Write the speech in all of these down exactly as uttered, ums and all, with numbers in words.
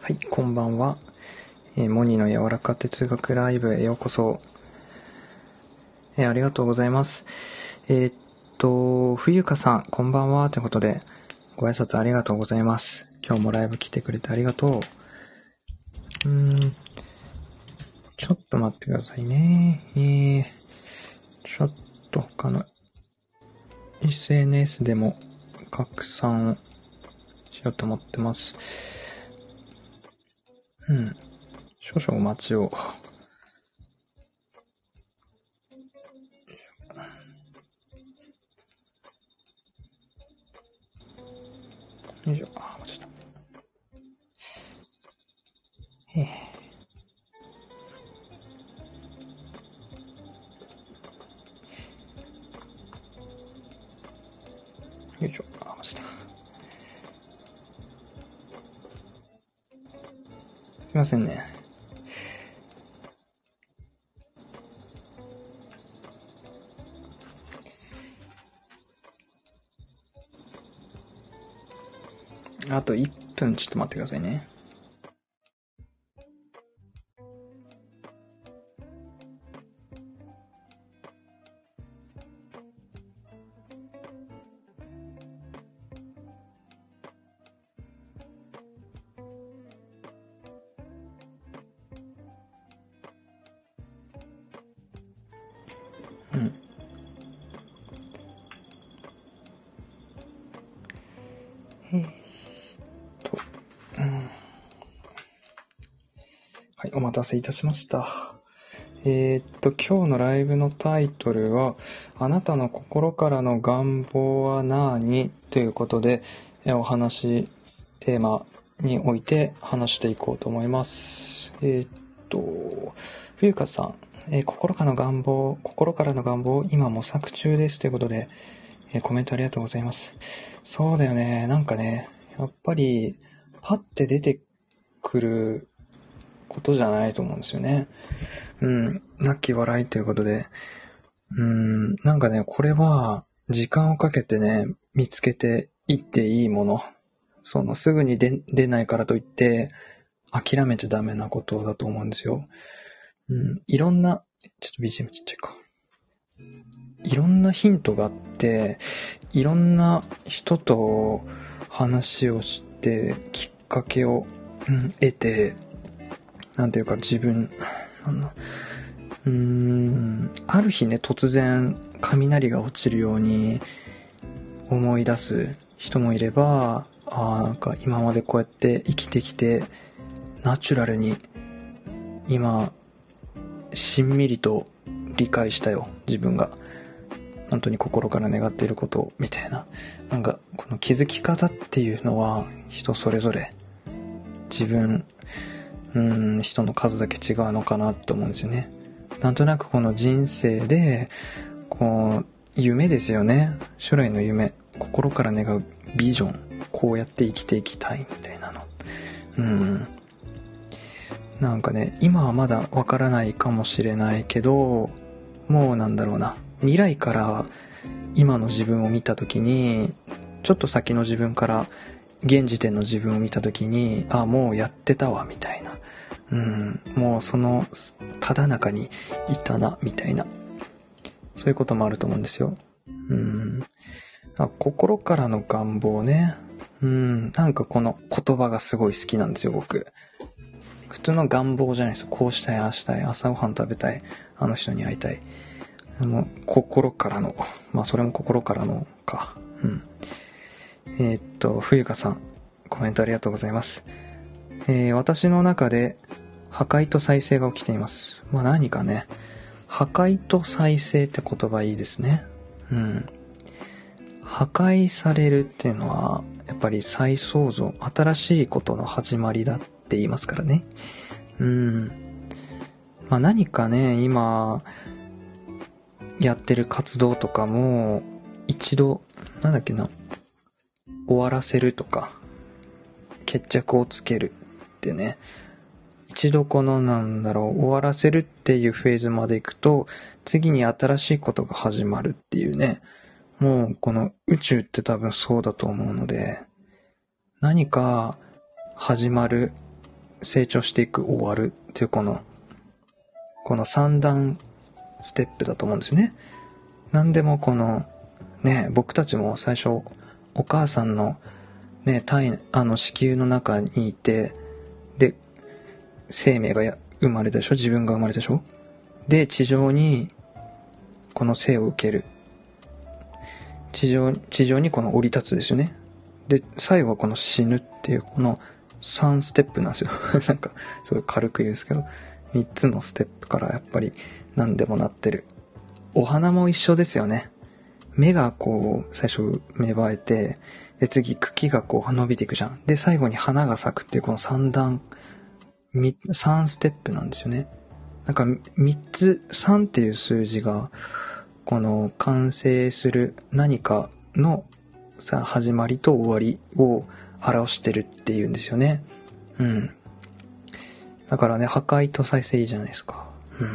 はい、こんばんは。えー、モニの柔らか哲学ライブへようこそ。えー、ありがとうございます。えー、っと、冬香さん、こんばんは。ということで、ご挨拶ありがとうございます。今日もライブ来てくれてありがとう。うーん、ちょっと待ってくださいね。えー、ちょっと他の エスエヌエス でも拡散しようと思ってます。うん。少々お待ちを。よいしょ。あ、間違えた。へぇ。よいしょ。あ、間違えた。すいませんね。あといっぷんちょっと待ってくださいね。うん。えー、っと、うん。はい、お待たせいたしました。えー、っと、今日のライブのタイトルは、あなたの心からの願望は何ということで、お話、テーマにおいて話していこうと思います。えー、っと、冬香さん、えー、心からの願望、心からの願望を今模索中ですということで、えー、コメントありがとうございます。そうだよね。なんかね、やっぱり、パッて出てくることじゃないと思うんですよね。うん。なき笑いということで。うん。なんかね、これは、時間をかけてね、見つけていっていいもの。その、すぐに出、出ないからといって、諦めちゃダメなことだと思うんですよ。うん。いろんな、ちょっと ビージーエム ちっちゃいか。いろんなヒントがあって、いろんな人と話をして、きっかけを、うん、得て、なんていうか自分、なんだ、うーん、ある日ね、突然雷が落ちるように思い出す人もいれば、ああ、なんか今までこうやって生きてきて、ナチュラルに、今、しんみりと理解したよ、自分が。本当に心から願っていることみたいな。なんか、この気づき方っていうのは、人それぞれ、自分、うーん、人の数だけ違うのかなって思うんですよね。なんとなくこの人生で、こう、夢ですよね。将来の夢。心から願うビジョン。こうやって生きていきたいみたいなの。うん。なんかね、今はまだわからないかもしれないけど、もうなんだろうな。未来から今の自分を見たときに、ちょっと先の自分から現時点の自分を見たときに、あ、もうやってたわ、みたいな。うん。もうその、ただ中にいたな、みたいな。そういうこともあると思うんですよ。うん。心からの願望ね。うん。なんかこの言葉がすごい好きなんですよ、僕。普通の願望じゃないですよ。こうしたい、ああしたい、朝ごはん食べたい、あの人に会いたい。もう心からの。まあそれも心からのか。うん。えー、っと、冬香さん、コメントありがとうございます。えー、私の中で破壊と再生が起きています。まあ何かね、破壊と再生って言葉いいですね。うん。破壊されるっていうのは、やっぱり再創造、新しいことの始まりだって言いますからね。うん。まあ何かね、今、やってる活動とかも、一度、なんだっけな、終わらせるとか、決着をつけるってね、一度このなんだろう、終わらせるっていうフェーズまで行くと、次に新しいことが始まるっていうね、もうこの宇宙って多分そうだと思うので、何か始まる、 成長していく、終わるっていうこの、この三段ステップだと思うんですよね。なんでもこの、ね、僕たちも最初、お母さんのね、体、あの子宮の中にいて、で、生命が生まれたでしょ、自分が生まれたでしょ。で、地上に、この生を受ける。地上、地上にこの降り立つですよね。で、最後はこの死ぬっていう、このさんステップなんですよ。なんか、すごい軽く言うんですけど、みっつのステップからやっぱり何でもなってる。お花も一緒ですよね。芽がこう、最初芽生えて、で、次茎がこう伸びていくじゃん。で、最後に花が咲くっていうこのさん段、さんステップなんですよね。なんかみっつ、さんっていう数字が、この完成する何かのさ、始まりと終わりを表してるっていうんですよね。うん。だからね、破壊と再生いいじゃないですか。うん。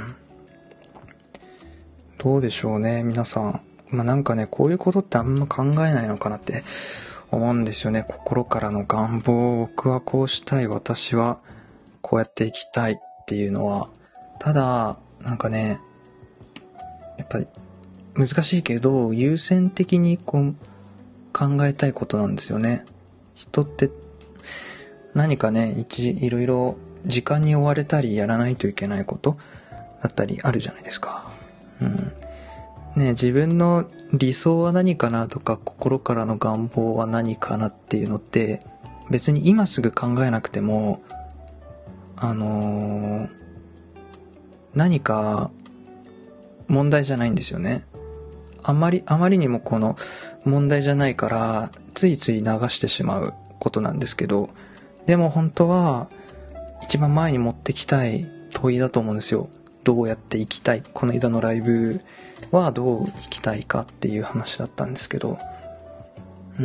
どうでしょうね、皆さん。まあ、なんかね、こういうことってあんま考えないのかなって思うんですよね。心からの願望、僕はこうしたい、私はこうやっていきたいっていうのは、ただ、なんかね、やっぱり難しいけど、優先的にこう考えたいことなんですよね。人って何かね、一、いろいろ時間に追われたりやらないといけないことだったりあるじゃないですか。うん。ね、自分の理想は何かなとか、心からの願望は何かなっていうのって、別に今すぐ考えなくても、あのー、何か問題じゃないんですよね。あまり、あまりにもこの問題じゃないから、ついつい流してしまうことなんですけど、でも本当は、一番前に持ってきたい問いだと思うんですよ。どうやって生きたい、この間のライブはどう生きたいかっていう話だったんですけど、うん。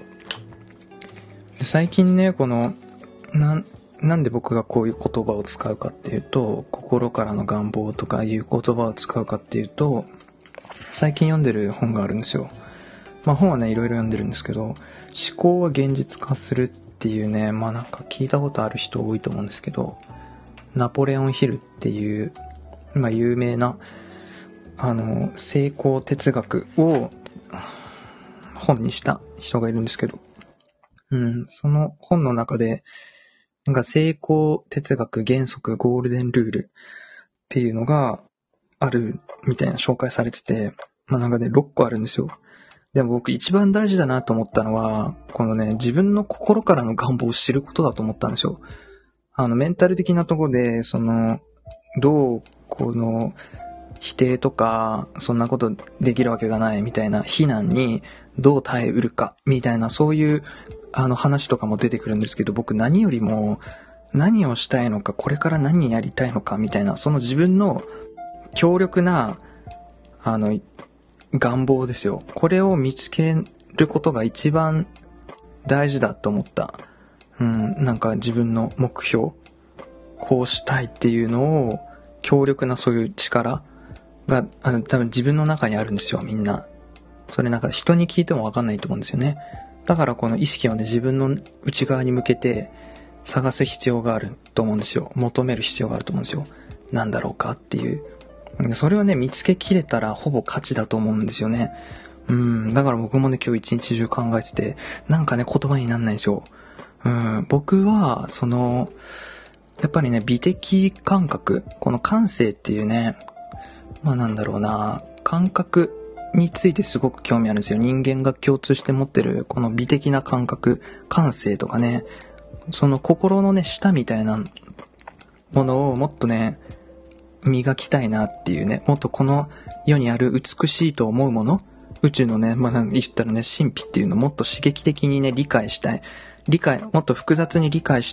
最近ね、この、な、なんで僕がこういう言葉を使うかっていうと、心からの願望とかいう言葉を使うかっていうと、最近読んでる本があるんですよ。まあ本はね、いろいろ読んでるんですけど、思考は現実化するっていうね、まあなんか聞いたことある人多いと思うんですけど、ナポレオンヒルっていう、まあ有名な、あの、成功哲学を本にした人がいるんですけど、うん、その本の中で、なんか成功哲学原則ゴールデンルールっていうのがあるみたいな紹介されてて、まあなんかね、ろっこあるんですよ。でも僕一番大事だなと思ったのは、このね、自分の心からの願望を知ることだと思ったんですよ。あの、メンタル的なところで、その、どう、この、否定とか、そんなことできるわけがないみたいな非難にどう耐えうるかみたいな、そういうあの話とかも出てくるんですけど、僕何よりも何をしたいのか、これから何やりたいのかみたいな、その自分の強力なあの願望ですよ。これを見つけることが一番大事だと思った。うん、なんか自分の目標、こうしたいっていうのを強力なそういう力が、あの、多分自分の中にあるんですよ、みんな。それなんか人に聞いてもわかんないと思うんですよね。だからこの意識をね、自分の内側に向けて探す必要があると思うんですよ。求める必要があると思うんですよ。なんだろうかっていう。それをね、見つけきれたらほぼ勝ちだと思うんですよね。うん、だから僕もね、今日一日中考えてて、なんかね、言葉になんないんですよ。うん、僕は、その、やっぱりね、美的感覚、この感性っていうね、まあなんだろうな、感覚についてすごく興味あるんですよ。人間が共通して持ってるこの美的な感覚、感性とかね、その心のね、舌みたいなものをもっとね、磨きたいなっていうね、もっとこの世にある美しいと思うもの、宇宙のね、まあ言ったらね、神秘っていうのをもっと刺激的にね、理解したい。理解、もっと複雑に理解して、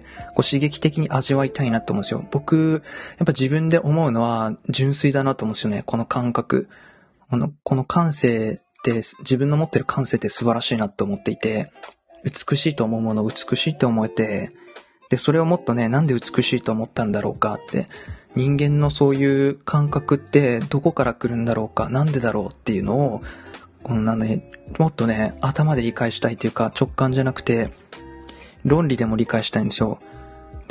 こう刺激的に味わいたいなと思うんですよ。僕、やっぱ自分で思うのは純粋だなと思うんですよね。この感覚。この、この感性って、自分の持ってる感性って素晴らしいなと思っていて、美しいと思うものを美しいと思えて、で、それをもっとね、なんで美しいと思ったんだろうかって、人間のそういう感覚ってどこから来るんだろうか、なんでだろうっていうのを、こんなね、もっとね、頭で理解したいというか、直感じゃなくて、論理でも理解したいんですよ。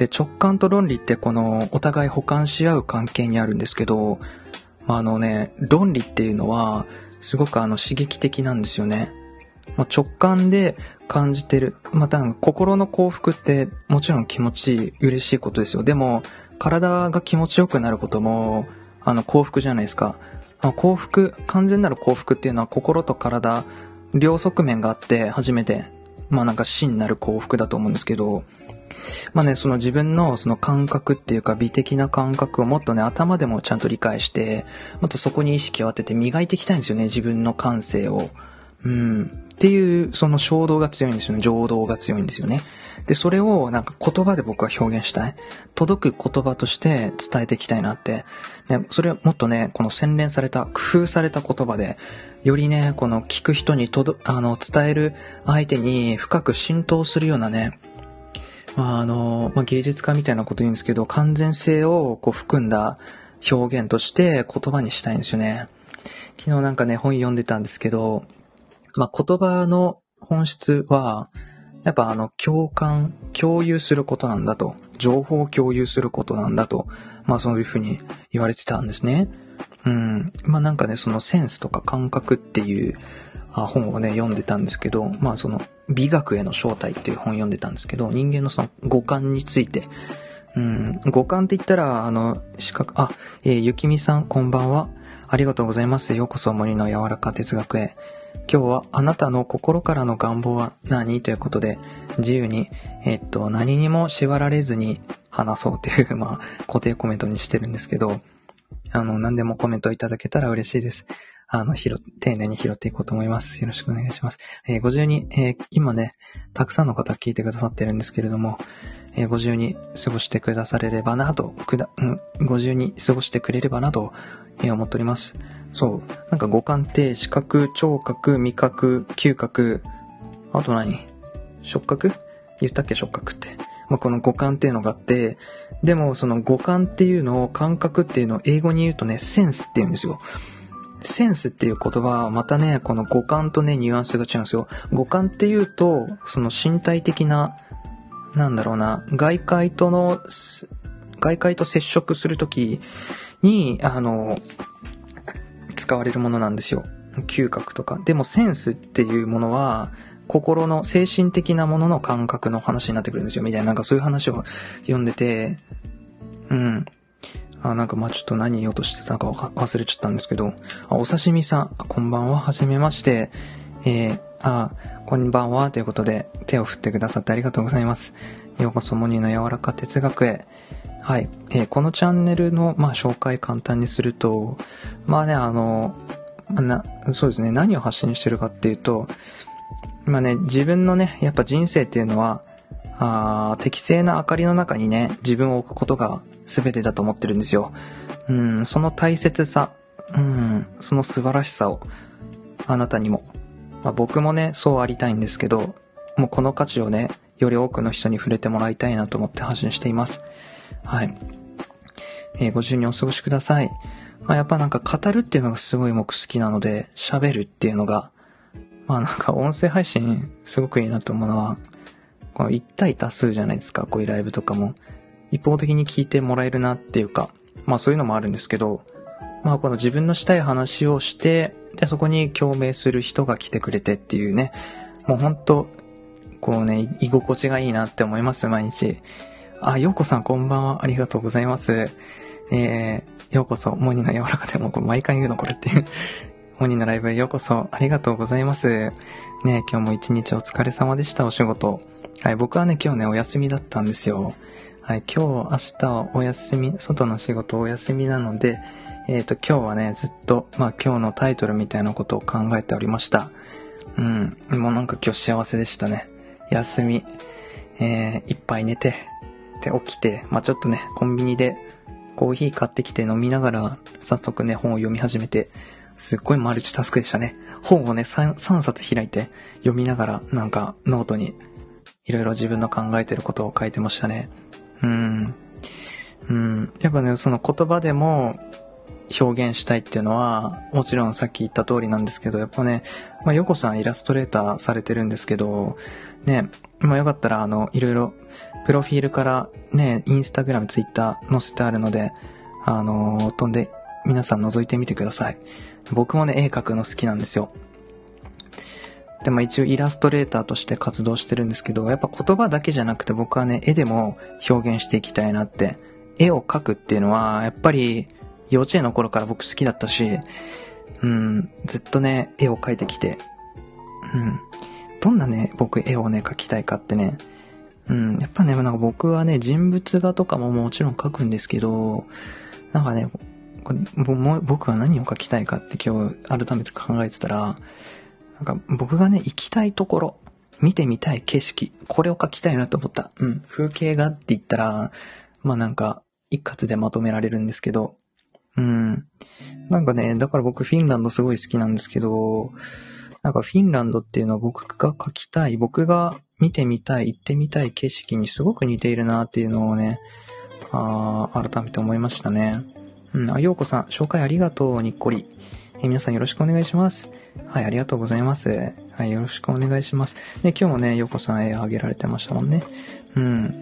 で、直感と論理ってこのお互い補完し合う関係にあるんですけど、まあ、あのね、論理っていうのはすごくあの刺激的なんですよね。まあ、直感で感じてる。また、あ、心の幸福ってもちろん気持ちいい、嬉しいことですよ。でも、体が気持ちよくなることも、あの、幸福じゃないですか。あ、幸福、完全なる幸福っていうのは心と体、両側面があって初めて、まあなんか真なる幸福だと思うんですけど、まあね、その自分のその感覚っていうか美的な感覚をもっとね、頭でもちゃんと理解して、もっとそこに意識を当てて磨いていきたいんですよね、自分の感性を。うん。っていう、その衝動が強いんですよね。情動が強いんですよね。で、それをなんか言葉で僕は表現したい。届く言葉として伝えていきたいなって。ね、それをもっとね、この洗練された、工夫された言葉で、よりね、この聞く人にとど、あの、伝える相手に深く浸透するようなね、まあ、あの、まあ、芸術家みたいなこと言うんですけど、完全性をこう含んだ表現として言葉にしたいんですよね。昨日なんかね、本読んでたんですけど、まあ、言葉の本質は、やっぱあの、共感、共有することなんだと。情報を共有することなんだと。まあ、そういうふうに言われてたんですね。うん。まあ、なんかね、そのセンスとか感覚っていうあ本をね、読んでたんですけど、まあ、その、美学への正体っていう本を読んでたんですけど、人間のその五感について、うん、五感って言ったら、あの、視覚、あ、えー、ゆきみさん、こんばんは。ありがとうございます。ようこそ森の柔らか哲学へ。今日はあなたの心からの願望は何ということで、自由に、えっと、何にも縛られずに話そうという、まあ、固定コメントにしてるんですけど、あの、何でもコメントいただけたら嬉しいです。あの、拾、丁寧に拾っていこうと思います。よろしくお願いします。えー、ご自由に、えー、今ね、たくさんの方聞いてくださってるんですけれども、えー、ご自由に過ごしてくだされればなと、くだ、うん、ご自由に過ごしてくれればなと、えー、思っております。そう。なんか五感って視覚、聴覚、味覚、嗅覚、あと何？触覚？言ったっけ触覚って。まあ、この五感っていうのがあって、でもその五感っていうのを感覚っていうのを英語に言うとね、センスって言うんですよ。センスっていう言葉はまたね、この五感とね、ニュアンスが違うんですよ。五感っていうと、その身体的な、なんだろうな、外界との、外界と接触するときに、あの、使われるものなんですよ。嗅覚とか。でもセンスっていうものは、心の精神的なものの感覚の話になってくるんですよ。みたいな、なんかそういう話を読んでて、うん。あ、なんかまあちょっと何言おうとしてたのか忘れちゃったんですけど、あ、お刺身さん、こんばんは、はじめまして。えー、あ、こんばんは、ということで、手を振ってくださってありがとうございます。ようこそモニの柔らか哲学へ。はい。えー、このチャンネルの、まあ、紹介簡単にすると、まあね、あの、な、そうですね、何を発信してるかっていうと、まあね、自分のね、やっぱ人生っていうのは、あ適正な明かりの中にね、自分を置くことが全てだと思ってるんですよ。うん、その大切さ、うん、その素晴らしさを、あなたにも、まあ、僕もね、そうありたいんですけど、もうこの価値をね、より多くの人に触れてもらいたいなと思って発信しています。はい。えー、ご自由にお過ごしください。まあ、やっぱなんか語るっていうのがすごい僕好きなので、喋るっていうのが、まあなんか音声配信すごくいいなと思うのは、この一対多数じゃないですか、こういうライブとかも。一方的に聞いてもらえるなっていうか、まあそういうのもあるんですけど、まあこの自分のしたい話をして、で、そこに共鳴する人が来てくれてっていうね、もうほんと、こうね、居心地がいいなって思います、毎日。あ、ようこさんこんばんは、ありがとうございます。えー、ようこそ、モニの柔らかでも、これ毎回言うのこれっていう。モニのライブへようこそ、ありがとうございます。ね、今日も一日お疲れ様でした、お仕事。はい、僕はね、今日ね、お休みだったんですよ。はい、今日、明日はお休み、外の仕事お休みなので、えっと、今日はね、ずっと、まあ今日のタイトルみたいなことを考えておりました。うん、もうなんか今日幸せでしたね。休み、えー、いっぱい寝て、で、起きて、まあちょっとね、コンビニでコーヒー買ってきて飲みながら、早速ね、本を読み始めて、すっごいマルチタスクでしたね。本をね、さんさんさつ開いて、読みながら、なんか、ノートに、いろいろ自分の考えてることを書いてましたね。うん。うん。やっぱね、その言葉でも表現したいっていうのは、もちろんさっき言った通りなんですけど、やっぱね、まあ、ヨコさんイラストレーターされてるんですけど、ね、まあよかったら、あの、いろいろプロフィールからね、インスタグラム、ツイッター載せてあるので、あのー、飛んで皆さん覗いてみてください。僕もね、絵描くの好きなんですよ。でも一応イラストレーターとして活動してるんですけど、やっぱ言葉だけじゃなくて僕はね、絵でも表現していきたいなって。絵を描くっていうのは、やっぱり幼稚園の頃から僕好きだったし、うん、ずっとね、絵を描いてきて、うん。どんなね、僕絵をね、描きたいかってね、うん、やっぱね、なんか僕はね、人物画とかももちろん描くんですけど、なんかね、これも僕は何を描きたいかって今日改めて考えてたら、なんか僕がね、行きたいところ、見てみたい景色、これを描きたいなと思った。うん、風景画って言ったら、まあなんか、一括でまとめられるんですけど、うん。なんかね、だから僕フィンランドすごい好きなんですけど、なんかフィンランドっていうのは僕が描きたい、僕が見てみたい、行ってみたい景色にすごく似ているなっていうのをね、あー改めて思いましたね。うん、あ、ようこさん、紹介ありがとう、にっこり。え皆さんよろしくお願いします。はい、ありがとうございます。はい、よろしくお願いします。で、今日もね、ようこさん絵あげられてましたもんね。うん。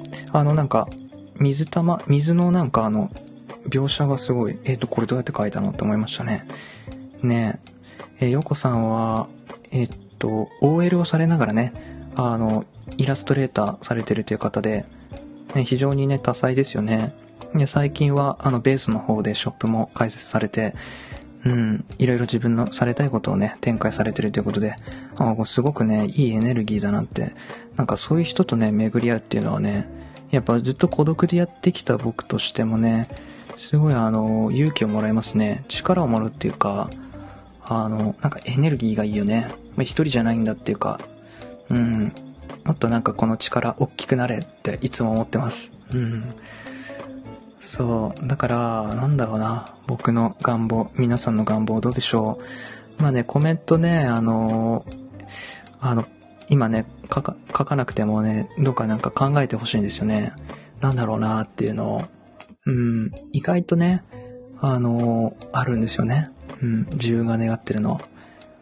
あの、なんか、水玉、水のなんかあの、描写がすごい、えっと、これどうやって描いたのって思いましたね。ねえ、えー、ようこさんは、えっと、オーエル をされながらね、あの、イラストレーターされてるという方で、ね、非常にね、多彩ですよね。で、最近は、あの、ベースの方でショップも開設されて、うん、いろいろ自分のされたいことをね、展開されてるということで、あ、すごくね、いいエネルギーだなって、なんかそういう人とね、巡り合うっていうのはね、やっぱずっと孤独でやってきた僕としてもね、すごいあの、勇気をもらいますね。力をもらうっていうか、あの、なんかエネルギーがいいよね。まあ、一人じゃないんだっていうか、うん、もっとなんかこの力大きくなれっていつも思ってます。うん。そう。だから、なんだろうな。僕の願望、皆さんの願望どうでしょう。まあね、コメントね、あの、あの、今ね、書か、書かなくてもね、どっかなんか考えてほしいんですよね。なんだろうなっていうのを。うん、意外とね、あの、あるんですよね。うん、自分が願ってるの。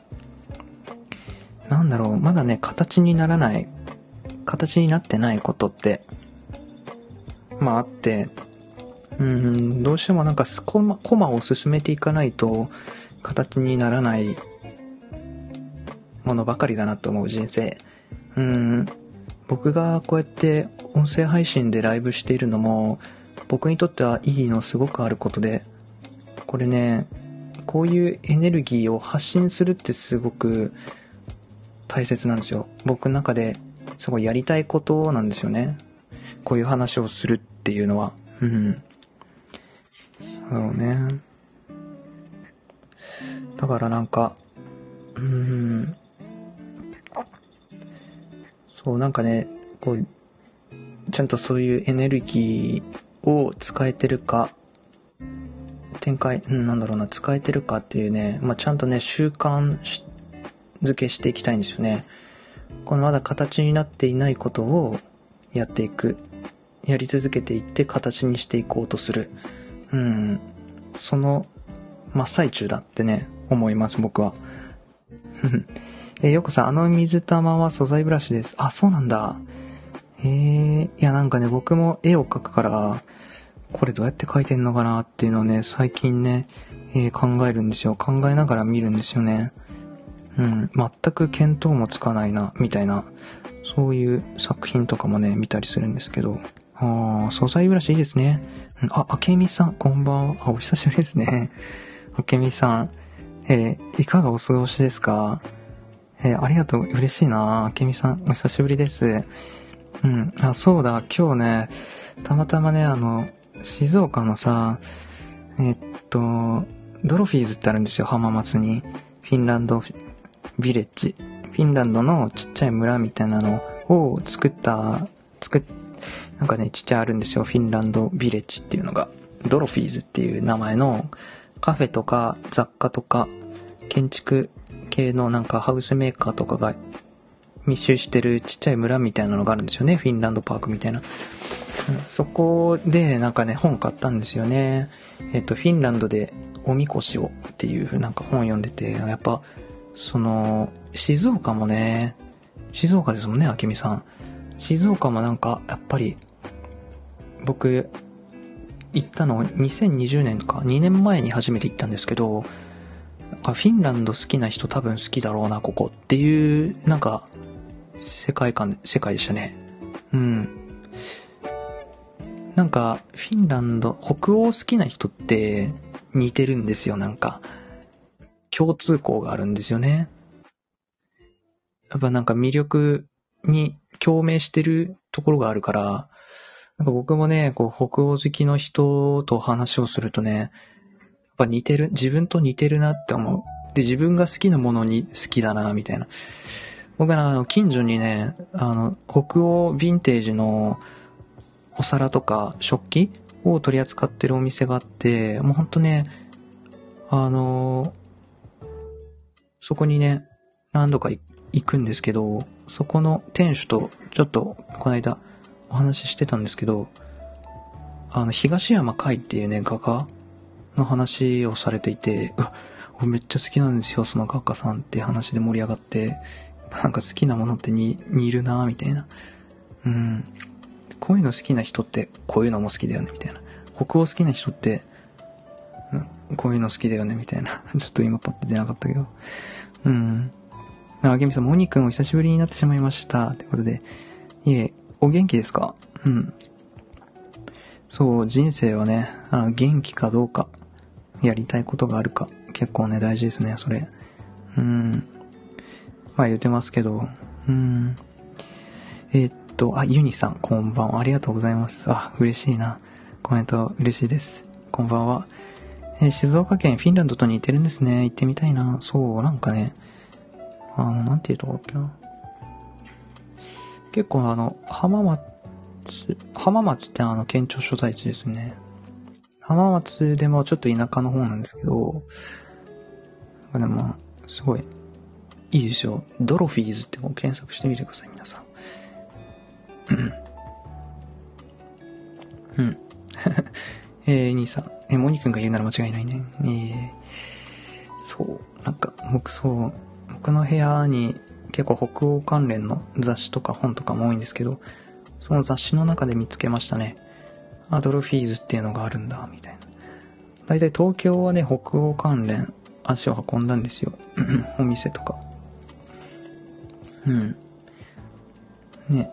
なんだろう、まだね、形にならない、形になってないことって、まああって、うん、どうしてもなんかコマ、コマを進めていかないと形にならないものばかりだなと思う人生。うん、僕がこうやって音声配信でライブしているのも僕にとっては意義のすごくあることで、これね、こういうエネルギーを発信するってすごく大切なんですよ。僕の中ですごいやりたいことなんですよね。こういう話をするっていうのは。うん。そうね。だからなんか、うーん。そうなんかね、こう、ちゃんとそういうエネルギーを使えてるか、展開、うん、なんだろうな、使えてるかっていうね、まあ、ちゃんとね、習慣づけしていきたいんですよね。このまだ形になっていないことをやっていく。やり続けていって形にしていこうとする。うん。その真っ最中だってね、思います、僕は。え、よこさん、あの水玉は素材ブラシです。あ、そうなんだ。へえ、いやなんかね、僕も絵を描くから、これどうやって描いてんのかなっていうのをね、最近ね、えー、考えるんですよ。考えながら見るんですよね。うん、全く見当もつかないな、みたいな、そういう作品とかもね、見たりするんですけど、あー、素材ブラシいいですね。うん、あ、あけみさん、こんばんは。あ、お久しぶりですね。あけみさん、えー、いかがお過ごしですか？えー、ありがとう、嬉しいな。あけみさん、お久しぶりです。うん、あ、そうだ、今日ね、たまたまね、あの、静岡のさ、えー、っと、ドロフィーズってあるんですよ、浜松に。フィンランドビレッジ。フィンランドのちっちゃい村みたいなのを作った、作っ、なんかね、ちっちゃいあるんですよ。フィンランドビレッジっていうのが。ドロフィーズっていう名前のカフェとか雑貨とか建築系のなんかハウスメーカーとかが密集してるちっちゃい村みたいなのがあるんですよね。フィンランドパークみたいな。うん、そこでなんかね、本買ったんですよね。えっと、フィンランドでおみこしをっていうなんか本読んでて、やっぱ、その、静岡もね、静岡ですもんね、あけみさん。静岡もなんか、やっぱり、 僕、行ったのにせんにじゅうねんか、にねんまえに初めて行ったんですけど、なんかフィンランド好きな人多分好きだろうな、ここっていう、なんか、世界観、世界でしたね。うん。なんか、フィンランド、北欧好きな人って似てるんですよ、なんか。共通項があるんですよね。やっぱなんか魅力に共鳴してるところがあるから、なんか僕もね、こう、北欧好きの人と話をするとね、やっぱ似てる、自分と似てるなって思う。で、自分が好きなものに好きだな、みたいな。僕はあの、近所にね、あの、北欧ヴィンテージのお皿とか食器を取り扱ってるお店があって、もうほんとね、あの、そこにね、何度か行くんですけど、そこの店主とちょっとこの間お話ししてたんですけど、あの、東山海っていうね、画家の話をされていて、うわ、俺めっちゃ好きなんですよ、その画家さんって話で盛り上がって、なんか好きなものってに似るなぁ、みたいな。うん。こういうの好きな人ってこういうのも好きだよね、みたいな。北欧好きな人って、うん、こういうの好きだよね、みたいな。ちょっと今パッと出なかったけど。うん。あ、ゲミさん、モニ君お久しぶりになってしまいました。ということで。いえ、お元気ですか？うん。そう、人生はね、あ、元気かどうか、やりたいことがあるか、結構ね、大事ですね、それ。うん。まあ言ってますけど、うん。えー、っと、あ、ユニさん、こんばんは。ありがとうございます。あ、嬉しいな。コメント嬉しいです。こんばんは。えー、静岡県、フィンランドと似てるんですね。行ってみたいな。そう、なんかね、あの、なんていうとこだっけな。結構あの、浜松、浜松ってあの、県庁所在地ですね。浜松でもちょっと田舎の方なんですけど、なんかでも、すごい、いいですよ。ドロフィーズってこう検索してみてください、皆さん。うん。えー、兄さん。え、モニ君が言うなら間違いないね。えー、そう、なんか、僕そう、僕の部屋に結構北欧関連の雑誌とか本とかも多いんですけど、その雑誌の中で見つけましたね。あ、ドロフィーズっていうのがあるんだ、みたいな。だいたい東京はね、北欧関連足を運んだんですよ。お店とか。うん。ね。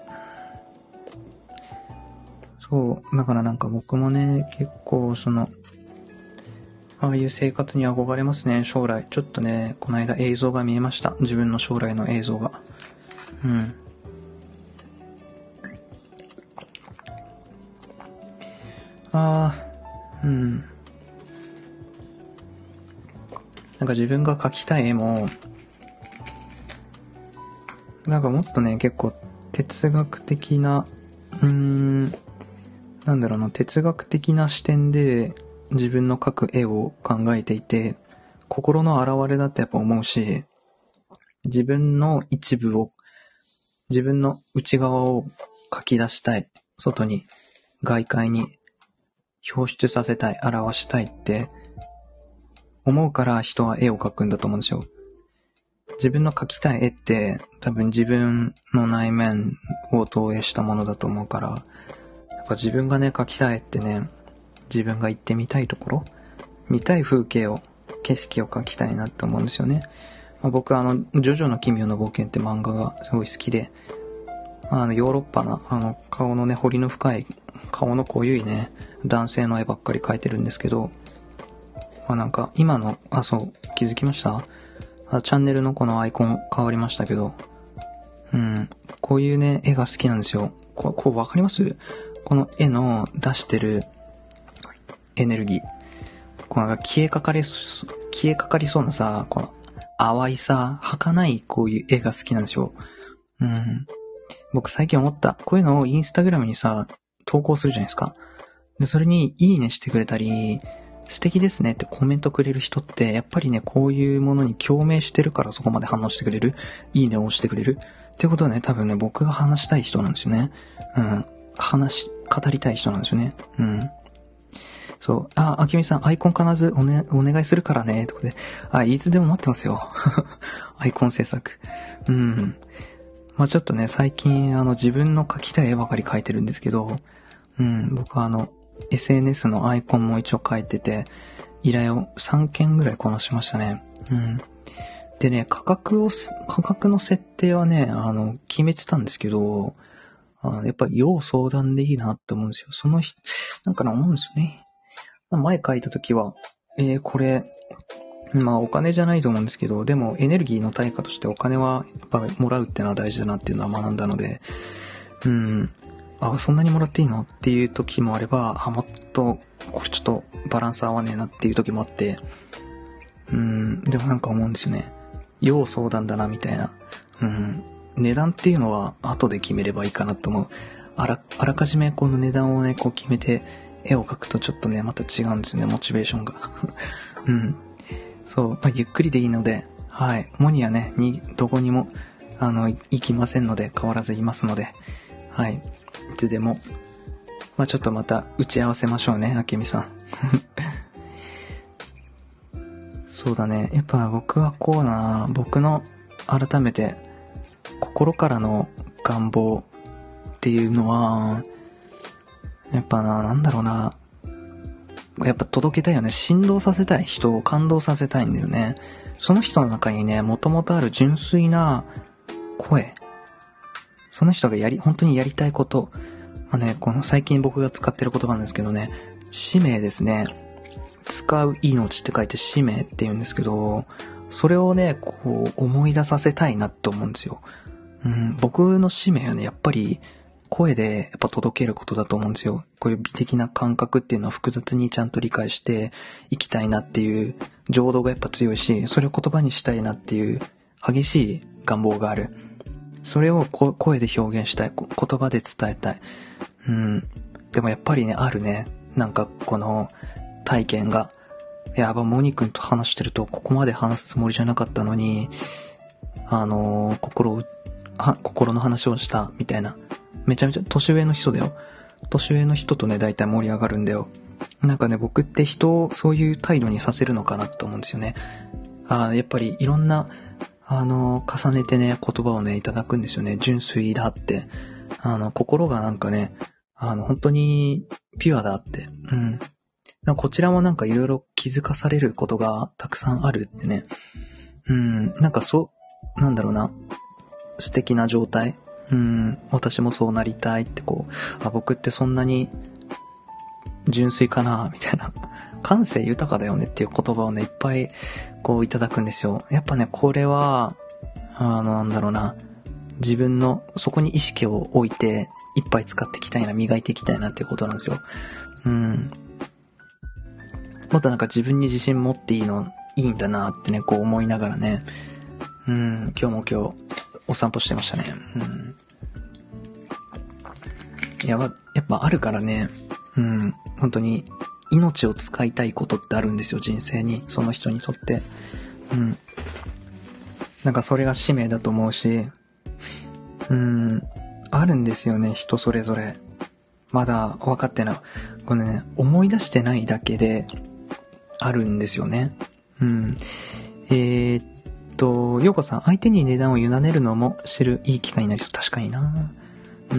そう。だからなんか僕もね、結構その、ああいう生活に憧れますね、将来。ちょっとね、この間映像が見えました。自分の将来の映像が。うん。ああ、うん。なんか自分が描きたい絵も、なんかもっとね、結構哲学的な、うーん、なんだろうな、哲学的な視点で自分の描く絵を考えていて、心の表れだってやっぱ思うし、自分の一部を、自分の内側を描き出したい。外に、外界に表出させたい、表したいって思うから人は絵を描くんだと思うんですよ。自分の描きたい絵って多分自分の内面を投影したものだと思うから、やっぱ自分がね描きたい絵ってね、自分が行ってみたいところ、見たい風景を、景色を描きたいなって思うんですよね。まあ、僕はあの、ジョジョの奇妙な冒険って漫画がすごい好きで、あの、ヨーロッパな、あの、顔のね、彫りの深い、顔の濃ゆいね、男性の絵ばっかり描いてるんですけど、まあなんか、今の、あ、そう、気づきました？あ、チャンネルのこのアイコン変わりましたけど、うん、こういうね、絵が好きなんですよ。こ、こうわかります？この絵の出してるエネルギー。こうなんか消えかかり、消えかかりそうなさ、この淡いさ、儚いこういう絵が好きなんですよ。うん。僕最近思った。こういうのをインスタグラムにさ、投稿するじゃないですか。で、それにいいねしてくれたり、素敵ですねってコメントくれる人って、やっぱりね、こういうものに共鳴してるからそこまで反応してくれる。いいねを押してくれる。ってことはね、多分ね、僕が話したい人なんですよね。うん。話、語りたい人なんですよね。うん。そう。あ、あきみさん、アイコン必ずおね、お願いするからね。とかで。あ、いつでも待ってますよ。アイコン制作。うん。まあちょっとね、最近、あの、自分の描きたい絵ばかり描いてるんですけど、 うん、僕はあの、エスエヌエス のアイコンも一応書いてて、依頼をさんけんぐらいこなしましたね。うん。でね、価格を、価格の設定はね、あの、決めてたんですけど、あやっぱり要相談でいいなって思うんですよ。その日、なんかな思うんですよね。前書いた時は、えー、これ、まあお金じゃないと思うんですけど、でもエネルギーの対価としてお金はやっぱもらうっていうのは大事だなっていうのは学んだので、うん、あ、そんなにもらっていいのっていう時もあれば、あ、もっと、これちょっとバランス合わねえなっていう時もあって、うん、でもなんか思うんですよね。要相談だなみたいな。うん、値段っていうのは後で決めればいいかなと思う。あら、あらかじめこの値段をね、こう決めて絵を描くとちょっとね、また違うんですよね、モチベーションが。うん。そう、まあ、ゆっくりでいいので、はい。モニはね、に、どこにも、あの、行きませんので、変わらずいますので、はい。いつでも、まあ、ちょっとまた打ち合わせましょうね、あけみさん。そうだね。やっぱ僕はこうな、僕の改めて心からの願望っていうのは、やっぱな、なんだろうな。やっぱ届けたいよね。振動させたい人を感動させたいんだよね。その人の中にね、もともとある純粋な声。その人がやり、本当にやりたいこと。まあね、この最近僕が使ってる言葉なんですけどね、使命ですね。使う命って書いて使命って言うんですけど、それをね、こう思い出させたいなって思うんですよ。うん、僕の使命はね、やっぱり声でやっぱ届けることだと思うんですよ。こういう美的な感覚っていうのを複雑にちゃんと理解していきたいなっていう情動がやっぱ強いし、それを言葉にしたいなっていう激しい願望がある。それを声で表現したい。言葉で伝えたい。うん。でもやっぱりね、あるね。なんかこの体験が。やば、モニ君と話してると、ここまで話すつもりじゃなかったのに、あのー、心を、は、心の話をしたみたいな。めちゃめちゃ年上の人だよ。年上の人とね、大体盛り上がるんだよ。なんかね、僕って人をそういう態度にさせるのかなと思うんですよね。あやっぱりいろんな、あの、重ねてね、言葉をね、いただくんですよね。純粋だって。あの、心がなんかね、あの、本当にピュアだって。うん。こちらもなんかいろいろ気づかされることがたくさんあるってね。うん。なんかそう、なんだろうな。素敵な状態。うん。私もそうなりたいってこう、あ、僕ってそんなに純粋かなみたいな。感性豊かだよねっていう言葉をね、いっぱいこういただくんですよ。やっぱね、これは、あの、なんだろうな。自分の、そこに意識を置いて、いっぱい使っていきたいな、磨いていきたいなっていうことなんですよ。うん。もっとなんか自分に自信持っていいの、いいんだなってね、こう思いながらね。うん、今日も今日、お散歩してましたね。うん。やば、やっぱあるからね。うん、本当に、命を使いたいことってあるんですよ、人生に。その人にとって。うん。なんかそれが使命だと思うし、うん、あるんですよね、人それぞれ。まだ分かってない。これね、思い出してないだけで、あるんですよね。うん。えー、っと、ようこさん、相手に値段を委ねるのも知るいい機会になりそう。確かにな。うん。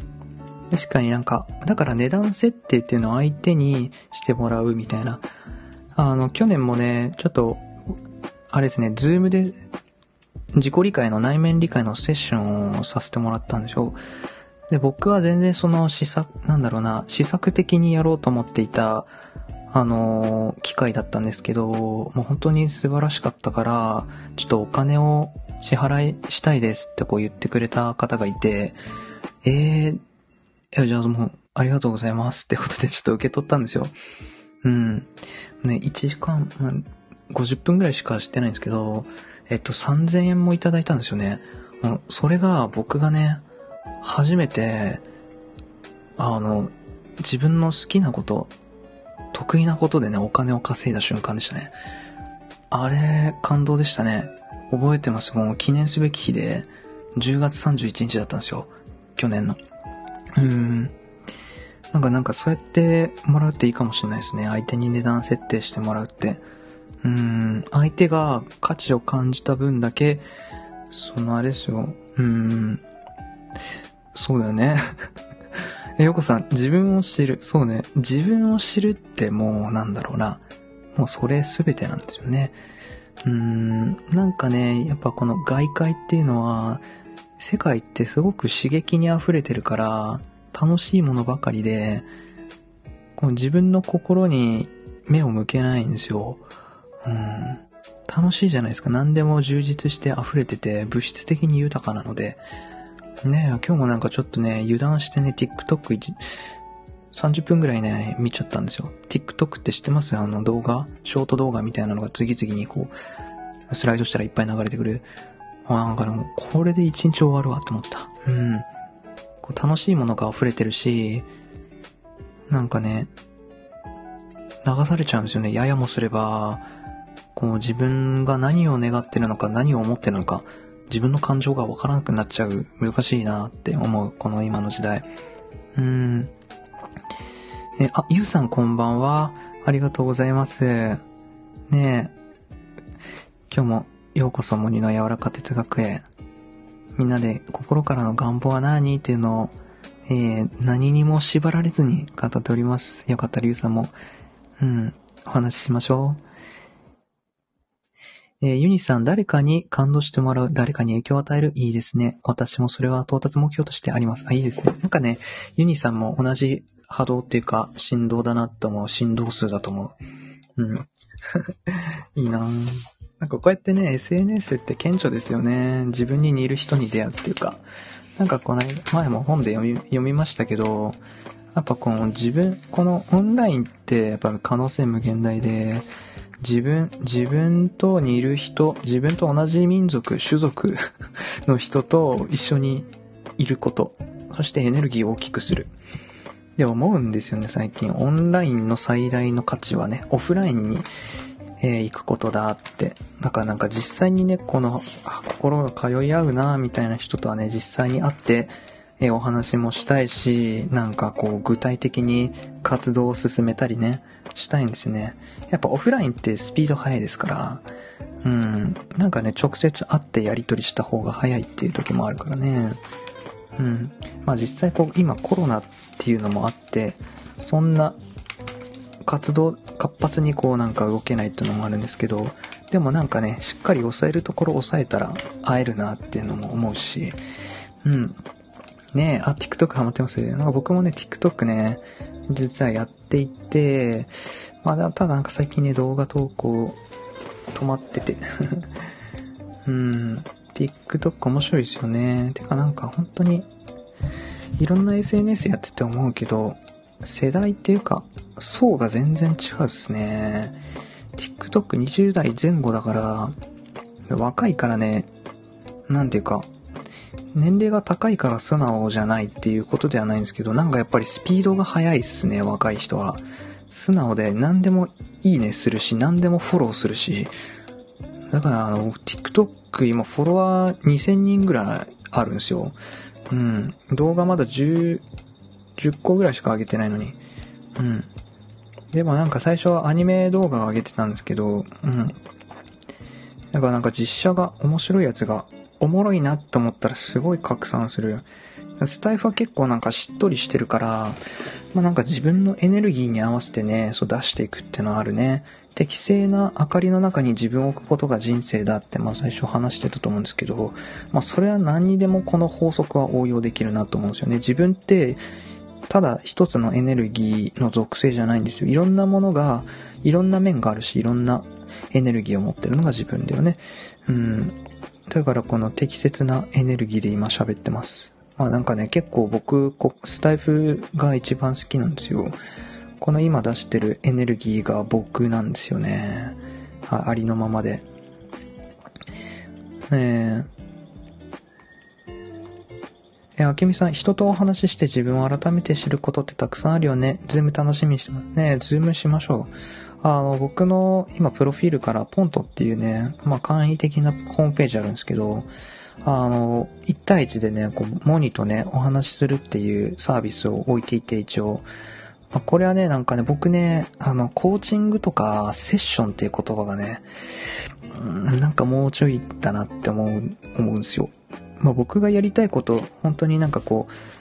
確かになんか、だから値段設定っていうのを相手にしてもらうみたいな。あの、去年もね、ちょっと、あれですね、ズームで自己理解の内面理解のセッションをさせてもらったんでしょ。で、僕は全然その試作、なんだろうな、試作的にやろうと思っていた、あのー、機会だったんですけど、もう本当に素晴らしかったから、ちょっとお金を支払いしたいですってこう言ってくれた方がいて、えー、いや、じゃあもう、ありがとうございますってことでちょっと受け取ったんですよ。うん。ね、いちじかん、まあ、ごじゅっぷんぐらいしかしてないんですけど、えっと、さんぜんえんもいただいたんですよね。それが僕がね、初めて、あの、自分の好きなこと、得意なことでね、お金を稼いだ瞬間でしたね。あれ、感動でしたね。覚えてます。もう記念すべき日で、じゅうがつさんじゅういちにちだったんですよ。去年の。うーん。なんかなんかそうやってもらうっていいかもしれないですね。相手に値段設定してもらうって。うーん。相手が価値を感じた分だけ、そのあれですよ。うーん。そうだよね。 え、よこさん、自分を知る。そうね。自分を知るってもう、なんだろうな。もうそれすべてなんですよね。うーん、なんかね、やっぱこの外界っていうのは、世界ってすごく刺激に溢れてるから、楽しいものばかりで、この自分の心に目を向けないんですよ。うん、楽しいじゃないですか。何でも充実して溢れてて、物質的に豊かなので。ねえ、今日もなんかちょっとね、油断してね、TikTok さんじゅっぷんぐらいね、見ちゃったんですよ。TikTok って知ってます？あの動画、ショート動画みたいなのが次々にこう、スライドしたらいっぱい流れてくる。なんかもう、これで一日終わるわって思った。うん。こう楽しいものが溢れてるし、なんかね、流されちゃうんですよね。ややもすれば、こう自分が何を願ってるのか、何を思ってるのか、自分の感情がわからなくなっちゃう。難しいなって思う。この今の時代。うーん。え、あ、ゆうさんこんばんは。ありがとうございます。ねえ。今日もようこそ森の柔らか哲学へ。みんなで心からの願望は何っていうのを、えー、何にも縛られずに語っております。よかったらゆうさんも、うん、お話ししましょう。えー、ユニさん、誰かに感動してもらう、誰かに影響を与える、いいですね。私もそれは到達目標としてあります。あ、いいですね。なんかね、ユニさんも同じ波動っていうか、振動だなと思う。振動数だと思う。うん。いいなぁ。なんかこうやってね、エスエヌエス って顕著ですよね。自分に似る人に出会うっていうか。なんかこの前も本で読み、読みましたけど、やっぱこの自分、このオンラインってやっぱ可能性無限大で、自分、自分と似る人、自分と同じ民族、種族の人と一緒にいること、そしてエネルギーを大きくする。で、思うんですよね、最近。オンラインの最大の価値はね、オフラインに、えー、行くことだって。だからなんか実際にね、この、あ、心が通い合うな、みたいな人とはね、実際に会って、えー、お話もしたいし、なんかこう、具体的に活動を進めたりね、したいんですね。やっぱオフラインってスピード速いですから、うん、なんかね、直接会ってやり取りした方が早いっていう時もあるからね。うん。まあ実際こう、今コロナっていうのもあって、そんな活動、活発にこうなんか動けないっていうのもあるんですけど、でもなんかね、しっかり抑えるところ抑えたら会えるなっていうのも思うし、うん。ねえ、あ、TikTok ハマってます。なんか僕もね、TikTok ね、実はやっていて、まあ、ただなんか最近ね、動画投稿止まってて。うん、TikTok 面白いですよね。てかなんか本当に、いろんな エスエヌエス やってて思うけど、世代っていうか、層が全然違うですね。TikTok にじゅう代前後だから、若いからね、なんていうか、年齢が高いから素直じゃないっていうことではないんですけど、なんかやっぱりスピードが速いっすね、若い人は。素直で何でもいいねするし、何でもフォローするし。だからあの、TikTok 今フォロワーにせんにんぐらいあるんですよ。うん。動画まだじゅう、じゅっこぐらいしか上げてないのに。うん。でもなんか最初はアニメ動画を上げてたんですけど、うん。やっぱなんか実写が面白いやつがおもろいなって思ったらすごい拡散する。スタイフは結構なんかしっとりしてるから、まあなんか自分のエネルギーに合わせてね、そう出していくってのはあるね。適正な明かりの中に自分を置くことが人生だってまあ最初話してたと思うんですけど、まあそれは何にでもこの法則は応用できるなと思うんですよね。自分ってただ一つのエネルギーの属性じゃないんですよ。いろんなものが、いろんな面があるし、いろんなエネルギーを持ってるのが自分だよね。うん。だからこの適切なエネルギーで今喋ってます。まあなんかね、結構僕、スタイフが一番好きなんですよ。この今出してるエネルギーが僕なんですよね。あ、ありのままで。えーえ、あけみさん、人とお話しして自分を改めて知ることってたくさんあるよね。ズーム楽しみにしてますね。ズームしましょう。あの、僕の今、プロフィールからポントっていうね、まあ、簡易的なホームページあるんですけど、あの、いち対いちでね、こう、モニとね、お話しするっていうサービスを置いていて、一応。まあ、これはね、なんかね、僕ね、あの、コーチングとか、セッションっていう言葉がね、うん、なんかもうちょいだなって思う、思うんですよ。まあ僕がやりたいこと、本当になんかこう、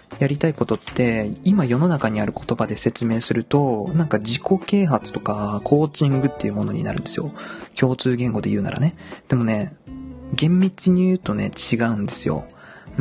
やりたいことって、今世の中にある言葉で説明すると、なんか自己啓発とかコーチングっていうものになるんですよ。共通言語で言うならね。でもね、厳密に言うとね、違うんですよ。うん、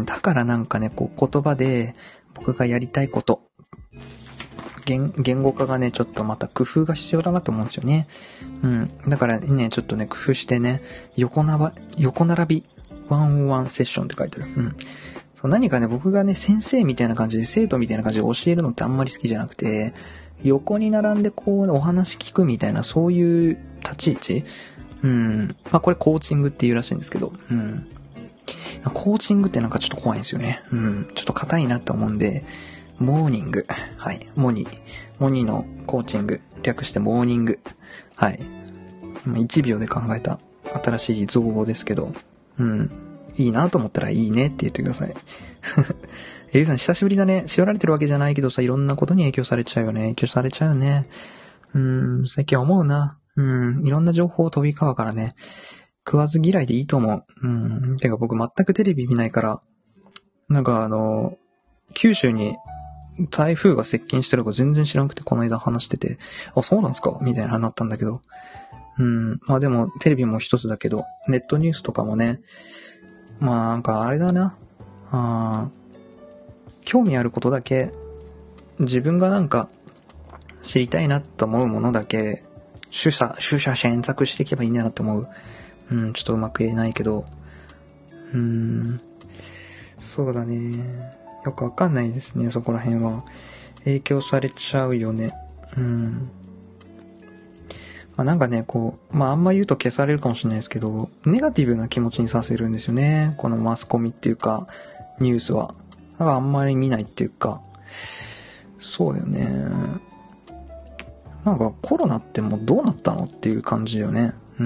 だからなんかね、こう言葉で僕がやりたいこと、言、言語化がね、ちょっとまた工夫が必要だなと思うんですよね。うん。だからね、ちょっとね、工夫してね、横なば、横並び、ワンオンワンセッションって書いてある。うん。そう、何かね、僕がね、先生みたいな感じで、生徒みたいな感じで教えるのってあんまり好きじゃなくて、横に並んでこう、お話聞くみたいな、そういう立ち位置。うん。まあ、これコーチングっていうらしいんですけど、うん。コーチングってなんかちょっと怖いんですよね。うん。ちょっと硬いなと思うんで、モーニング。はい。モニ。モニのコーチング。略してモーニング。はい。いちびょうで考えた新しい造語ですけど、うん。いいなと思ったらいいねって言ってください。えゆうさん久しぶりだね。縛られてるわけじゃないけどさ、いろんなことに影響されちゃうよね。影響されちゃうよね。うーん、最近思うな。うん、いろんな情報飛び交うからね。食わず嫌いでいいと思う。うん。てか僕全くテレビ見ないから、なんかあの、九州に台風が接近してるか全然知らなくてこの間話してて、あ、そうなんすかみたいな話になったんだけど。うん。まあでもテレビも一つだけど、ネットニュースとかもね、まあなんかあれだな。あ興味あることだけ、自分がなんか知りたいなと思うものだけ、取捨、取捨選択していけばいいんだなって思う。うん、ちょっとうまく言えないけど。うーん。そうだね。よくわかんないですね、そこら辺は。影響されちゃうよね。うん。まあ、なんかね、こう、まああんま言うと消されるかもしれないですけど、ネガティブな気持ちにさせるんですよね。このマスコミっていうか、ニュースは。だからあんまり見ないっていうか、そうだよね。なんかコロナってもうどうなったのっていう感じよね。うん。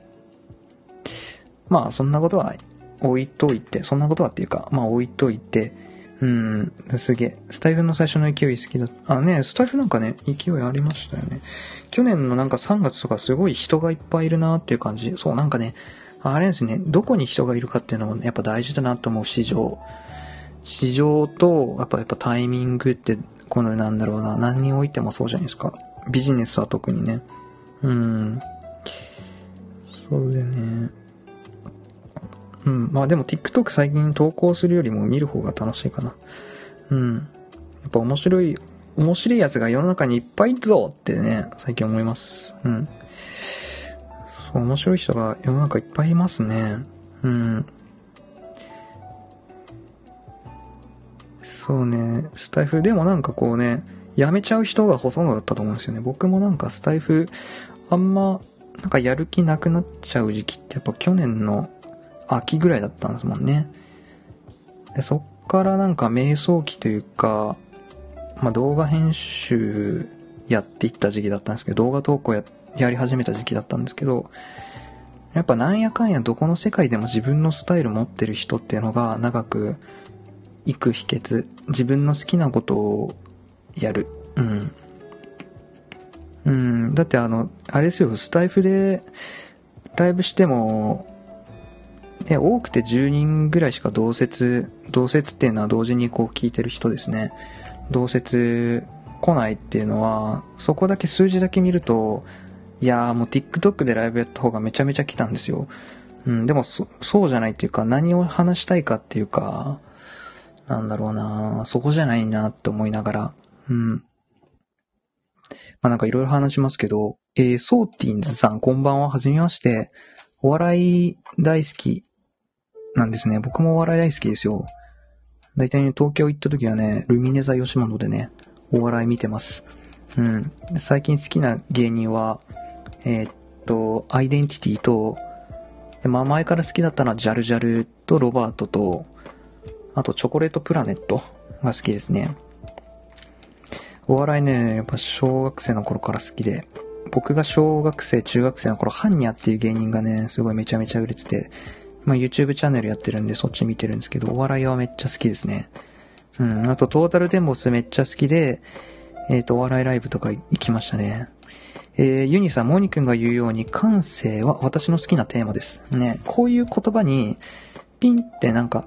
まあそんなことは置いといて、そんなことはっていうか、まあ置いといて、うん、すげえ。スタイフの最初の勢い好きだ。あね、スタイフなんかね、勢いありましたよね。去年のなんかさんがつとかすごい人がいっぱいいるなっていう感じ。そう、なんかね、あれですね、どこに人がいるかっていうのも、ね、やっぱ大事だなと思う、市場。市場と、やっぱやっぱタイミングって、このなんだろうな、何においてもそうじゃないですか。ビジネスは特にね。うん。そうだよね。うん。まあでも TikTok 最近投稿するよりも見る方が楽しいかな。うん。やっぱ面白い、面白いやつが世の中にいっぱいいるぞってね、最近思います。うん。そう、面白い人が世の中いっぱいいますね。うん。そうね、スタイフでもなんかこうね、やめちゃう人がほとんどだったと思うんですよね。僕もなんかスタイフ、あんま、なんかやる気なくなっちゃう時期ってやっぱ去年の秋ぐらいだったんですもんね。で、そっからなんか瞑想期というか、まあ動画編集やっていった時期だったんですけど、動画投稿や、やり始めた時期だったんですけど、やっぱなんやかんやどこの世界でも自分のスタイル持ってる人っていうのが長く行く秘訣。自分の好きなことをやる。うん。うん。だってあの、あれですよ、スタイフでライブしても、ね、多くてじゅうにんぐらいしか同説、同説っていうのは同時にこう聞いてる人ですね。同説来ないっていうのは、そこだけ数字だけ見ると、いやーもう TikTok でライブやった方がめちゃめちゃ来たんですよ。うん、でもそ、そうじゃないっていうか、何を話したいかっていうか、なんだろうな、そこじゃないなって思いながら、うん。まあなんかいろいろ話しますけど、えー、ソーティーンズさんこんばんは、はじめまして。お笑い大好きなんですね。僕もお笑い大好きですよ。だいたいね、東京行った時はね、ルミネ座吉本でね、お笑い見てます。うん。最近好きな芸人は、えー、っと、アイデンティティと、でまあ前から好きだったのはジャルジャルとロバートと、あとチョコレートプラネットが好きですね。お笑いね、やっぱ小学生の頃から好きで、僕が小学生、中学生の頃、ハンニャっていう芸人がね、すごいめちゃめちゃ売れてて、まあ YouTube チャンネルやってるんでそっち見てるんですけど、お笑いはめっちゃ好きですね。うん、あとトータルテンボスめっちゃ好きで、えっと、お笑いライブとか行きましたね。えー、ユニさん、モニ君が言うように、感性は私の好きなテーマです。ね、こういう言葉に、ピンってなんか、あっ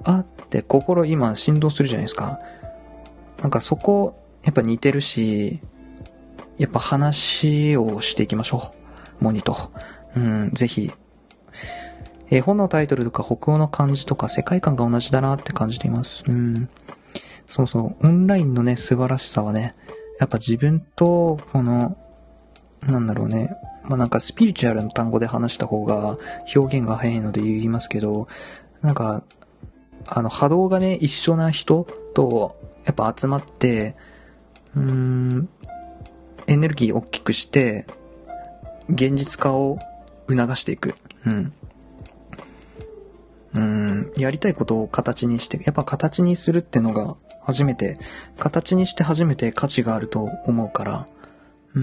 で、心今振動するじゃないですか。なんかそこ、やっぱ似てるし、やっぱ話をしていきましょう。モニと。うん、ぜひ。えー、本のタイトルとか北欧の漢字とか世界観が同じだなって感じています。うん。そうそう。オンラインのね、素晴らしさはね、やっぱ自分と、この、なんだろうね。まあ、なんかスピリチュアルの単語で話した方が表現が早いので言いますけど、なんか、あの波動がね、一緒な人と、やっぱ集まって、うーん、エネルギーを大きくして、現実化を促していく。うん。うーん、やりたいことを形にして、やっぱ形にするってのが初めて、形にして初めて価値があると思うから、うん、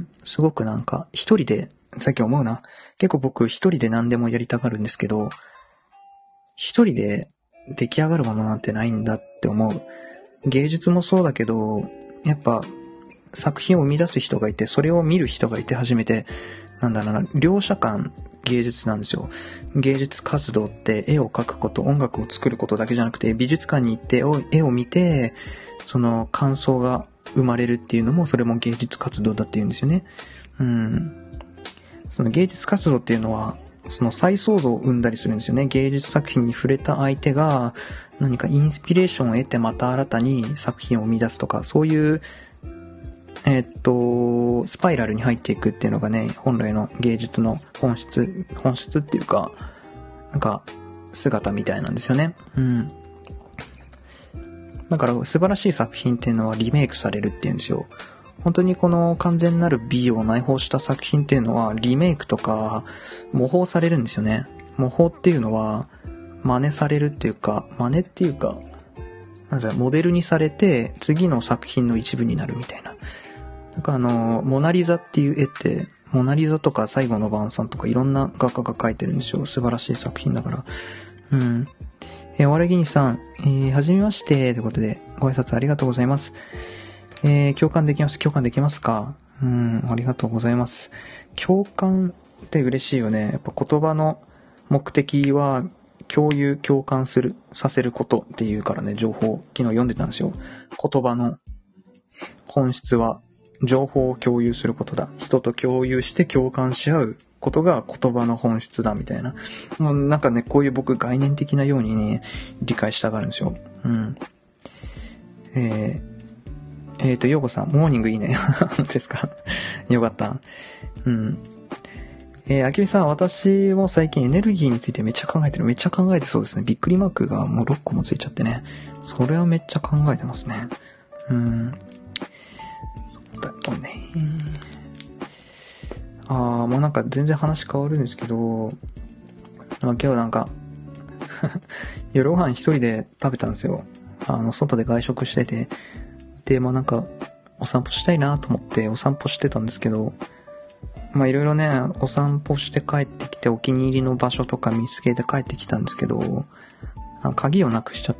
すごくなんか一人で、さっき思うな。結構僕一人で何でもやりたがるんですけど、一人で出来上がるものなんてないんだって思う。芸術もそうだけど、やっぱ作品を生み出す人がいて、それを見る人がいて初めて、なんだろうな、両者間芸術なんですよ。芸術活動って絵を描くこと、音楽を作ることだけじゃなくて、美術館に行って絵を見て、その感想が生まれるっていうのも、それも芸術活動だっていうんですよね。うん。その芸術活動っていうのは、その再創造を生んだりするんですよね。芸術作品に触れた相手が何かインスピレーションを得てまた新たに作品を生み出すとか、そういう、えー、っと、スパイラルに入っていくっていうのがね、本来の芸術の本質、本質っていうか、なんか、姿みたいなんですよね。うん。だから素晴らしい作品っていうのはリメイクされるっていうんですよ。本当にこの完全なる美を内包した作品っていうのはリメイクとか模倣されるんですよね。模倣っていうのは真似されるっていうか、真似っていうか、なんだろう、モデルにされて次の作品の一部になるみたいな。なんかあの、モナリザっていう絵って、モナリザとか最後の晩餐とかいろんな画家が描いてるんですよ。素晴らしい作品だから。うん。えー、おわれぎにさん、えー、はじめまして、ということで、ご挨拶ありがとうございます。えー、共感できます。共感できますか？うん、ありがとうございます。共感って嬉しいよね。やっぱ言葉の目的は、共有、共感する、させることっていうからね、情報、昨日読んでたんですよ。言葉の本質は、情報を共有することだ。人と共有して共感し合うことが言葉の本質だみたいな。もうなんかね、こういう僕概念的なようにね、理解したがるんですよ。うん。えー、えーと、ようこさん、モーニングいいね。本当ですか？よかった。うん。えー、あきみさん、私も最近エネルギーについてめっちゃ考えてる。めっちゃ考えてそうですね。びっくりマークがもうろっこもついちゃってね。それはめっちゃ考えてますね。うん。だとね。あー、もうなんか全然話変わるんですけど、まあ、今日なんか、夜ご飯一人で食べたんですよ。あの、外で外食してて。で、まあなんか、お散歩したいなと思ってお散歩してたんですけど、まあいろいろね、お散歩して帰ってきてお気に入りの場所とか見つけて帰ってきたんですけど、あ、鍵をなくしちゃって。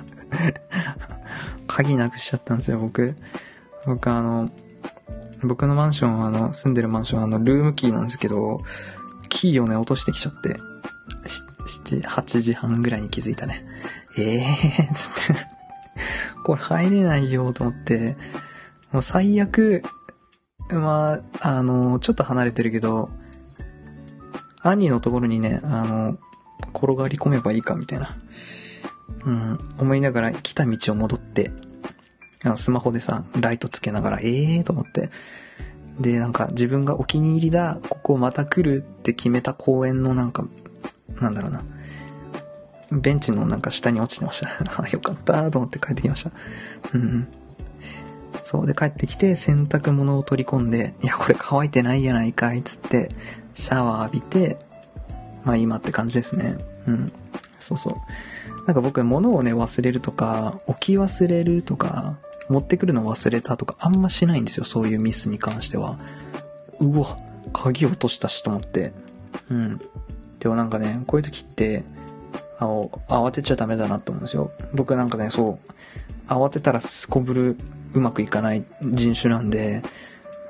鍵なくしちゃったんですよ、僕。僕あの、僕のマンションはあの、住んでるマンションはあの、ルームキーなんですけど、キーをね、落としてきちゃって、し、はちじはんぐらいに気づいたね。ええー、つって。これ入れないよと思って、もう最悪、まあ、あの、ちょっと離れてるけど、兄のところにね、あの、転がり込めばいいかみたいな、うん、思いながら来た道を戻って、スマホでさ、ライトつけながら、ええーと思って。で、なんか自分がお気に入りだ、ここまた来るって決めた公園のなんか、なんだろうな。ベンチのなんか下に落ちてました。よかったと思って帰ってきました。うん。そうで帰ってきて洗濯物を取り込んで、いやこれ乾いてないやないかいつって、シャワー浴びて、まあ今って感じですね。うん。そうそう。なんか僕物をね忘れるとか、置き忘れるとか、持ってくるの忘れたとかあんましないんですよ、そういうミスに関しては。うわ、鍵落としたしと思って。うん。でもなんかね、こういう時って、あの、慌てちゃダメだなと思うんですよ。僕なんかね、そう、慌てたらすこぶるうまくいかない人種なんで、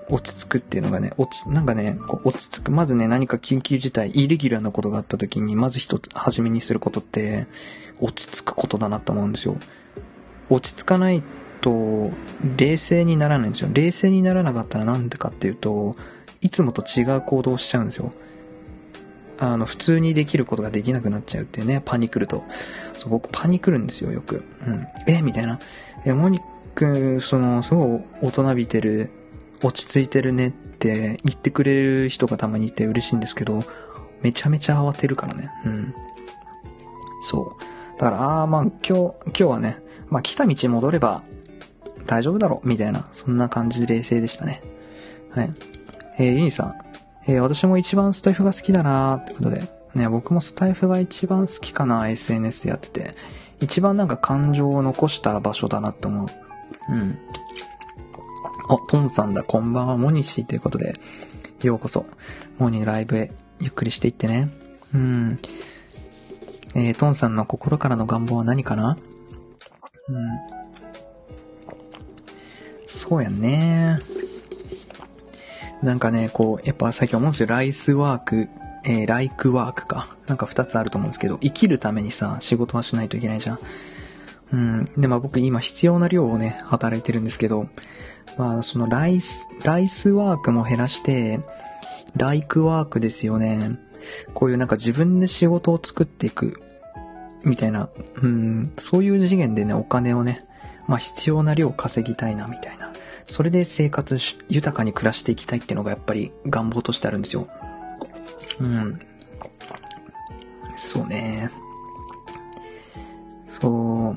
落ち着くっていうのがね、落ち、なんかね、こう落ち着く。まずね、何か緊急事態、イレギュラーなことがあった時に、まず一つ、初めにすることって、落ち着くことだなと思うんですよ。落ち着かないと、冷静にならないんですよ。冷静にならなかったらなんでかっていうと、いつもと違う行動をしちゃうんですよ。あの、普通にできることができなくなっちゃうっていうね、パニクると。そう、僕パニクるんですよ、よく。うん。えみたいな。え、モニ君、その、すごい大人びてる、落ち着いてるねって言ってくれる人がたまにいて嬉しいんですけど、めちゃめちゃ慌てるからね。うん。そう。だから、ああ、まあ今日、今日はね、まあ来た道戻れば大丈夫だろう、みたいな、そんな感じで冷静でしたね。はい。えー、ユニさん。えー、私も一番スタイフが好きだなーってことで。ね、僕もスタイフが一番好きかな、エスエヌエス でやってて。一番なんか感情を残した場所だなって思う。うん。お、トンさんだ、こんばんは、モニシーということで。ようこそ。モニライブへ、ゆっくりしていってね。うん。えー、トンさんの心からの願望は何かな？うん。そうやね。なんかね、こう、やっぱ最近思うんですよ。ライスワーク、えー、ライクワークか。なんか二つあると思うんですけど、生きるためにさ、仕事はしないといけないじゃん。うん。で、まあ僕今必要な量をね、働いてるんですけど、まあそのライス、ライスワークも減らして、ライクワークですよね。こういうなんか自分で仕事を作っていく、みたいな、うん、そういう次元でね、お金をね、まあ必要な量を稼ぎたいな、みたいな。それで生活し、豊かに暮らしていきたいっていうのがやっぱり願望としてあるんですよ。うん。そうね。そう。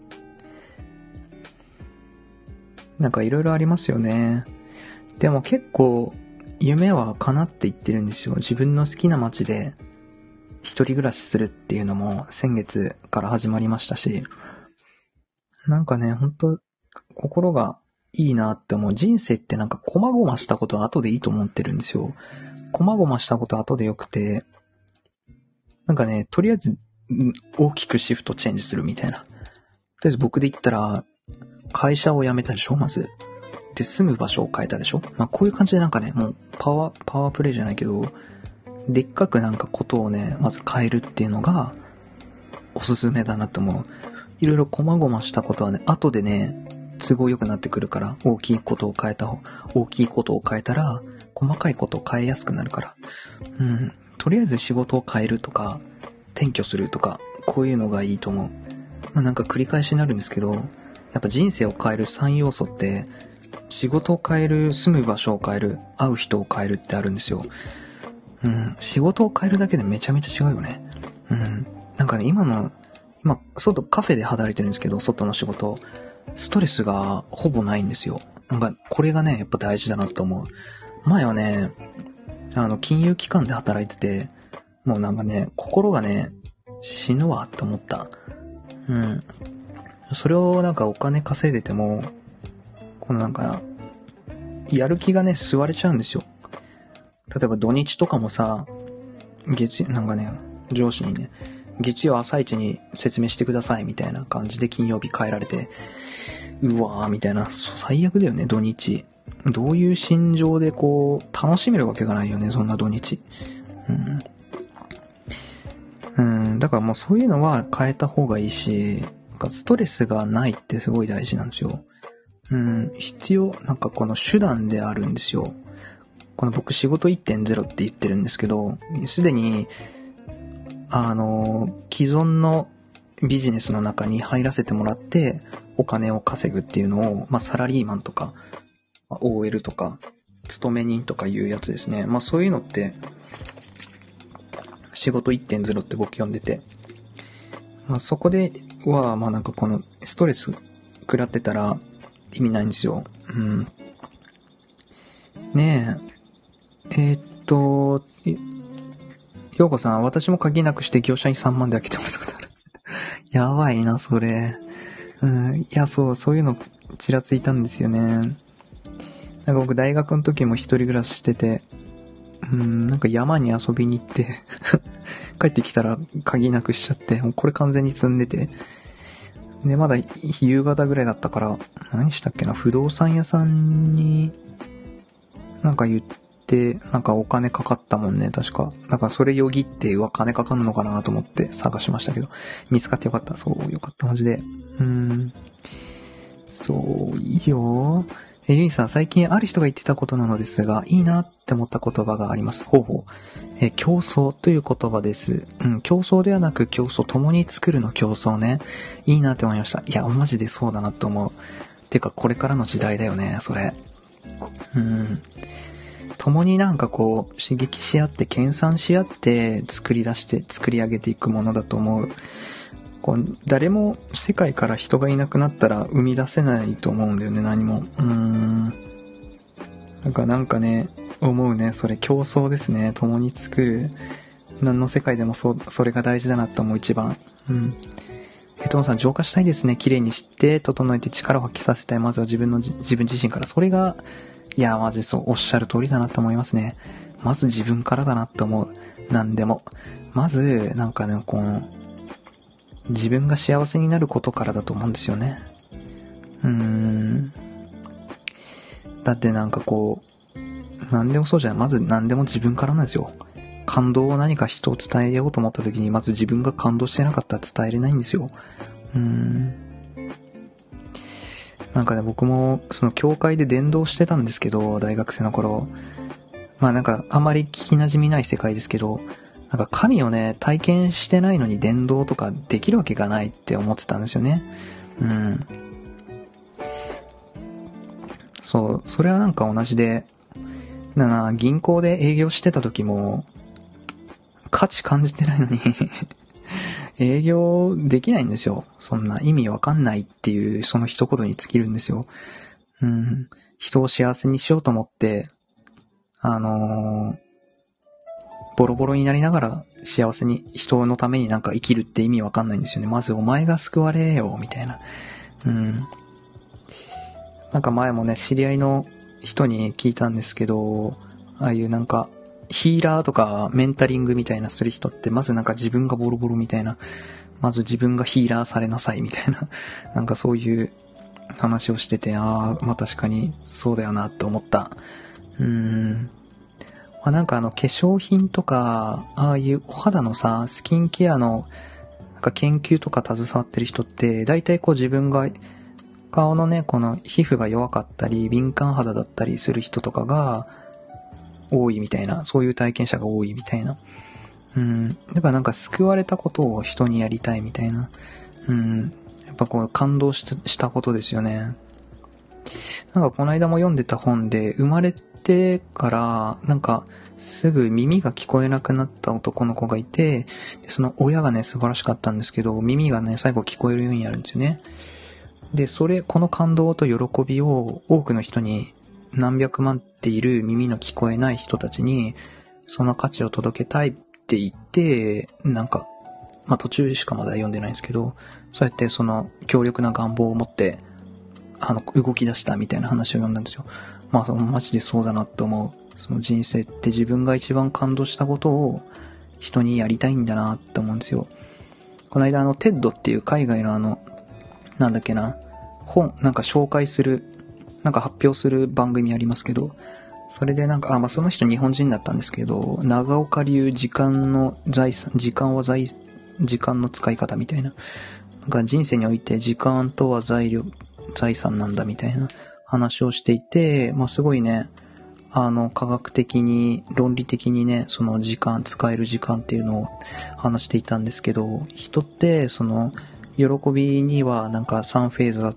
なんかいろいろありますよね。でも結構、夢は叶っていってるんですよ。自分の好きな街で一人暮らしするっていうのも先月から始まりましたし、なんかね、ほんと心がいいなって思う。人生ってなんか細々したことは後でいいと思ってるんですよ。細々したことは後でよくて、なんかね、とりあえず大きくシフトチェンジするみたいな。とりあえず僕で言ったら、会社を辞めたでしょ、まず。で、住む場所を変えたでしょ。まあ、こういう感じでなんかね、もうパワー、パワープレイじゃないけど、でっかくなんかことをね、まず変えるっていうのが、おすすめだなと思う。いろいろ細々したことはね、後でね、都合良くなってくるから、大きいことを変えた方、大きいことを変えたら、細かいことを変えやすくなるから。うん。とりあえず仕事を変えるとか、転居するとか、こういうのがいいと思う。まあ、なんか繰り返しになるんですけど、やっぱ人生を変えるさん要素って、仕事を変える、住む場所を変える、会う人を変えるってあるんですよ。うん。仕事を変えるだけでめちゃめちゃ違うよね。うん。なんかね、今の、今、外、カフェで働いてるんですけど、外の仕事、ストレスがほぼないんですよ。なんか、これがね、やっぱ大事だなと思う。前はね、あの、金融機関で働いてて、もうなんかね、心がね、死ぬわって思った。うん。それをなんかお金稼いでても、このなんか、やる気がね、吸われちゃうんですよ。例えば土日とかもさ、月、なんかね、上司にね、月曜朝一に説明してくださいみたいな感じで金曜日変えられて、うわーみたいな、最悪だよね、土日。どういう心情でこう、楽しめるわけがないよね、そんな土日。うん。うん、だからもうそういうのは変えた方がいいし、なんかストレスがないってすごい大事なんですよ。うん、必要、なんかこの手段であるんですよ。この僕仕事 いってんゼロ って言ってるんですけど、すでに、あの、既存のビジネスの中に入らせてもらってお金を稼ぐっていうのを、まあサラリーマンとか、オーエル とか、勤め人とかいうやつですね。まあそういうのって、仕事 いってんゼロ って僕呼んでて、まあそこでは、まあなんかこのストレス食らってたら意味ないんですよ。うん。ねえ。えー、っと、ようこさん、私も鍵なくして業者にさんまんで開けてもらったことある。やばいな、それ。うん、いや、そう、そういうのちらついたんですよね。なんか僕大学の時も一人暮らししてて、うん、なんか山に遊びに行って帰ってきたら鍵なくしちゃって、もうこれ完全に積んでて。で、まだ夕方ぐらいだったから、何したっけな、不動産屋さんになんか言って、なんかお金かかったもんね、確か。なんかそれよぎって、うわ、金かかんのかなと思って探しましたけど、見つかってよかった。そう、よかった、マジで。うーん。そう、いいよ。え、ゆいさん、最近ある人が言ってたことなのですが、いいなって思った言葉があります。ほうほう。え、競争という言葉です。うん、競争ではなく競争、共に作るの競争ね。いいなって思いました。いや、マジでそうだなと思う。てか、これからの時代だよね、それ。うん。共になんかこう、刺激し合って、研鑽し合って作り出して、作り上げていくものだと思う。こう誰も世界から人がいなくなったら生み出せないと思うんだよね、何も。うーん。なんかなんかね、思うね。それ競争ですね。共に作る。何の世界でもそう、それが大事だなと思う、一番。うん。え、ともさん、浄化したいですね。綺麗にして、整えて力を発揮させたい。まずは自分の、自分自身から。それが、いや、マジそう、おっしゃる通りだなと思いますね。まず自分からだなと思う。何でも。まず、なんかね、この、自分が幸せになることからだと思うんですよね。うーん。だってなんかこう、何でもそうじゃない。まず何でも自分からなんですよ。感動を何か人を伝えようと思った時に、まず自分が感動してなかったら伝えれないんですよ。うーん。なんかね、僕も、その教会で伝道してたんですけど、大学生の頃。まあなんか、あまり聞き馴染みない世界ですけど、なんか神をね、体験してないのに伝道とかできるわけがないって思ってたんですよね。うん。そう、それはなんか同じで、な銀行で営業してた時も、価値感じてないのに営業できないんですよ。そんな意味わかんないっていう、その一言に尽きるんですよ。うん。人を幸せにしようと思って、あのー、ボロボロになりながら幸せに人のためになんか生きるって意味わかんないんですよね。まずお前が救われよ、みたいな。うん。なんか前もね、知り合いの人に聞いたんですけど、ああいうなんか、ヒーラーとかメンタリングみたいなする人って、まずなんか自分がボロボロみたいな、まず自分がヒーラーされなさいみたいな、なんかそういう話をしてて、ああ、まあ確かにそうだよなって思った。うーん。まあ、なんかあの化粧品とか、ああいうお肌のさ、スキンケアのなんか研究とか携わってる人って、大体こう自分が顔のね、この皮膚が弱かったり、敏感肌だったりする人とかが多いみたいな、そういう体験者が多いみたいな。うん。やっぱなんか救われたことを人にやりたいみたいな。うん。やっぱこう感動ししたことですよね。なんかこの間も読んでた本で、生まれてから、なんか、すぐ耳が聞こえなくなった男の子がいて、でその親がね、素晴らしかったんですけど、耳がね、最後聞こえるようになるんですよね。で、それ、この感動と喜びを多くの人に、何百万っている耳の聞こえない人たちに、その価値を届けたいって言って、なんか、まあ途中しかまだ読んでないんですけど、そうやってその強力な願望を持って、あの、動き出したみたいな話を読んだんですよ。まあ、その、マジでそうだなって思う。その人生って自分が一番感動したことを人にやりたいんだなって思うんですよ。この間あの、テッドっていう海外のあの、なんだっけな、本、なんか紹介する、なんか発表する番組ありますけど、それでなんか、あ、まあ、その人日本人だったんですけど、長岡流時間の財産、時間は財、時間の使い方みたいな。なんか人生において時間とは材料、財産なんだみたいな話をしていて、まあすごいね、あの科学的に論理的にね、その時間、使える時間っていうのを話していたんですけど、人ってその喜びにはなんかさんフェーズあって、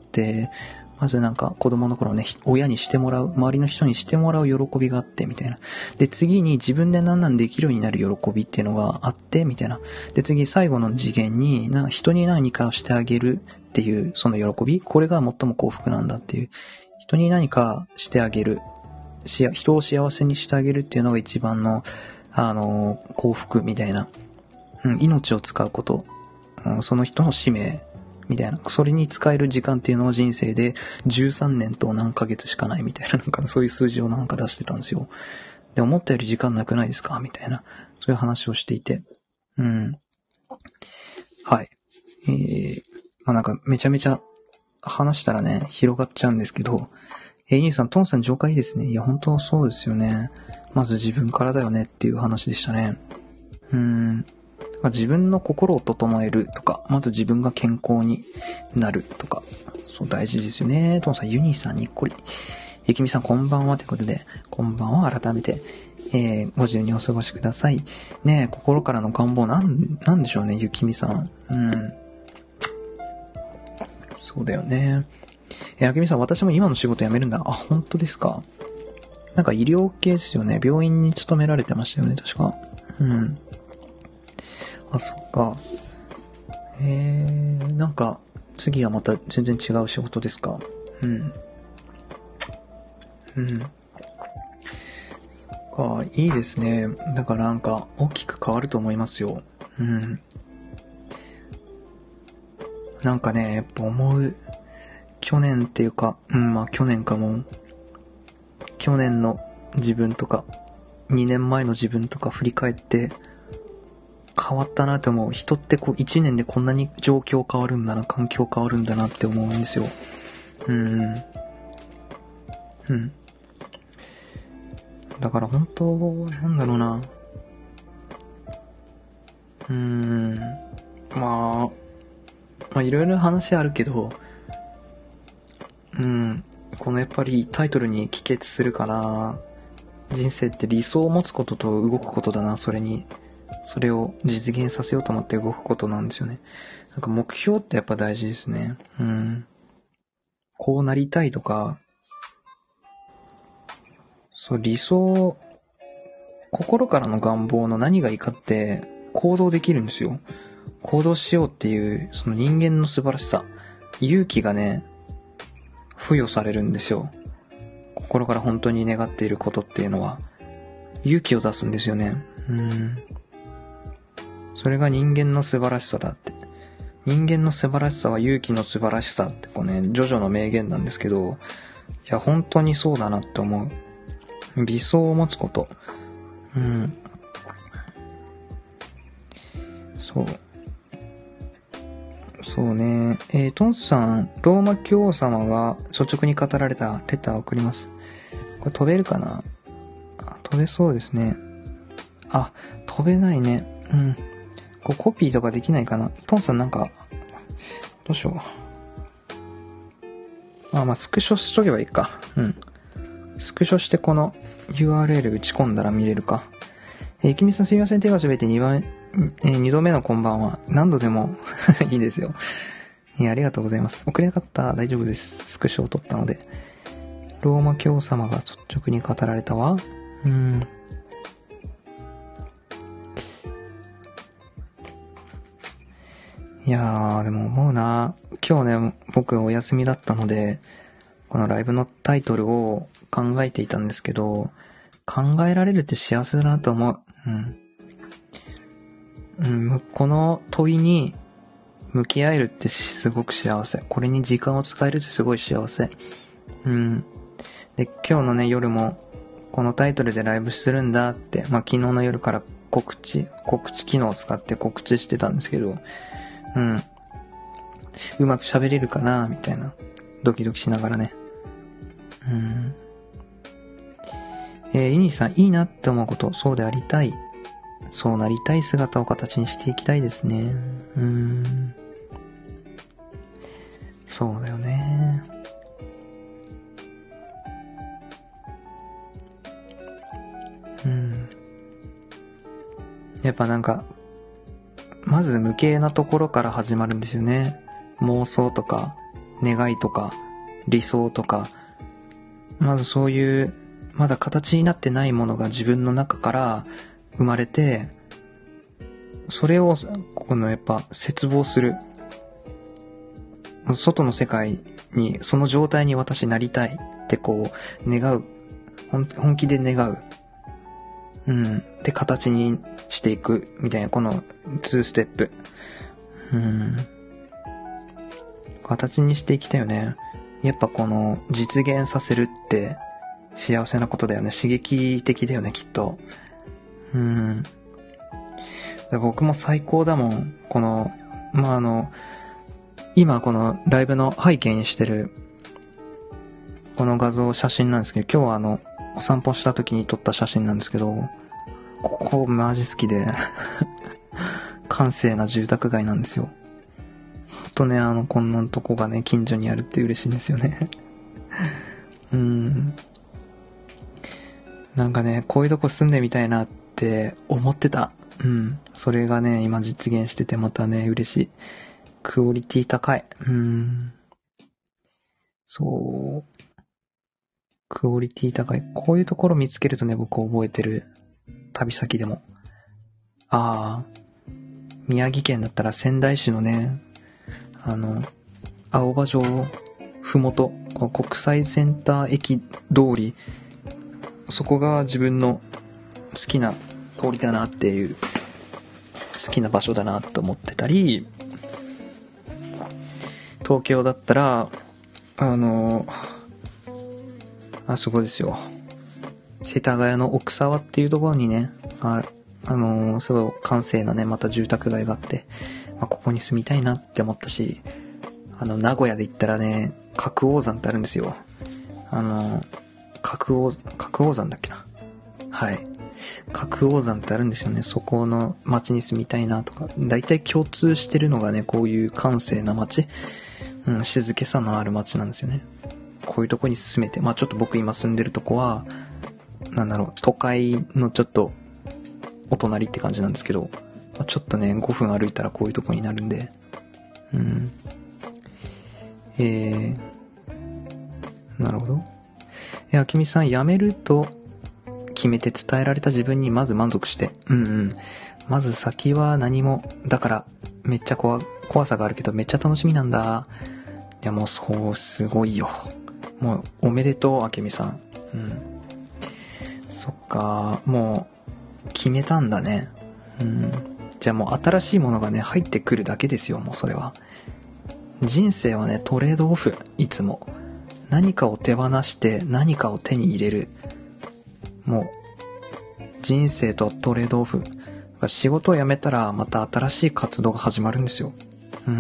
まずなんか子供の頃ね、親にしてもらう、周りの人にしてもらう喜びがあってみたいな。で、次に自分で何々できるようになる喜びっていうのがあってみたいな。で、次最後の次元に、な人に何かをしてあげるっていうその喜び、これが最も幸福なんだっていう。人に何かしてあげる。し人を幸せにしてあげるっていうのが一番の、あのー、幸福みたいな。うん、命を使うこと。うん、その人の使命。みたいな。それに使える時間っていうのは人生でじゅうさんねんと何ヶ月しかないみたいな、なんかそういう数字をなんか出してたんですよ。で、思ったより時間なくないですかみたいな。そういう話をしていて。うん。はい。えー、まあなんかめちゃめちゃ話したらね、広がっちゃうんですけど、 えー、ゆにさん、トンさん、浄化いいですね。いや、本当そうですよね。まず自分からだよねっていう話でしたね。うーん。自分の心を整えるとか、まず自分が健康になるとか、そう大事ですよね。トンさん、ユニさん、にっこり。ゆきみさん、こんばんはということで、こんばんは、改めて、えー、ご自由にお過ごしください。ねえ、心からの願望、なん、なんでしょうね、ゆきみさん。うん。そうだよね。え、ゆきみさん、私も今の仕事辞めるんだ。あ、本当ですか。なんか医療系ですよね。病院に勤められてましたよね、確か。うん。あ、そっか。えー、なんか、次はまた全然違う仕事ですか？うん。うん。そっか、いいですね。だからなんか、大きく変わると思いますよ。うん。なんかね、やっぱ思う、去年っていうか、うん、まあ去年かも。去年の自分とか、にねんまえの自分とか振り返って、変わったなって思う。人ってこういちねんでこんなに状況変わるんだな、環境変わるんだなって思うんですよ。うん。うん。だから本当、なんだろうな。うーん。まあ、まあいろいろ話あるけど、うん。このやっぱりタイトルに帰結するかな。人生って理想を持つことと動くことだな、それに。それを実現させようと思って動くことなんですよね。なんか目標ってやっぱ大事ですね。うん。こうなりたいとか、そう、理想、心からの願望の何がいいかって行動できるんですよ。行動しようっていう、その人間の素晴らしさ、勇気がね、付与されるんですよ。心から本当に願っていることっていうのは、勇気を出すんですよね。うん。それが人間の素晴らしさだって。人間の素晴らしさは勇気の素晴らしさってこうね、ジョジョの名言なんですけど、いや、本当にそうだなって思う。理想を持つこと。うん。そう。そうね。えー、トンさん、ローマ教皇様が率直に語られたレターを送ります。これ飛べるかな？あ、飛べそうですね。あ、飛べないね。うん。こうコピーとかできないかな？トンさんなんか、どうしよう。まあまあ、スクショしとけばいいか。うん。スクショしてこの ユーアールエル 打ち込んだら見れるか。えー、ゆきみさんすみません。手が滑ってにばん、えー、にどめのこんばんは。何度でもいいですよ。えー、ありがとうございます。遅れなかった大丈夫です。スクショを取ったので。ローマ教様が率直に語られたわ。うーん。いやー、でも思うな。今日ね、僕お休みだったので、このライブのタイトルを考えていたんですけど、考えられるって幸せだなと思う。うん。うん、この問いに向き合えるってすごく幸せ。これに時間を使えるってすごい幸せ。うん。で、今日のね、夜も、このタイトルでライブするんだって、まあ、昨日の夜から告知、告知機能を使って告知してたんですけど、うん。うまく喋れるかなみたいな。ドキドキしながらね。うん。えー、ユニさん、いいなって思うこと、そうでありたい。そうなりたい姿を形にしていきたいですね。うーん。そうだよね。うん。やっぱなんか、まず無形なところから始まるんですよね。妄想とか、願いとか、理想とか、まずそういう、まだ形になってないものが自分の中から生まれて、それを、このやっぱ、切望する。外の世界に、その状態に私なりたいってこう、願う。本気で願う。うん。で、形にしていく。みたいな、このにステップ。うん。形にしていきたいよね。やっぱこの、実現させるって、幸せなことだよね。刺激的だよね、きっと。うん。僕も最高だもん。この、まあ、あの、今このライブの背景にしてる、 この画像、写真なんですけど、今日はあの、お散歩した時に撮った写真なんですけど、ここマジ好きで、閑静な住宅街なんですよ。ほんとね、あの、こんなとこがね、近所にあるって嬉しいんですよね。うーん。なんかね、こういうとこ住んでみたいなって思ってた。うん。それがね、今実現しててまたね、嬉しい。クオリティ高い。うーん。そう。クオリティ高い。こういうところ見つけるとね、僕覚えてる。旅先でも。ああ。宮城県だったら仙台市のね、あの、青葉城ふもと、この国際センター駅通り、そこが自分の好きな通りだなっていう、好きな場所だなと思ってたり、東京だったら、あの、あそこですよ。世田谷の奥沢っていうところにね、あ、あのー、すごい閑静なね、また住宅街があって、まあ、ここに住みたいなって思ったし、あの、名古屋で行ったらね、角王山ってあるんですよ。あのー、角王、角王山だっけな。はい。角王山ってあるんですよね。そこの町に住みたいなとか。だいたい共通してるのがね、こういう閑静な町。うん、静けさのある町なんですよね。こういうとこに住めて、まあちょっと僕今住んでるとこは、なんだろう、都会のちょっと、お隣って感じなんですけど、まあ、ちょっとね、ごふん歩いたらこういうとこになるんで、うん。えー、なるほど。え、あきみさん、辞めると決めて伝えられた自分にまず満足して、うんうん。まず先は何も、だから、めっちゃ怖、怖さがあるけど、めっちゃ楽しみなんだ。いや、もうそう、すごいよ。もう、おめでとう、あけみさん。うん。そっか、もう、決めたんだね。うん。じゃあもう新しいものがね、入ってくるだけですよ、もうそれは。人生はね、トレードオフ、いつも。何かを手放して何かを手に入れる。もう、人生とトレードオフ。仕事を辞めたらまた新しい活動が始まるんですよ。うん。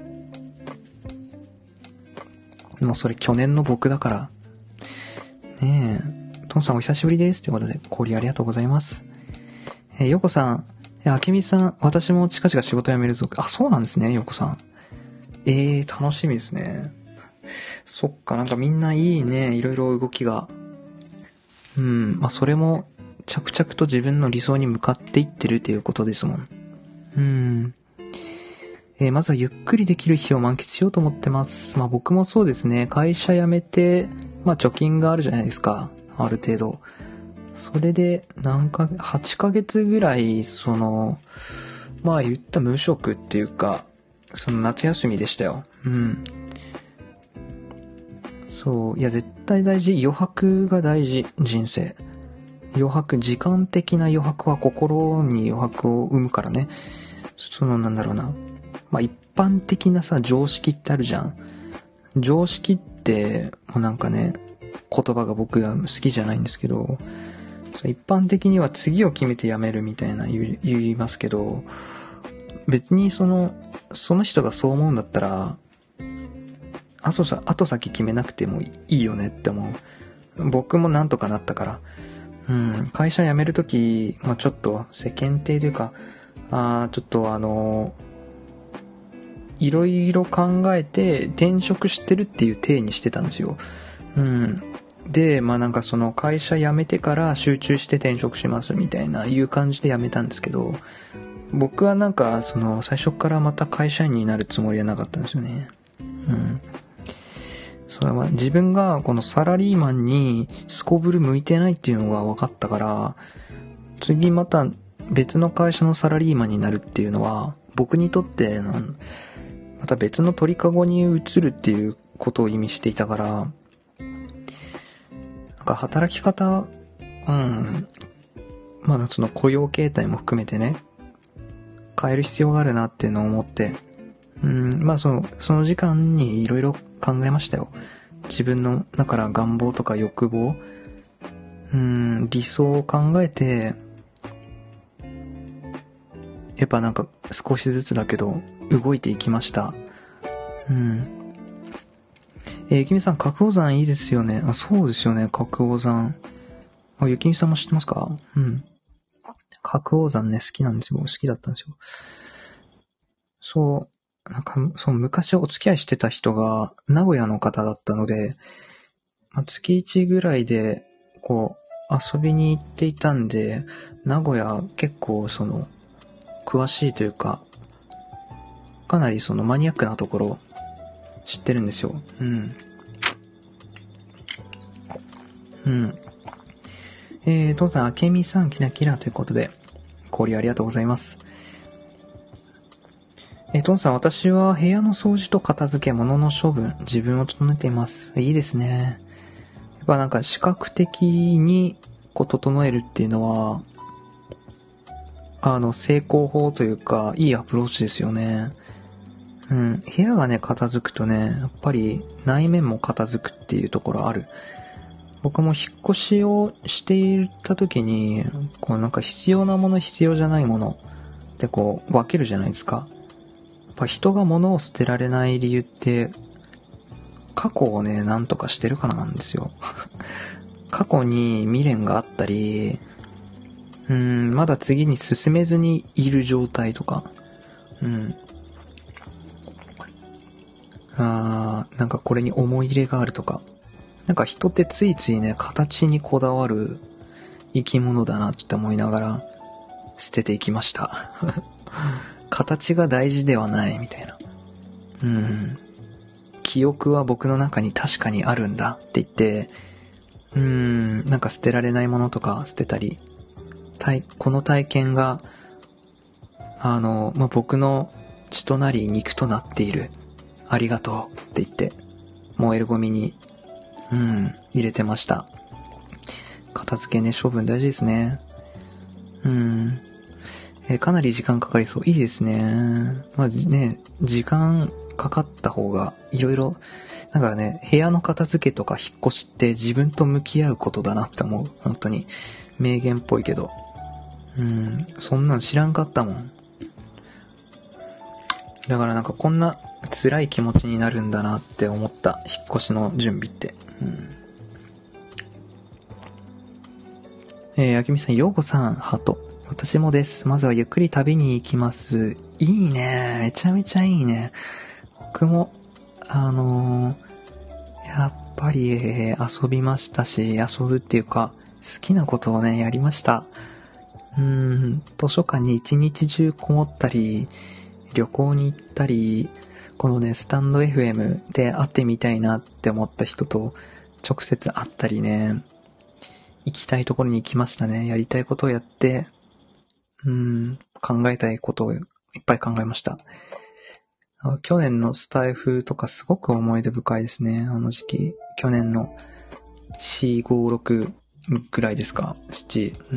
もうそれ去年の僕だから。ねえ。トンさんお久しぶりです。ということで、氷ありがとうございます。えー、ヨコさん。え、あけみさん、私も近々仕事辞めるぞ。あ、そうなんですね、ヨコさん。えー、楽しみですね。そっか、なんかみんないいね、いろいろ動きが。うん、まあそれも、着々と自分の理想に向かっていってるっていうことですもん。うん。えー、まずはゆっくりできる日を満喫しようと思ってます。まあ僕もそうですね、会社辞めて、まあ貯金があるじゃないですか。ある程度。それで、なんか、はちかげつぐらい、その、まあ言った無職っていうか、その夏休みでしたよ。うん。そう。いや、絶対大事。余白が大事。人生。余白、時間的な余白は心に余白を生むからね。その、なんだろうな。まあ一般的なさ、常識ってあるじゃん。常識って、もうなんかね、言葉が僕が好きじゃないんですけど、一般的には次を決めてやめるみたいな言いますけど、別にその、その人がそう思うんだったら、後さ、後先決めなくてもいいよねって思う。僕もなんとかなったから。うん、会社辞めるとき、まあちょっと世間体というか、あちょっとあの、いろいろ考えて転職してるっていう体にしてたんですよ。うん。で、まあなんかその会社辞めてから集中して転職しますみたいないう感じで辞めたんですけど、僕はなんかその最初からまた会社員になるつもりはなかったんですよね。うん。それは自分がこのサラリーマンにすこぶる向いてないっていうのが分かったから、次また別の会社のサラリーマンになるっていうのは僕にとってまた別の鳥かごに移るっていうことを意味していたから、なんか働き方、うん、まあその雇用形態も含めてね、変える必要があるなっていうのを思って、うん、まあその、その時間にいろいろ考えましたよ。自分の、だから願望とか欲望、うん、理想を考えて、やっぱなんか少しずつだけど動いていきました。うん。 えー、ゆきみさん、角尾山いいですよね。あ、そうですよね、角尾山。あ、ゆきみさんも知ってますか？うん。角尾山ね、好きなんですよ。好きだったんですよ。そう、なんか、そう、昔お付き合いしてた人が、名古屋の方だったので、まあ、月いちぐらいで、こう、遊びに行っていたんで、名古屋結構、その、詳しいというか、かなりそのマニアックなところ、知ってるんですよ。うん。うん。えー、父さん、あけみさん、キラキラということで、交流ありがとうございます。えー、父さん、私は部屋の掃除と片付け、物の処分、自分を整えています。いいですね。やっぱなんか視覚的にこう整えるっていうのは、あの、成功法というか、いいアプローチですよね。うん。部屋がね、片付くとね、やっぱり内面も片付くっていうところある。僕も引っ越しをしていた時に、こうなんか必要なもの必要じゃないものってこう分けるじゃないですか。やっぱ人が物を捨てられない理由って、過去をね、なんとかしてるからなんですよ。過去に未練があったり、うーん、まだ次に進めずにいる状態とか、うん。あー、なんかこれに思い入れがあるとか。なんか人ってついついね、形にこだわる生き物だなって思いながら捨てていきました。形が大事ではないみたいな。うん。記憶は僕の中に確かにあるんだって言って、うーん、なんか捨てられないものとか捨てたり、この体験が、あの、まあ、僕の血となり肉となっている。ありがとうって言って、燃えるゴミに、うん、入れてました。片付けね、処分大事ですね。うん。えー、かなり時間かかりそう。いいですね。まあ、ね、時間かかった方が、いろいろ、なんかね、部屋の片付けとか引っ越しって自分と向き合うことだなって思う。本当に。名言っぽいけど。うん、そんなん知らんかったもん。だからなんかこんな辛い気持ちになるんだなって思った。引っ越しの準備って。うん。えー、あきみさん、ようこさん、ハート。私もです。まずはゆっくり旅に行きます。いいね。めちゃめちゃいいね。僕も、あのー、やっぱり、えー、遊びましたし、遊ぶっていうか、好きなことをね、やりました。うーん、図書館に一日中こもったり、旅行に行ったり、このね、スタンド エフエム で会ってみたいなって思った人と直接会ったりね、行きたいところに行きましたね。やりたいことをやって、うーん、考えたいことをいっぱい考えました。去年のスタイフとかすごく思い出深いですね。あの時期。去年のよん、ご、ろくぐらいですか。なな、うん。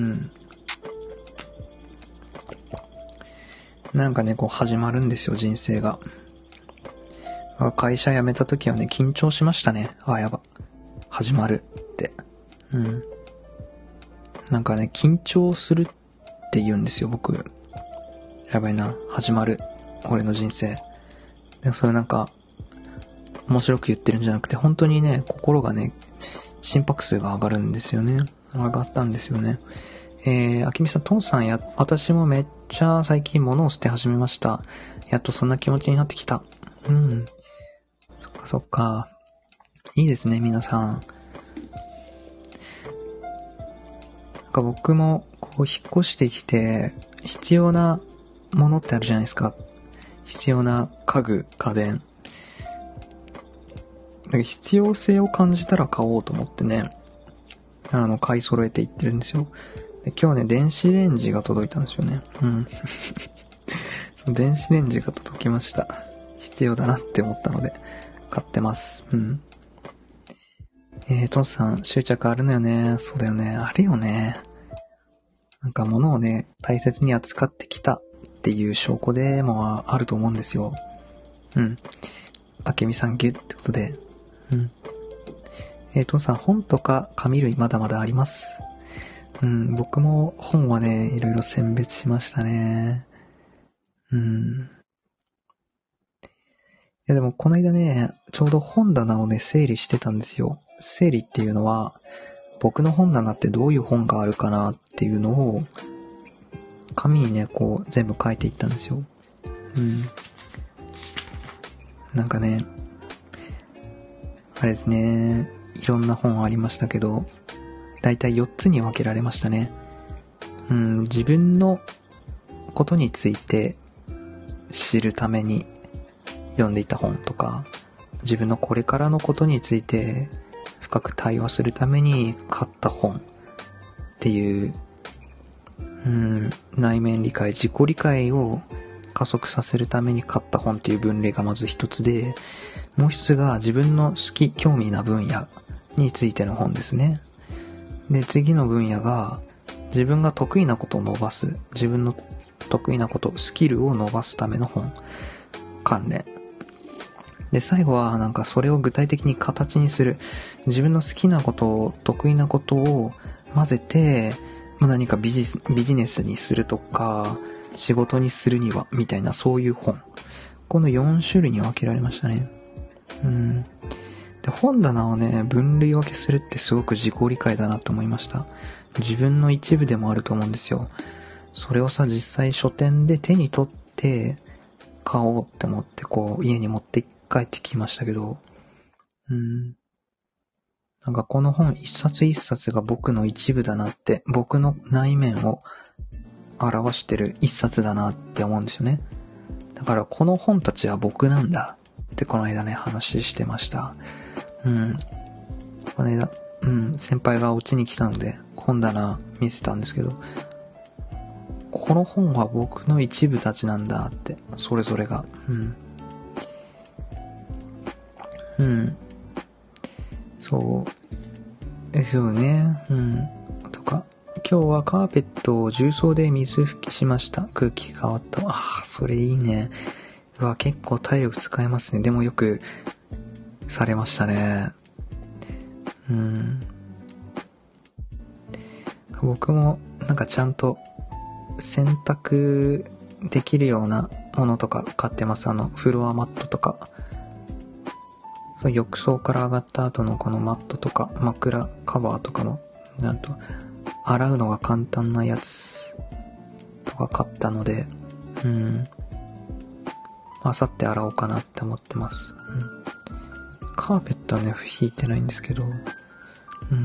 なんかね、こう始まるんですよ、人生が。会社辞めた時はね、緊張しましたね。あ、やば。始まるって。うん。なんかね、緊張するって言うんですよ、僕。やばいな。始まる。俺の人生。で、それなんか、面白く言ってるんじゃなくて、本当にね、心がね、心拍数が上がるんですよね。上がったんですよね。えー、あきみさん、トンさんや、私もめっちゃ最近物を捨て始めました。やっとそんな気持ちになってきた。うん。そっかそっか。いいですね、皆さん。なんか僕も、こう、引っ越してきて、必要なものってあるじゃないですか。必要な家具、家電。なんか必要性を感じたら買おうと思ってね、あの、買い揃えていってるんですよ。で今日ね、電子レンジが届いたんですよね。うん。その電子レンジが届きました。必要だなって思ったので、買ってます。うん。えー、トンさん、執着あるのよね。そうだよね。あるよね。なんか物をね、大切に扱ってきたっていう証拠でもあると思うんですよ。うん。あけみさんゲってことで。うん。えー、トンさん、本とか紙類まだまだあります。うん、僕も本はね、いろいろ選別しましたね。うん。 やでもこの間ね、ちょうど本棚をね、整理してたんですよ。整理っていうのは、僕の本棚ってどういう本があるかなっていうのを、紙にね、こう全部書いていったんですよ。うん。なんかね、あれですね、いろんな本ありましたけど、だいたいよっつに分けられましたね。うん、自分のことについて知るために読んでいた本とか、自分のこれからのことについて深く対話するために買った本っていう、うん、内面理解、自己理解を加速させるために買った本っていう分類がまず一つで、もう一つが自分の好き、興味な分野についての本ですね。で、次の分野が自分が得意なことを伸ばす、自分の得意なこと、スキルを伸ばすための本関連。で、最後はなんかそれを具体的に形にする。自分の好きなことを、得意なことを混ぜて、何かビジ、ビジネスにするとか、仕事にするには、みたいなそういう本。このよん種類に分けられましたね。うん。で、本棚をね、分類分けするってすごく自己理解だなと思いました。自分の一部でもあると思うんですよ。それをさ、実際書店で手に取って買おうって思ってこう家に持って帰ってきましたけど、うん。なんかこの本一冊一冊が僕の一部だなって、僕の内面を表してる一冊だなって思うんですよね。だからこの本たちは僕なんだってこの間ね、話してました。うん。この間、うん、先輩がお家に来たので本棚見せたんですけど、この本は僕の一部たちなんだって、それぞれが。うん。うん。そう。え、そうね。うん。とか、今日はカーペットを重曹で水拭きしました。空気変わった。ああ、それいいね。うわ、結構体力使えますね。でもよくされましたね。うん。僕もなんかちゃんと洗濯できるようなものとか買ってます。あの、フロアマットとか。そう、浴槽から上がった後のこのマットとか枕カバーとかも、なんと、洗うのが簡単なやつとか買ったので、うん。あさって洗おうかなって思ってます。うん。カーペットはね、引いてないんですけど、うん。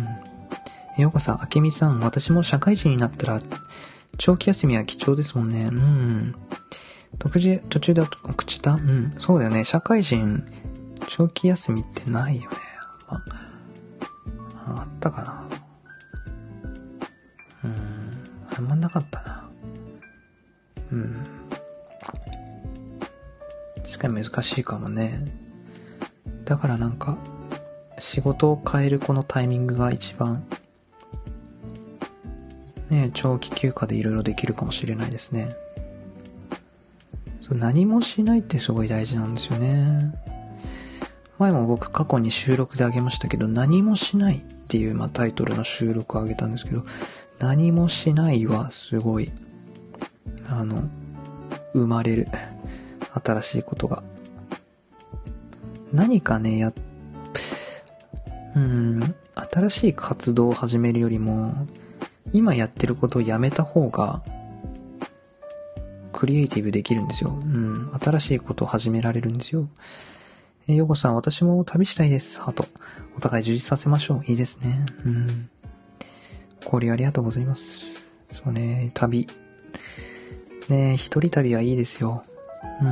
ようこさん、あけみさん、私も社会人になったら、長期休みは貴重ですもんね。うん。途中、途中で送っちゃった？うん。そうだよね。社会人、長期休みってないよね。あ、あったかな。うん。あんまなかったな。うん。確かに難しいかもね。だからなんか、仕事を変えるこのタイミングが一番、ね、長期休暇でいろいろできるかもしれないですね。そう、何もしないってすごい大事なんですよね。前も僕過去に収録であげましたけど、何もしないっていう、まあ、タイトルの収録をあげたんですけど、何もしないはすごい、あの、生まれる。新しいことが。何かね、や、うん、新しい活動を始めるよりも、今やってることをやめた方が、クリエイティブできるんですよ。うん、新しいことを始められるんですよ。えー、ヨコさん、私も旅したいです。あと、お互い充実させましょう。いいですね。うん。交流ありがとうございます。そうね、旅。ねえ、一人旅はいいですよ。うん。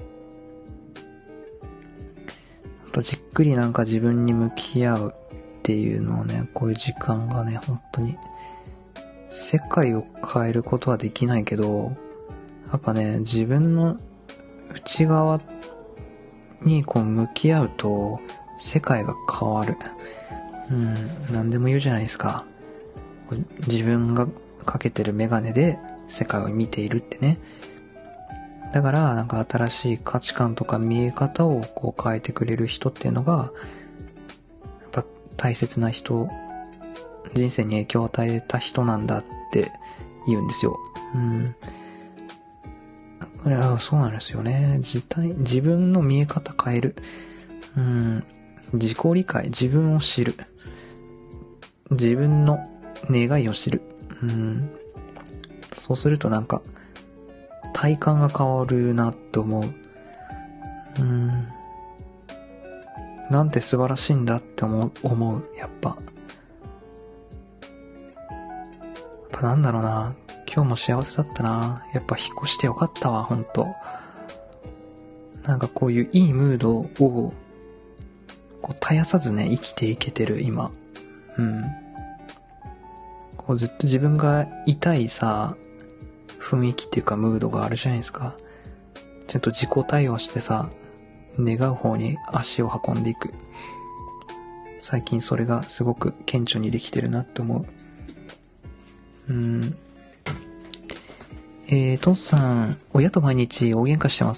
あと、じっくりなんか自分に向き合うっていうのをね、こういう時間がね、本当に、世界を変えることはできないけど、やっぱね、自分の内側にこう向き合うと世界が変わる。うん、何でも言うじゃないですか。自分がかけてるメガネで世界を見ているってね。だからなんか新しい価値観とか見え方をこう変えてくれる人っていうのがやっぱ大切な人、人生に影響を与えた人なんだって言うんですよ。うん。 いや、そうなんですよね。自体、自分の見え方変える。うん。自己理解、自分を知る。自分の願いを知る。うん。そうするとなんか、体感が変わるなって思う。うん。なんて素晴らしいんだって思う、思う。やっぱ。やっぱなんだろうな。今日も幸せだったな。やっぱ引っ越してよかったわ、ほんと。なんかこういういいムードを、こう絶やさずね、生きていけてる、今。うん。こうずっと自分が痛いさ、雰囲気っていうかムードがあるじゃないですか。ちゃんと自己対応してさ、願う方に足を運んでいく。最近それがすごく顕著にできてるなって思う。うん。えー、トンさん、親と毎日大喧嘩してます。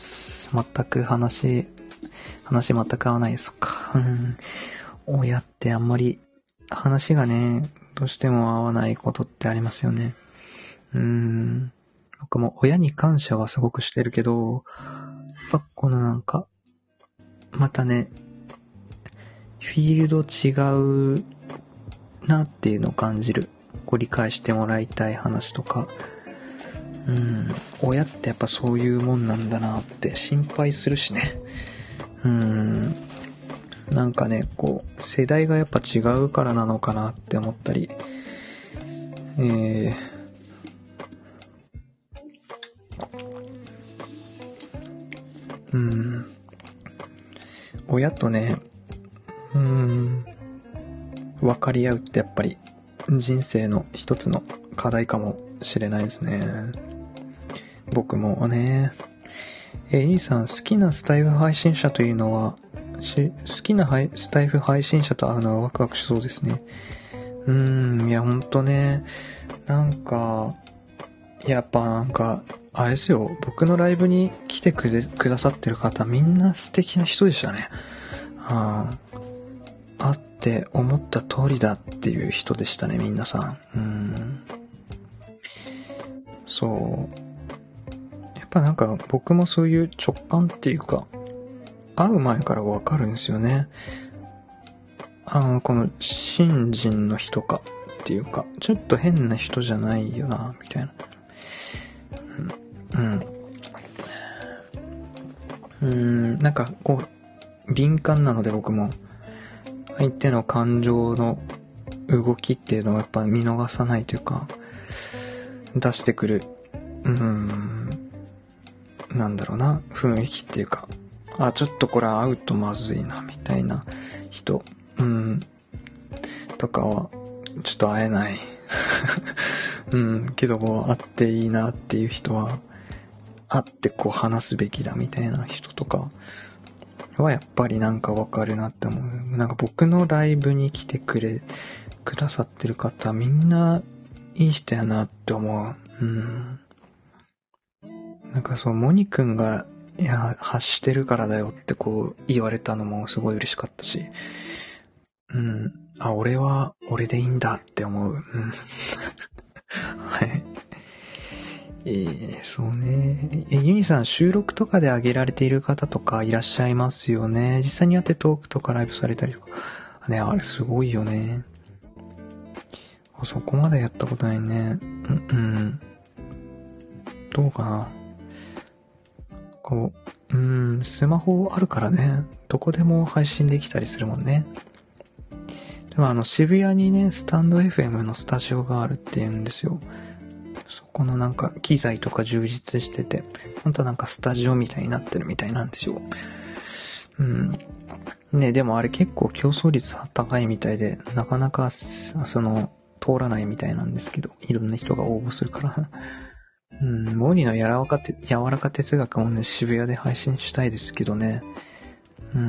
全く話、話全く合わないですか。うん。親ってあんまり話がね、どうしても合わないことってありますよね。うーん。僕も親に感謝はすごくしてるけど、やっぱこのなんか、またね、フィールド違うなっていうのを感じる。こう理解してもらいたい話とか、うん、親ってやっぱそういうもんなんだなって心配するしね。うん、なんかね、こう、世代がやっぱ違うからなのかなって思ったり、えー、うん、親とね、うん、分かり合うってやっぱり人生の一つの課題かもしれないですね。僕もね、え、イーさん、好きなスタイフ配信者というのは、し好きなスタイフ配信者と会うのはワクワクしそうですね。うーん、いや、ほんとね、なんか、やっぱなんか、あれですよ、僕のライブに来てくれ、くださってる方、みんな素敵な人でしたね。ああ、あって思った通りだっていう人でしたね、皆さん。うーん。そう。やっぱなんか僕もそういう直感っていうか、会う前からわかるんですよね。あの、この新人の人かっていうか、ちょっと変な人じゃないよな、みたいな。うん。うん。うーん、なんかこう、敏感なので僕も、相手の感情の動きっていうのをやっぱ見逃さないというか、出してくる、うーん、なんだろうな、雰囲気っていうか、あ、ちょっとこれ会うとまずいな、みたいな人、うん、とかは、ちょっと会えない。うん、けども、会っていいなっていう人は、会ってこう話すべきだみたいな人とかはやっぱりなんかわかるなって思う。なんか僕のライブに来てくれ、くださってる方、みんないい人やなって思う。うん。なんかそう、モニ君が、いや、発してるからだよってこう言われたのもすごい嬉しかったし、うん。あ、俺は、俺でいいんだって思う。うん。はい。えー、そうね。え、ユニさん、収録とかで上げられている方とかいらっしゃいますよね。実際に会ってトークとかライブされたりとか。ね、あれすごいよね。そこまでやったことないね。うん、うん。どうかな。こう、うん、スマホあるからね。どこでも配信できたりするもんね。でもあの、渋谷にね、スタンド エフエム のスタジオがあるって言うんですよ。そこのなんか機材とか充実してて、ほんとなんかスタジオみたいになってるみたいなんですよ。うん。ね、でもあれ結構競争率高いみたいで、なかなか、その、通らないみたいなんですけど、いろんな人が応募するから。うん、モニの柔らかて、柔らか哲学もね、渋谷で配信したいですけどね。うん。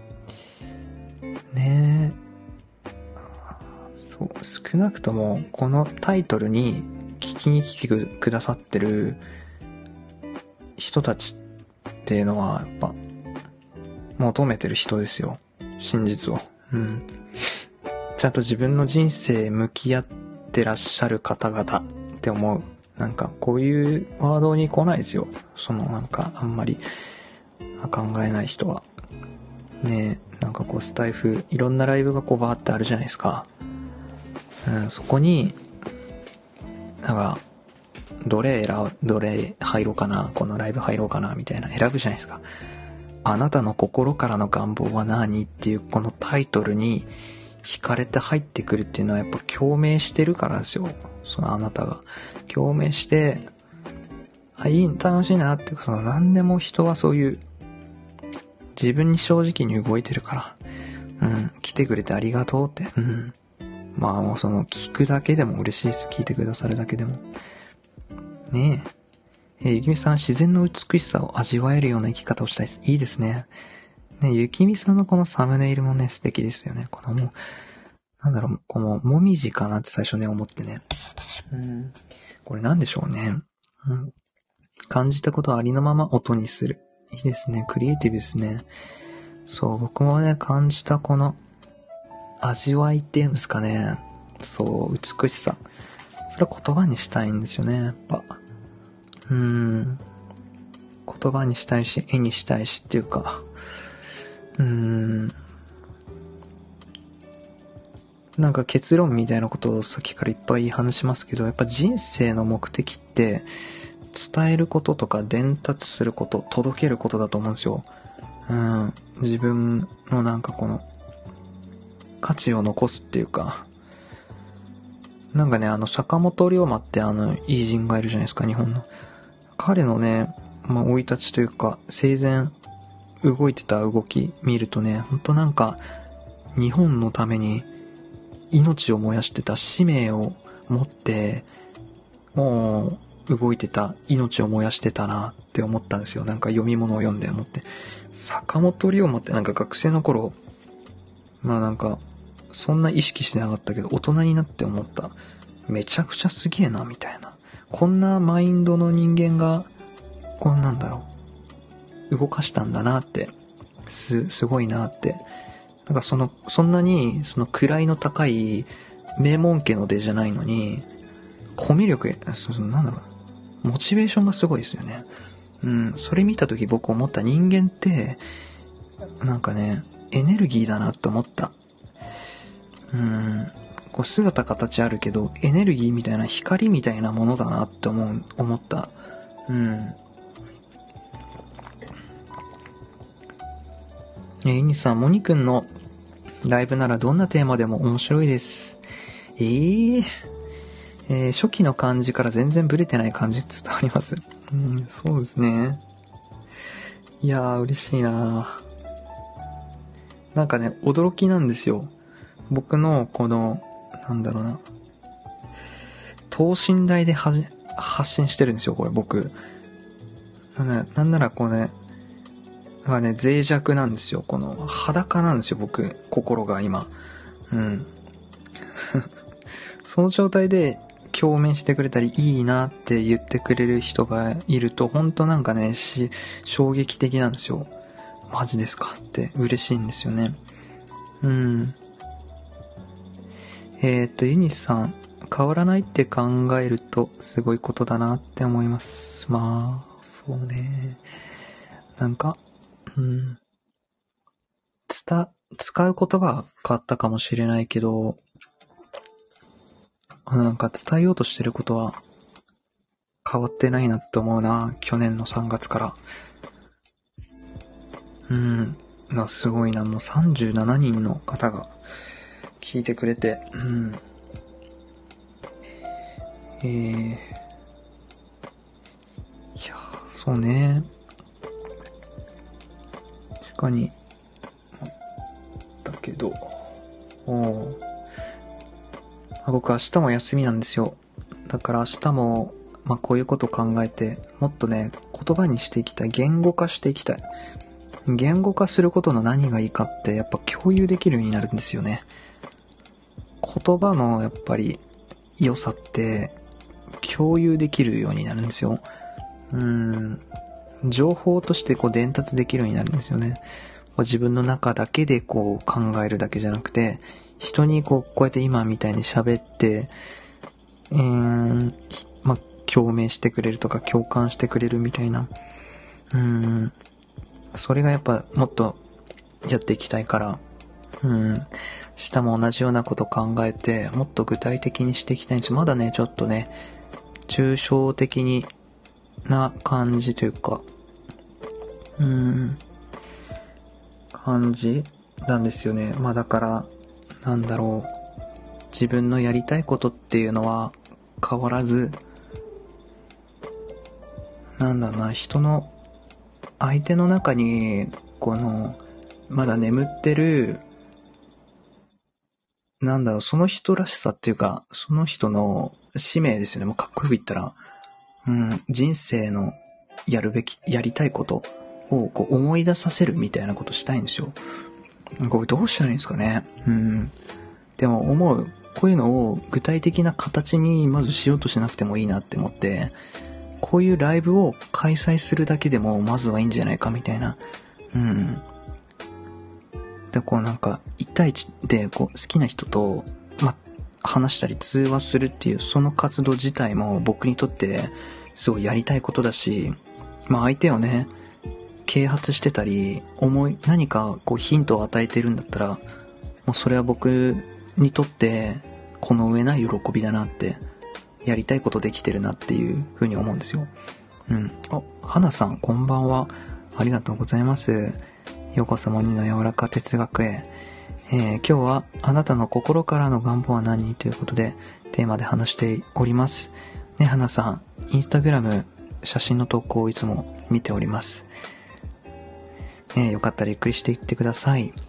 ねえ。そう、少なくとも、このタイトルに、聞きに来てくださってる人たちっていうのはやっぱ求めてる人ですよ。真実を。うん。ちゃんと自分の人生向き合ってらっしゃる方々って思う。 なんかこういうワードに来ないですよ。そのなんかあんまり考えない人は。ねえ、なんかこうスタイフ、いろんなライブがこうバーってあるじゃないですか。うん、そこに、なんか、どれ選、どれ入ろうかな、このライブ入ろうかな、みたいな選ぶじゃないですか。あなたの心からの願望は何っていうこのタイトルに惹かれて入ってくるっていうのはやっぱ共鳴してるからですよ。そのあなたが。共鳴して、あ、いい、楽しいなって、その何でも人はそういう自分に正直に動いてるから、うん、来てくれてありがとうって、うん。まあもうその聞くだけでも嬉しいです。聞いてくださるだけでも。ねえ。えー、ゆきみさん、自然の美しさを味わえるような生き方をしたいです。いいですね。ね、ゆきみさんのこのサムネイルもね、素敵ですよね。このもう、なんだろう、このもみじかなって最初ね、思ってね。うん。これなんでしょうね。うん。感じたことをありのまま音にする。いいですね。クリエイティブですね。そう、僕もね、感じたこの味わいっていうんですかね。そう、美しさ。それは言葉にしたいんですよね、やっぱ。うーん。言葉にしたいし、絵にしたいしっていうか。うーん。なんか結論みたいなことをさっきからいっぱい話しますけど、やっぱ人生の目的って、伝えることとか伝達すること、届けることだと思うんですよ。うん。自分のなんかこの、価値を残すっていうか。なんかね、あの、坂本龍馬ってあの、偉人がいるじゃないですか、日本の。彼のね、まあ、生い立ちというか、生前、動いてた動き見るとね、ほんとなんか、日本のために、命を燃やしてた使命を持って、もう、動いてた、命を燃やしてたなって思ったんですよ。なんか読み物を読んで思って。坂本龍馬ってなんか学生の頃、まあなんか、そんな意識してなかったけど、大人になって思った。めちゃくちゃすげえな、みたいな。こんなマインドの人間が、こんなんだろう。動かしたんだなって。す、すごいなって。なんかその、そんなに、その位の高い名門家の出じゃないのに、コミュ力、そのなんだろう。モチベーションがすごいですよね。うん、それ見たとき僕思った人間って、なんかね、エネルギーだなって思った。うん、こう姿形あるけど、エネルギーみたいな光みたいなものだなって思う、思った。うん。えー、イニさん、モニくんのライブならどんなテーマでも面白いです。えー、えー、初期の感じから全然ブレてない感じ伝わります。うん、そうですね。いやー、嬉しいなー。なんかね、驚きなんですよ。僕の、この、なんだろうな。等身大ではじ発信してるんですよ、これ僕。なんなんならこうね、なんかね、脆弱なんですよ。この、裸なんですよ、僕。心が今。うん。その状態で、共鳴してくれたり、いいなって言ってくれる人がいると、ほんとなんかね、し、衝撃的なんですよ。マジですかって嬉しいんですよね。うん。えーっと、ユニさん、変わらないって考えるとすごいことだなって思います。まあ、そうね。なんか、うん。伝、使う言葉は変わったかもしれないけど、なんか伝えようとしてることは変わってないなって思うな。去年のさんがつから。うん。な、すごいな。もうさんじゅうななにんの方が聞いてくれて、うん。えー、いや、そうね。確かに。だけど、お僕明日も休みなんですよ。だから明日も、まあこういうこと考えて、もっとね、言葉にしていきたい。言語化していきたい。言語化することの何がいいかって、やっぱ共有できるようになるんですよね。言葉のやっぱり良さって共有できるようになるんですよ。うーん。情報としてこう伝達できるようになるんですよね。自分の中だけでこう考えるだけじゃなくて、人にこうこうやって今みたいに喋って、えー、ま、 共鳴してくれるとか共感してくれるみたいな。うん。それがやっぱもっとやっていきたいから、うん。下も同じようなこと考えて、もっと具体的にしていきたいんです。まだね、ちょっとね、抽象的にな感じというか、うーん、感じなんですよね。まあだから、なんだろう。自分のやりたいことっていうのは変わらず、なんだろうな、人の、相手の中に、この、まだ眠ってる、なんだろう、その人らしさっていうか、その人の使命ですよね。もうかっこよく言ったら、うん、人生のやるべき、やりたいことをこう思い出させるみたいなことしたいんですよ。これどうしたらいいんですかね。うん。でも思う、こういうのを具体的な形にまずしようとしなくてもいいなって思って、こういうライブを開催するだけでもまずはいいんじゃないかみたいな。うん。で、こうなんか、一対一でこう好きな人と、ま、話したり通話するっていうその活動自体も僕にとってすごいやりたいことだし、まあ相手をね、啓発してたり、思い、何かこうヒントを与えてるんだったら、もうそれは僕にとってこの上ない喜びだなって、やりたいことできてるなっていうふうに思うんですよ。うん。あ、花さんこんばんは。ありがとうございます。ようこそモニの柔らか哲学へ。えー、今日はあなたの心からの願望は何ということでテーマで話しております。ね、花さん、インスタグラム写真の投稿をいつも見ております。ね、よかったらゆっくりしていってください。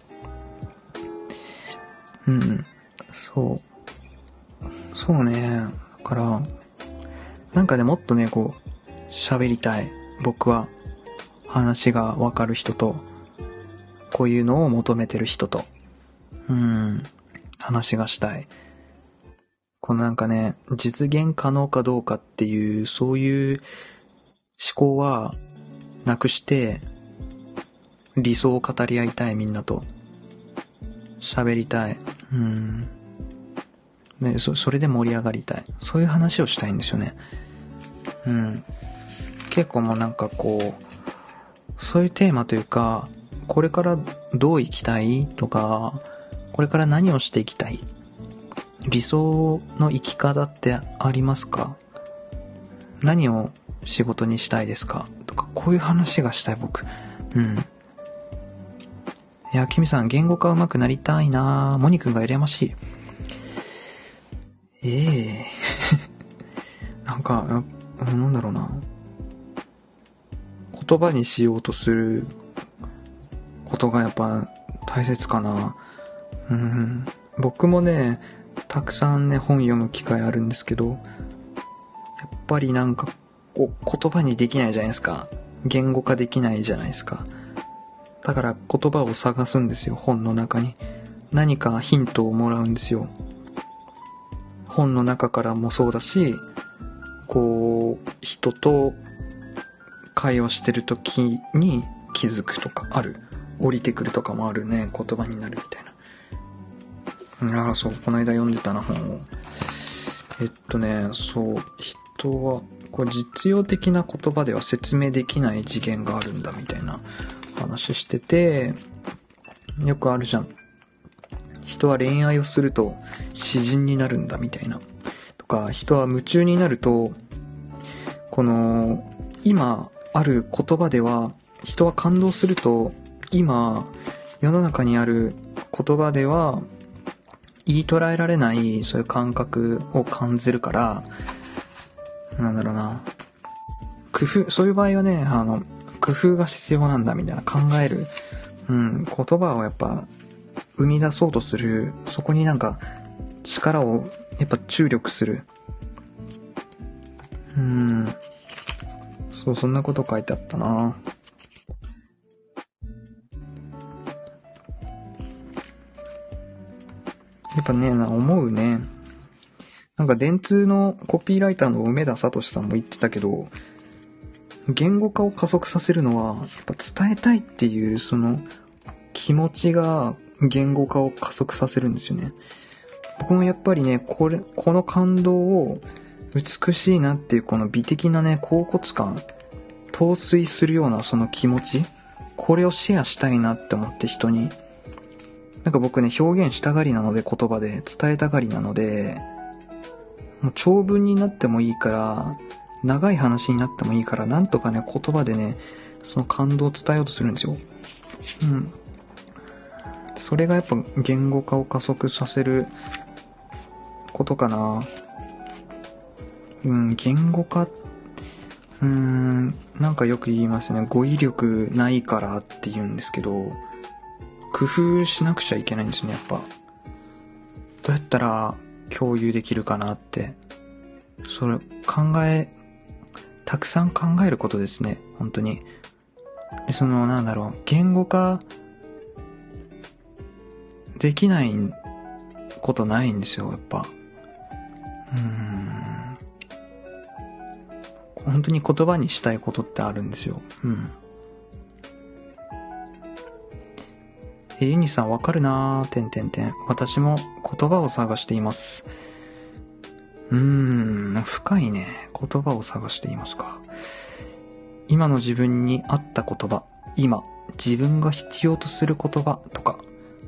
うん、そう。そうね。だから、なんかね、もっとね、こう、喋りたい。僕は、話がわかる人と、こういうのを求めてる人と、うん、話がしたい。このなんかね、実現可能かどうかっていう、そういう思考は、なくして、理想を語り合いたい、みんなと。喋りたい。うん。ね、そ、それで盛り上がりたい。そういう話をしたいんですよね。うん。結構もうなんかこう、そういうテーマというか、これからどう生きたいとか、これから何をしていきたい、理想の生き方ってありますか？何を仕事にしたいですかとか、こういう話がしたい僕。うん。いや、キミさん、言語化上手くなりたいなぁ。モニ君が羨ましい。ええー、なんか、なんだろうな。言葉にしようとすることがやっぱ大切かな。うん。僕もね、たくさんね、本読む機会あるんですけど、やっぱりなんか、こう、言葉にできないじゃないですか。言語化できないじゃないですか。だから言葉を探すんですよ、本の中に。何かヒントをもらうんですよ。本の中からもそうだし、こう、人と会話してる時に気づくとかある。降りてくるとかもあるね、言葉になるみたいな。ああ、そう、この間読んでたな、本を。えっとね、そう、人は、こう実用的な言葉では説明できない次元があるんだみたいな話してて、よくあるじゃん。人は恋愛をすると詩人になるんだみたいな。とか、人は夢中になると、この、今ある言葉では、人は感動すると、今、世の中にある言葉では、言い捉えられない、そういう感覚を感じるから、なんだろうな。工夫、そういう場合はね、あの、工夫が必要なんだみたいな考える。うん、言葉をやっぱ、生み出そうとする、そこになんか力をやっぱ注力する。うーん。そう、そんなこと書いてあったな。やっぱね、な思うね。なんか電通のコピーライターの梅田聡さんも言ってたけど、言語化を加速させるのはやっぱ伝えたいっていうその気持ちが言語化を加速させるんですよね。僕もやっぱりね、これ、この感動を美しいなっていうこの美的なね、恍惚感、陶酔するようなその気持ち、これをシェアしたいなって思って人に。なんか僕ね、表現したがりなので、言葉で伝えたがりなので、もう長文になってもいいから、長い話になってもいいから、なんとかね、言葉でね、その感動を伝えようとするんですよ。うん。それがやっぱ言語化を加速させることかな。うん、言語化、うーん、なんかよく言いますね。語彙力ないからって言うんですけど、工夫しなくちゃいけないんですね、やっぱ。どうやったら共有できるかなって。それ、考え、たくさん考えることですね、本当に。で、その、なんだろう、言語化できないことないんですよ、やっぱ。うーん。本当に言葉にしたいことってあるんですよ。うん。え、ユニさんわかるなー、てんてんてん。私も言葉を探しています。うーん、深いね。言葉を探していますか。今の自分に合った言葉、今、自分が必要とする言葉とか。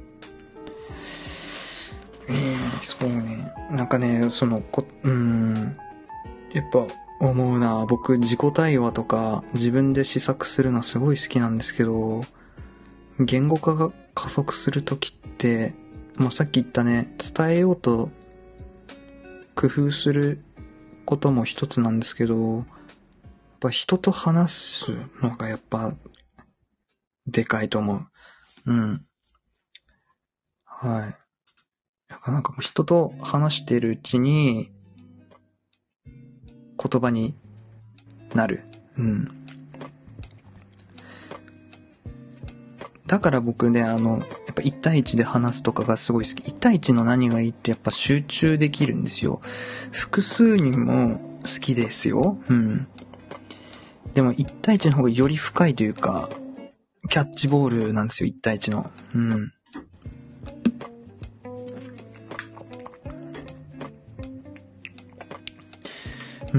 えー、そうね。なんかね、その、こ、うーん、やっぱ思うな。僕、自己対話とか自分で試作するのすごい好きなんですけど、言語化が加速するときって、もうさっき言ったね、伝えようと工夫することも一つなんですけど、やっぱ人と話すのがやっぱでかいと思う。うん。はい。やっぱなんか人と話しているうちに言葉になる。うん。だから僕ね、あの、やっぱいち対いちで話すとかがすごい好き。いち対いちの何がいいってやっぱ集中できるんですよ。複数人も好きですよ。うん。でもいち対いちの方がより深いというか、キャッチボールなんですよ、いち対いちの。うん。うん。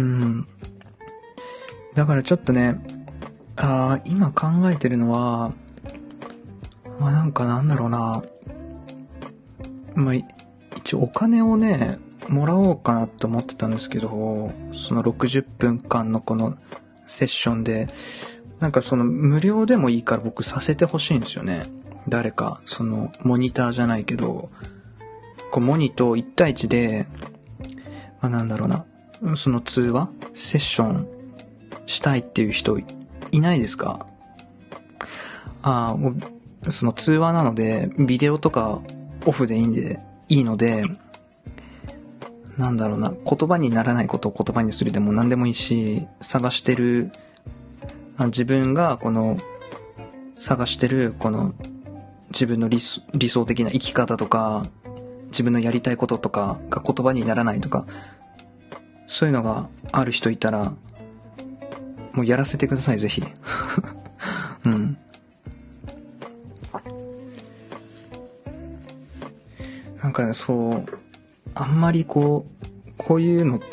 だからちょっとね、あー今考えてるのは、まあなんかなんだろうな。まあ、一応お金をね、もらおうかなって思ってたんですけど、そのろくじゅっぷんかんのこのセッションで、なんかその無料でもいいから僕させてほしいんですよね。誰か、そのモニターじゃないけど、こうモニといち対いちで、まあなんだろうな、その通話セッションしたいっていう人いないですか？ああ、その通話なので、ビデオとかオフでいいんで、いいので、なんだろうな、言葉にならないことを言葉にするでも何でもいいし、探してる、あ自分がこの、探してる、この、自分の理想、理想的な生き方とか、自分のやりたいこととかが言葉にならないとか、そういうのがある人いたら、もうやらせてください、ぜひ。うん。なんかね、そう、あんまりこう、こういうのって、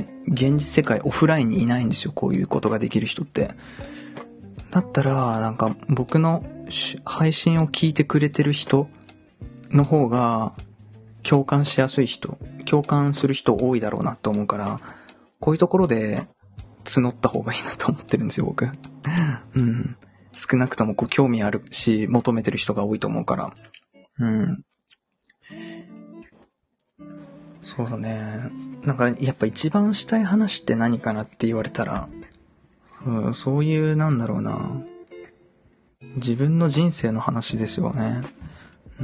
現実世界オフラインにいないんですよ、こういうことができる人って。だったら、なんか僕の配信を聞いてくれてる人の方が、共感しやすい人、共感する人多いだろうなと思うから、こういうところで募った方がいいなと思ってるんですよ、僕。うん。少なくともこう興味あるし、求めてる人が多いと思うから。うん。そうだね。なんか、やっぱ一番したい話って何かなって言われたら、うん、そういう、なんだろうな。自分の人生の話ですよね。うん。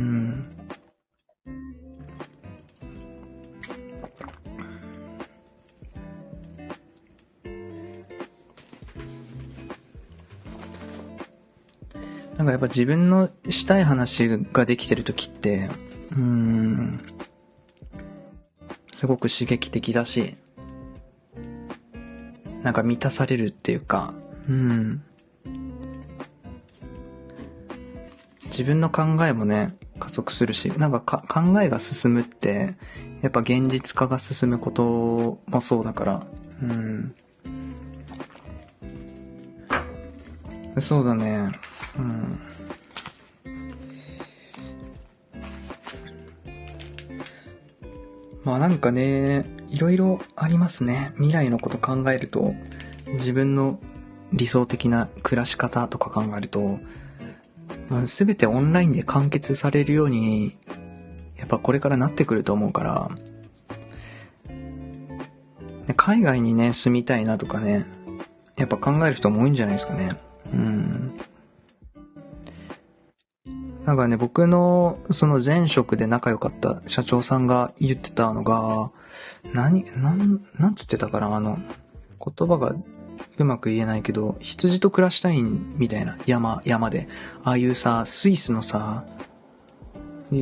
なんかやっぱ自分のしたい話ができてるときって、うーん、すごく刺激的だし、なんか満たされるっていうか、うん。自分の考えもね、加速するし、なんかか考えが進むって、 やっぱ現実化が進むこともそうだから、うん。そうだね。うん。まあなんかね、いろいろありますね。未来のこと考えると、自分の理想的な暮らし方とか考えると、まあ、全てオンラインで完結されるように、やっぱこれからなってくると思うから、海外にね、住みたいなとかね、やっぱ考える人も多いんじゃないですかね。うん。なんかね、僕のその前職で仲良かった社長さんが言ってたのが、何、なん、なんつってたかな、あの、言葉がうまく言えないけど、羊と暮らしたいみたいな、山、山で。ああいうさ、スイスのさ、いう、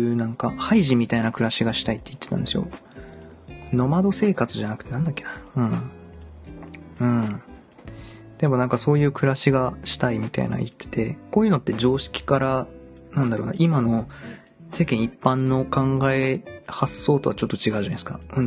なんか、ハイジみたいな暮らしがしたいって言ってたんですよ。ノマド生活じゃなくてなんだっけな。うん。うん。でもなんかそういう暮らしがしたいみたいな言ってて、こういうのって常識から、なんだろうな、今の世間一般の考え、発想とはちょっと違うじゃないですか。うん、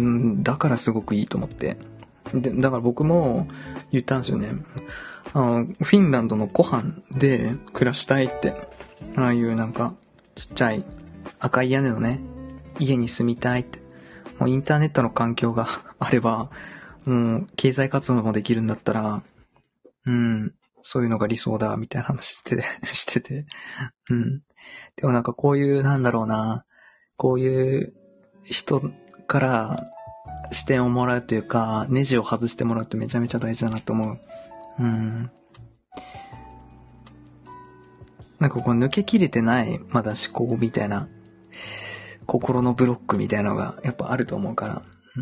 だからすごくいいと思って。で、だから僕も言ったんですよね。あの、フィンランドの湖畔で暮らしたいって。ああいうなんか、ちっちゃい赤い屋根のね、家に住みたいって。もうインターネットの環境があれば、もう経済活動もできるんだったら、うん、そういうのが理想だ、みたいな話してて、してて。うん。でもなんかこういう、なんだろうな、こういう人から視点をもらうというか、ネジを外してもらうってめちゃめちゃ大事だなと思う。うん。なんかこう抜けきれてない、まだ思考みたいな、心のブロックみたいなのがやっぱあると思うから。うん、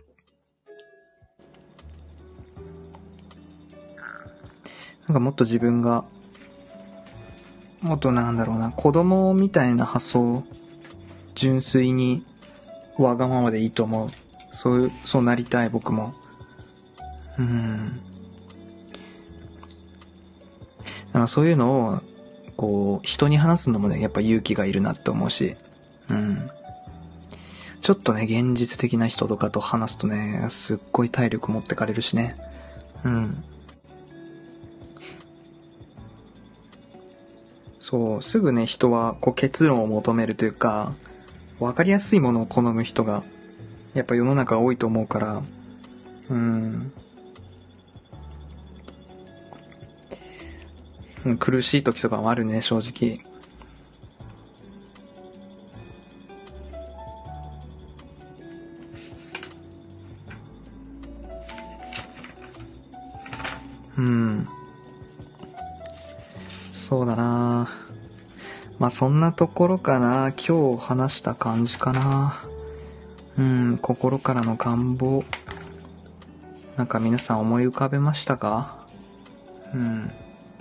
なんかもっと自分が、もっとなんだろうな、子供みたいな発想、純粋にわがままでいいと思う。そういう、そうなりたい僕も。うん。だからそういうのを、こう、人に話すのもね、やっぱ勇気がいるなって思うし。うん。ちょっとね、現実的な人とかと話すとね、すっごい体力持ってかれるしね。うん。そう、すぐね、人はこう結論を求めるというか、わかりやすいものを好む人が、やっぱ世の中多いと思うから、うん。苦しい時とかもあるね、正直。うん。そうだな。まあそんなところかな。今日話した感じかな。うん、心からの願望。なんか皆さん思い浮かべましたか？うん。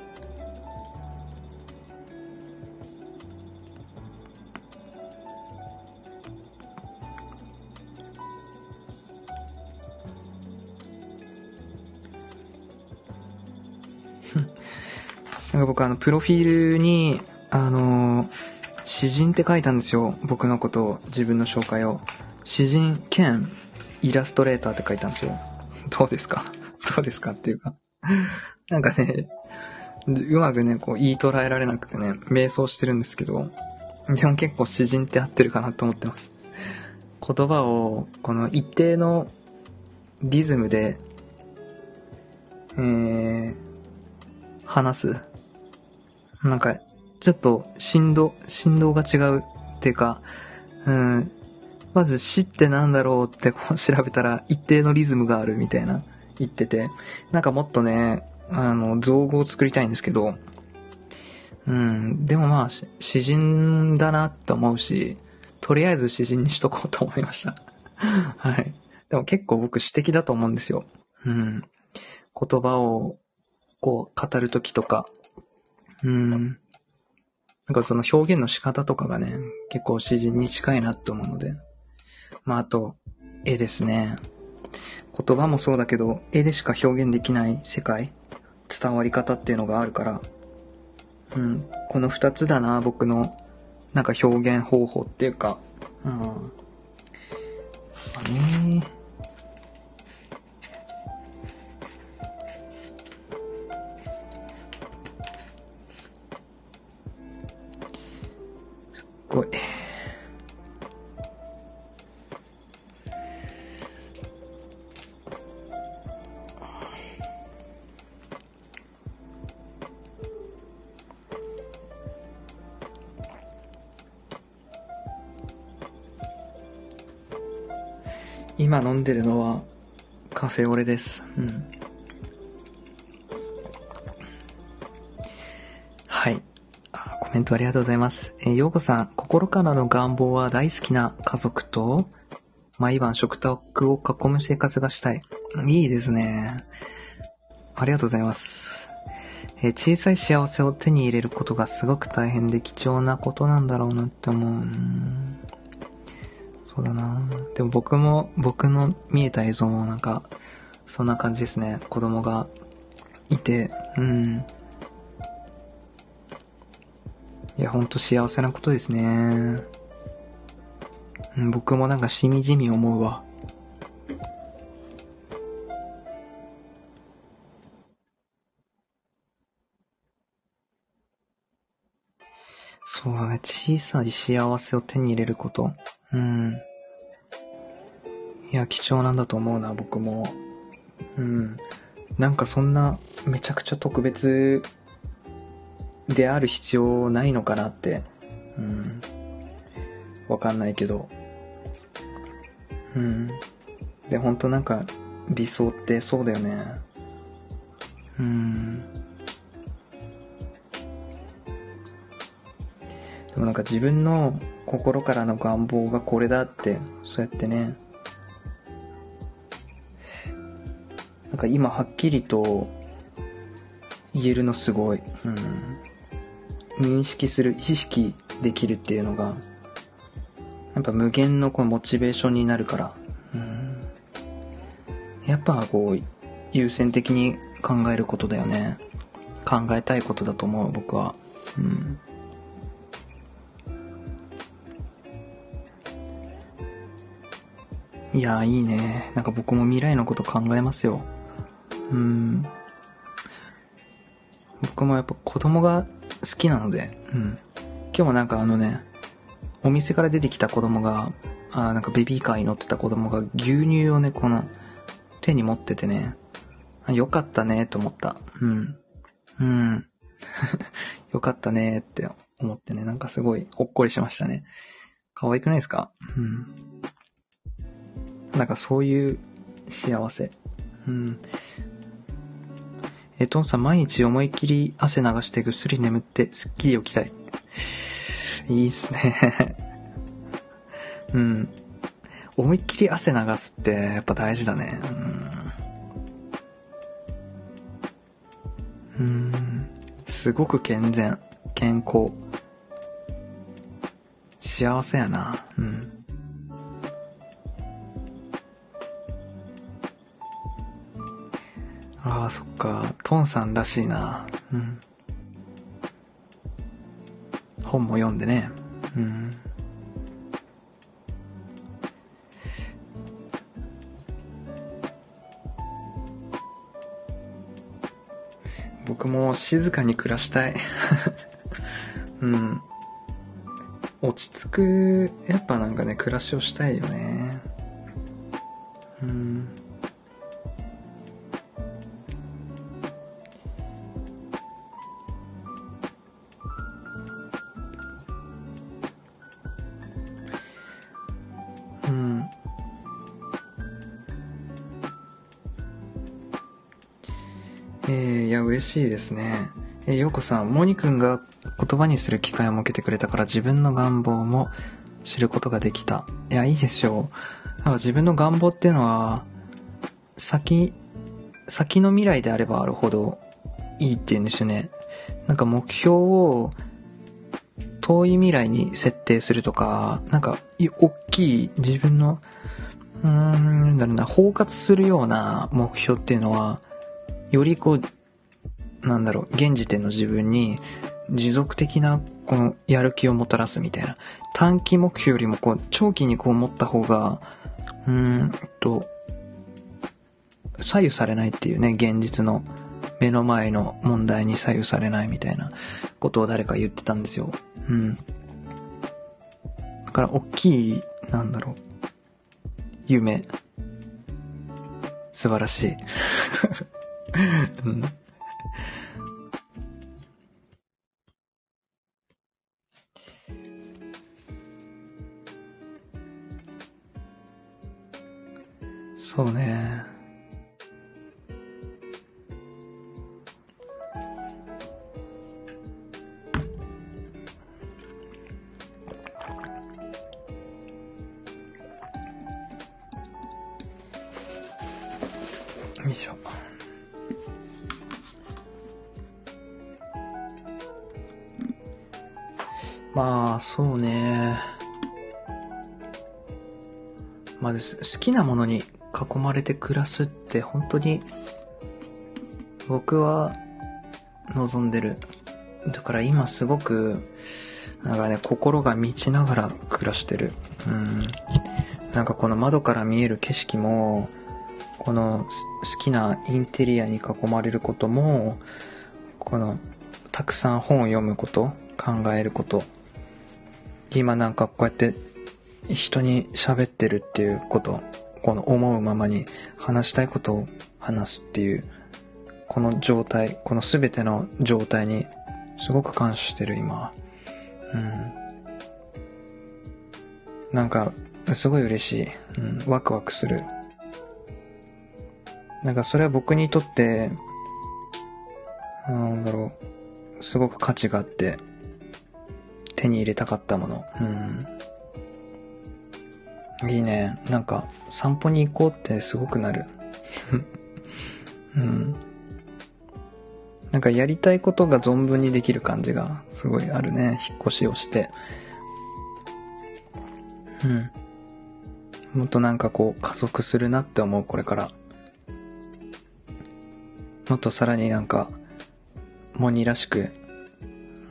なんか僕あの、プロフィールに、あのー、詩人って書いたんですよ。僕のことを、自分の紹介を。詩人兼イラストレーターって書いたんですよ。どうですか？どうですかっていうか。なんかね、うまくね、こう言い捉えられなくてね、迷走してるんですけど、でも結構詩人って合ってるかなと思ってます。言葉を、この一定のリズムで、えー、話す。なんか、ちょっと振動、振動が違うっていうか、うん、まず詩ってなんだろうってこう調べたら一定のリズムがあるみたいな言ってて、なんかもっとね、あの、造語を作りたいんですけど、うん、でもまあ、詩人だなって思うし、とりあえず詩人にしとこうと思いました。はい。でも結構僕詩的だと思うんですよ。うん。言葉をこう語るときとか、うん。なんかその表現の仕方とかがね、結構詩人に近いなって思うので。まああと、絵ですね。言葉もそうだけど、絵でしか表現できない世界、伝わり方っていうのがあるから、うん。この二つだな、僕の、なんか表現方法っていうか、うん。 あねすごい。今飲んでるのはカフェオレです。うん。はい。コメントありがとうございます。えー、ようこさん、心からの願望は大好きな家族と毎晩食卓を囲む生活がしたい。いいですね。ありがとうございます。えー、小さい幸せを手に入れることがすごく大変で貴重なことなんだろうなって思う。うーん、そうだな。でも僕も、僕の見えた映像もなんか、そんな感じですね。子供がいて、うん。いや、ほんと幸せなことですね。うん、僕もなんかしみじみ思うわ。そうだね。小さい幸せを手に入れること。うん。いや、貴重なんだと思うな、僕も。うん。なんかそんな、めちゃくちゃ特別である必要ないのかなって。うん。わかんないけど。うん。で、ほんとなんか、理想ってそうだよね。うん。でもなんか自分の心からの願望がこれだって、そうやってね、なんか今はっきりと言えるのすごい。うん。認識する、意識できるっていうのが、やっぱ無限のこのモチベーションになるから。うん。やっぱこう、優先的に考えることだよね。考えたいことだと思う、僕は。うん。いやー、いいね。なんか僕も未来のこと考えますよ。うん。僕もやっぱ子供が好きなので、うん。今日もなんかあのね、お店から出てきた子供が、あなんかベビーカーに乗ってた子供が牛乳をね、この手に持っててね、よかったねと思った。うん。うん。よかったねって思ってね、なんかすごいほっこりしましたね。可愛くないですか？うん。なんかそういう幸せ。うん。え、トンさん毎日思いっきり汗流してぐっすり眠ってすっきり起きたい。いいっすね。うん。思いっきり汗流すってやっぱ大事だね。うん。うん。すごく健全。健康。幸せやな。うん。ああ、そっか。トンさんらしいな。うん。本も読んでね。うん。僕も静かに暮らしたい。うん。落ち着く、やっぱなんかね、暮らしをしたいよね。うん。うん。えー、いや、嬉しいですね。えー、ようこさん、モニ君が言葉にする機会を設けてくれたから自分の願望も知ることができた。いや、いいでしょう。なんか自分の願望っていうのは、先、先の未来であればあるほどいいって言うんですよね。なんか目標を遠い未来に設定するとか、なんか、大きい自分の、うーん、なんだろうな、包括するような目標っていうのは、よりこう、なんだろう、現時点の自分に持続的なこのやる気をもたらすみたいな。短期目標よりもこう、長期にこう持った方が、 うーんと、左右されないっていうね、現実の目の前の問題に左右されないみたいなことを誰か言ってたんですよ。うん。だから大きい、なんだろう、夢、素晴らしい。うん、そうね。よいしょ。まあ、そうね。まあです、好きなものに囲まれて暮らすって本当に僕は望んでる。だから今すごくなんかね、心が満ちながら暮らしてる。うん。なんかこの窓から見える景色も、この好きなインテリアに囲まれることも、このたくさん本を読むこと、考えること、今なんかこうやって人に喋ってるっていうこと、この思うままに話したいことを話すっていう、この状態、この全ての状態にすごく感謝してる今。うん。なんかすごい嬉しい。うん、ワクワクする。なんかそれは僕にとって、なんだろう、すごく価値があって手に入れたかったもの。うん。いいね。なんか散歩に行こうってすごくなる。うん。なんかやりたいことが存分にできる感じがすごいあるね。引っ越しをして。うん。もっとなんかこう加速するなって思う、これから。もっとさらになんか、モニらしく、うん、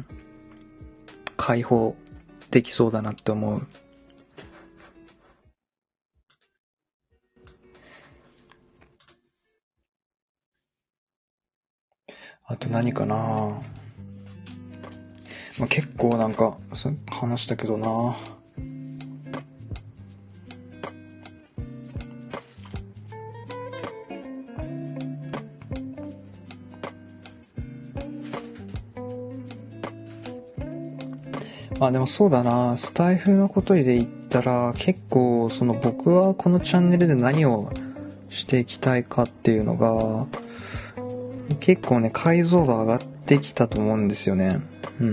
解放できそうだなって思う。あと何かな、まあ、結構なんか話したけどな。あ、でもそうだな。スタイフのことで言ったら、結構その僕はこのチャンネルで何をしていきたいかっていうのが、結構ね、解像度上がってきたと思うんですよね。うん。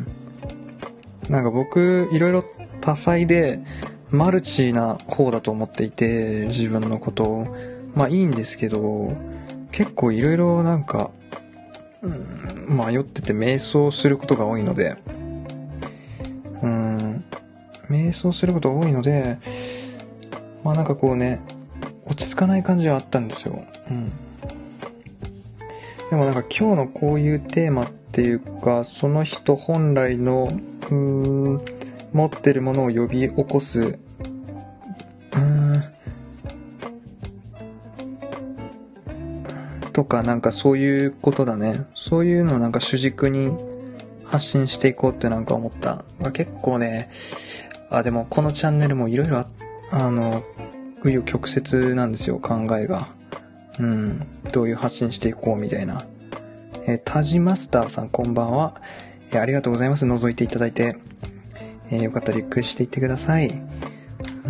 なんか僕、いろいろ多彩で、マルチな方だと思っていて、自分のことを。まあいいんですけど、結構いろいろなんか、うん、迷ってて瞑想することが多いので、うん、瞑想することが多いので、まあなんかこうね、落ち着かない感じはあったんですよ。うん。でもなんか今日のこういうテーマっていうか、その人本来の、うーん、持ってるものを呼び起こす、うーん、とかなんかそういうことだね。そういうのをなんか主軸に発信していこうってなんか思った。まあ、結構ね、あ、でもこのチャンネルもいろいろあ、あの、紆余曲折なんですよ、考えが。うん。どういう発信していこうみたいな。えー、タジマスターさんこんばんは。えー、ありがとうございます。覗いていただいて。えー、よかったらゆっくりしていってください。うん。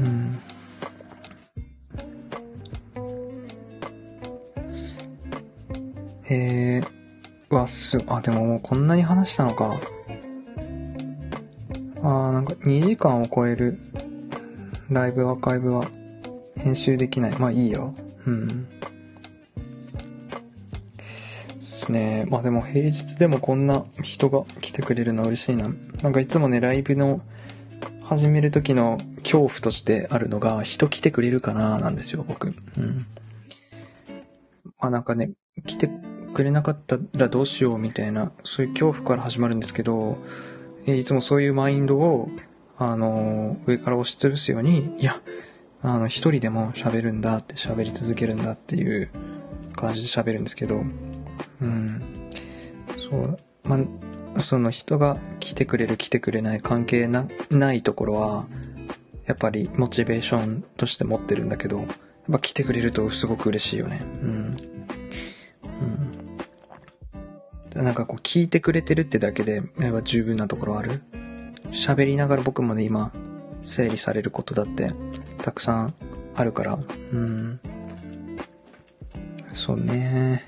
えー、わ、す、あ、でももうこんなに話したのか。あー、なんかにじかんを超えるライブアーカイブは編集できない。まあいいよ。うん。ですね。まあでも平日でもこんな人が来てくれるのは嬉しいな。なんかいつもね、ライブの始める時の恐怖としてあるのが、人来てくれるかななんですよ、僕。うん。まあなんかね、来てくれなかったらどうしようみたいな、そういう恐怖から始まるんですけど、いつもそういうマインドを、あの、上から押しつぶすように、いや、 あの、一人でも喋るんだって、喋り続けるんだっていう感じで喋るんですけど、うん。そう、まあ、その人が来てくれる来てくれない関係な、ないところは、やっぱりモチベーションとして持ってるんだけど、やっぱ来てくれるとすごく嬉しいよね。うん。うん。なんかこう聞いてくれてるってだけで、やっぱ十分なところある。喋りながら僕もね、今、整理されることだって、たくさんあるから、うん。そうね。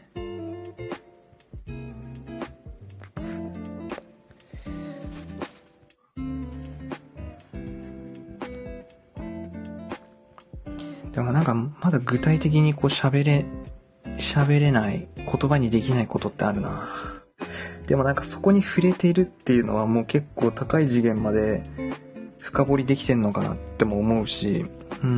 でもなんかまだ具体的にこう喋れ、喋れない、言葉にできないことってあるな。でもなんかそこに触れているっていうのはもう結構高い次元まで深掘りできてんのかなっても思うし、うん。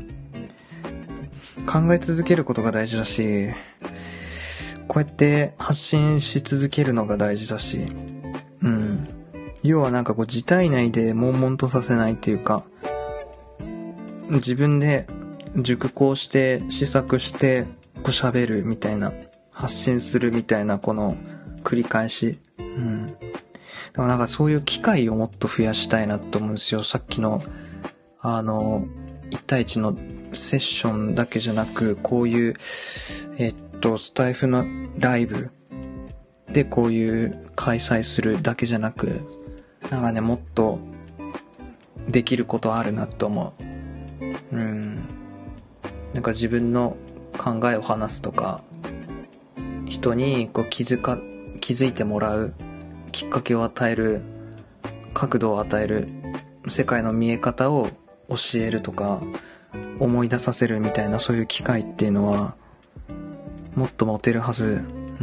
考え続けることが大事だし、こうやって発信し続けるのが大事だし、うん。要はなんかこう自体内で悶々とさせないっていうか、自分で熟考して試作してこう喋るみたいな、発信するみたいなこの繰り返し、うん。でもなんかそういう機会をもっと増やしたいなと思うんですよ。さっきのあの一対一のセッションだけじゃなく、こういうえっとスタイフのライブでこういう開催するだけじゃなく、なんかねもっとできることあるなと思う。うん。なんか自分の考えを話すとか、人にこう気づか、気づいてもらう、きっかけを与える、角度を与える、世界の見え方を教えるとか、思い出させるみたいなそういう機会っていうのは、もっと持てるはず。うん。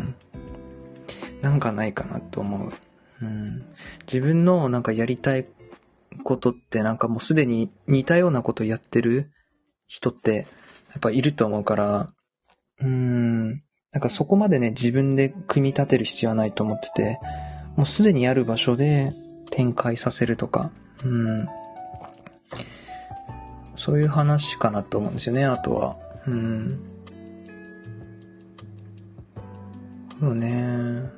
なんかないかなと思う。うん。自分のなんかやりたいことってなんかもうすでに似たようなことやってる人ってやっぱいると思うから、うーん、なんかそこまでね自分で組み立てる必要はないと思ってて、もうすでにある場所で展開させるとか、うん、そういう話かなと思うんですよね。あとは、うん、そうね。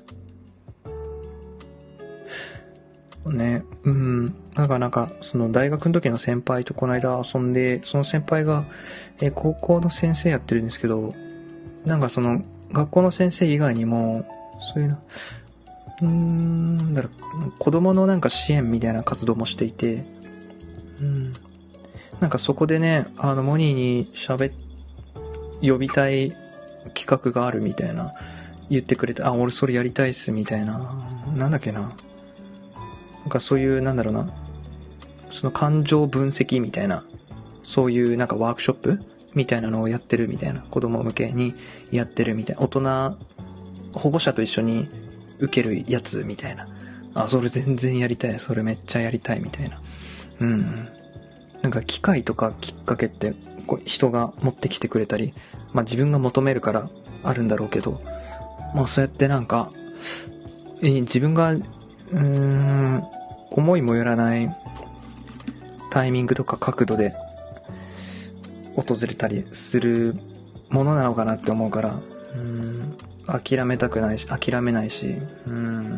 ね、うん。なんかなんか、その大学の時の先輩とこの間遊んで、その先輩が、え、高校の先生やってるんですけど、なんかその、学校の先生以外にも、そういうの、うーん、なんだろう、子供のなんか支援みたいな活動もしていて、うん。なんかそこでね、あの、モニーに喋っ、呼びたい企画があるみたいな、言ってくれて、あ、俺それやりたいっす、みたいな。なんだっけな。なんかそういう、なんだろうな、その感情分析みたいな、そういうなんかワークショップみたいなのをやってるみたいな、子供向けにやってるみたいな、大人、保護者と一緒に受けるやつみたいな。あ、それ全然やりたい、それめっちゃやりたいみたいな。うん。なんか機会とかきっかけってこう人が持ってきてくれたり、まあ自分が求めるからあるんだろうけど、まあそうやってなんか、え自分がうーん、思いもよらないタイミングとか角度で訪れたりするものなのかなって思うから、うーん、諦めたくないし、諦めないし、うーん、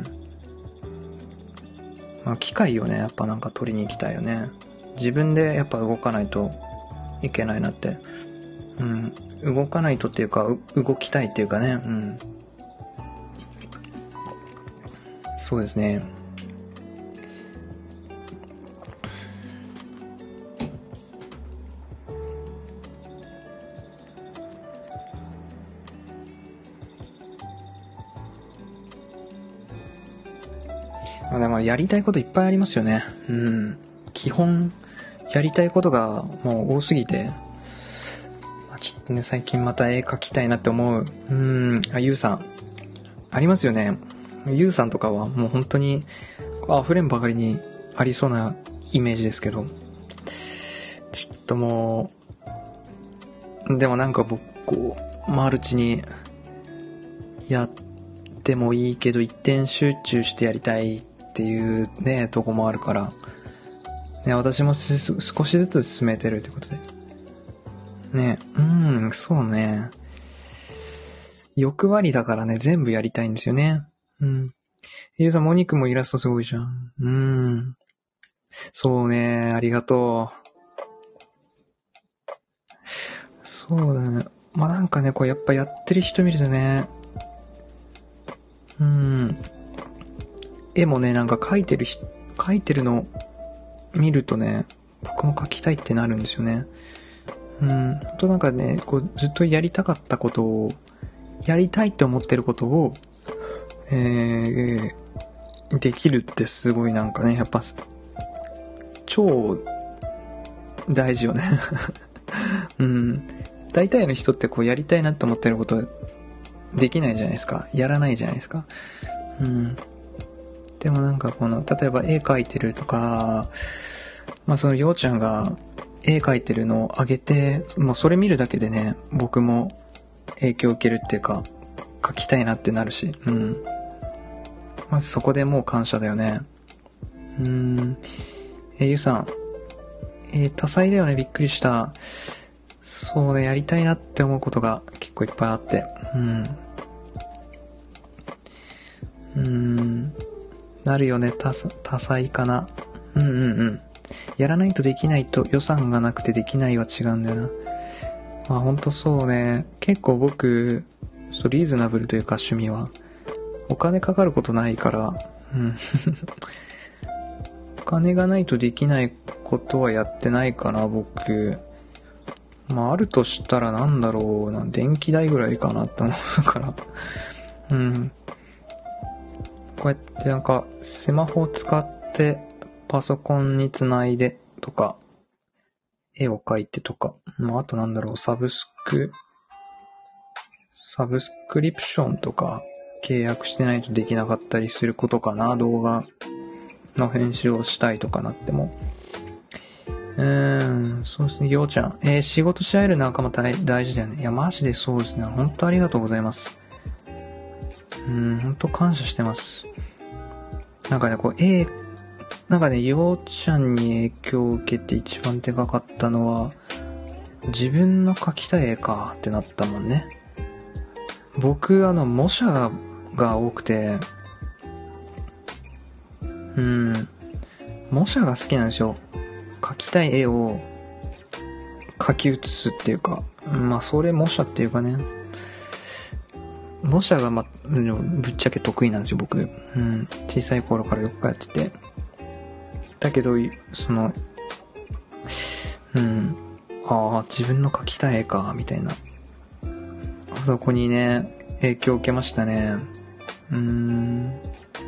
まあ、機会をね、やっぱなんか取りに行きたいよね。自分でやっぱ動かないといけないなって。うん、動かないとっていうか、動きたいっていうかね、うん。そうですね。まあでもやりたいこといっぱいありますよね。うん。基本、やりたいことがもう多すぎて、ちょっとね、最近また絵描きたいなって思う。うん、あ、ゆうさん。ありますよね。ゆうさんとかはもう本当に溢れんばかりにありそうなイメージですけど、ちょっともう、でもなんか僕、こう、マルチにやってもいいけど一点集中してやりたいっていうね、とこもあるから、 ね、私もす少しずつ進めてるってことで。ね、うん、そうね。欲張りだからね、全部やりたいんですよね。うん。ゆうさん、モニクもイラストすごいじゃん。うん。そうね、ありがとう。そうだね。まあ、なんかね、こうやっぱやってる人見るとね、うん。絵もね、なんか描いてる人、描いてるの見るとね、僕も描きたいってなるんですよね。うん。ほんとなんかね、こうずっとやりたかったことを、やりたいって思ってることを、えー、できるってすごいなんかね、やっぱ、超大事よね。うん。大体の人ってこうやりたいなって思ってることできないじゃないですか。やらないじゃないですか。うん。でもなんかこの、例えば絵描いてるとか、まあそのようちゃんが絵描いてるのをあげて、もうそれ見るだけでね、僕も影響を受けるっていうか、描きたいなってなるし、うん。まずそこでもう感謝だよね。うーん。え、ゆうさん、えー、多彩だよね、びっくりした。そうね、やりたいなって思うことが結構いっぱいあって、うん。うーん。なるよね、多、多彩かな。うんうんうん。やらないとできないと予算がなくてできないは違うんだよな。まあほんとそうね。結構僕、そう、リーズナブルというか趣味は、お金かかることないから、うん。お金がないとできないことはやってないかな、僕。まああるとしたらなんだろうな、電気代ぐらいかなって思うから。うん。こうやってなんか、スマホを使ってパソコンにつないでとか、絵を描いてとか、まああとなんだろう、サブスク、サブスクリプションとか契約してないとできなかったりすることかな、動画の編集をしたいとかなっても。うーん、そうですね、ようちゃん。えー、仕事し合える仲間大大事だよね。いや、マジでそうですね。本当ありがとうございます。うん、本当感謝してます。なんかね、こう、絵、なんかね、ようちゃんに影響を受けて一番でかかったのは、自分の描きたい絵かってなったもんね。僕、あの、模写がが多くて、うん、模写が好きなんですよ。描きたい絵を描き写すっていうか、まあ、それ模写っていうかね、模写がま、ぶっちゃけ得意なんですよ、僕。うん。小さい頃からよくやってて。だけど、その、うん。ああ、自分の描きたい絵か、みたいな。そこにね、影響を受けましたね。うーん。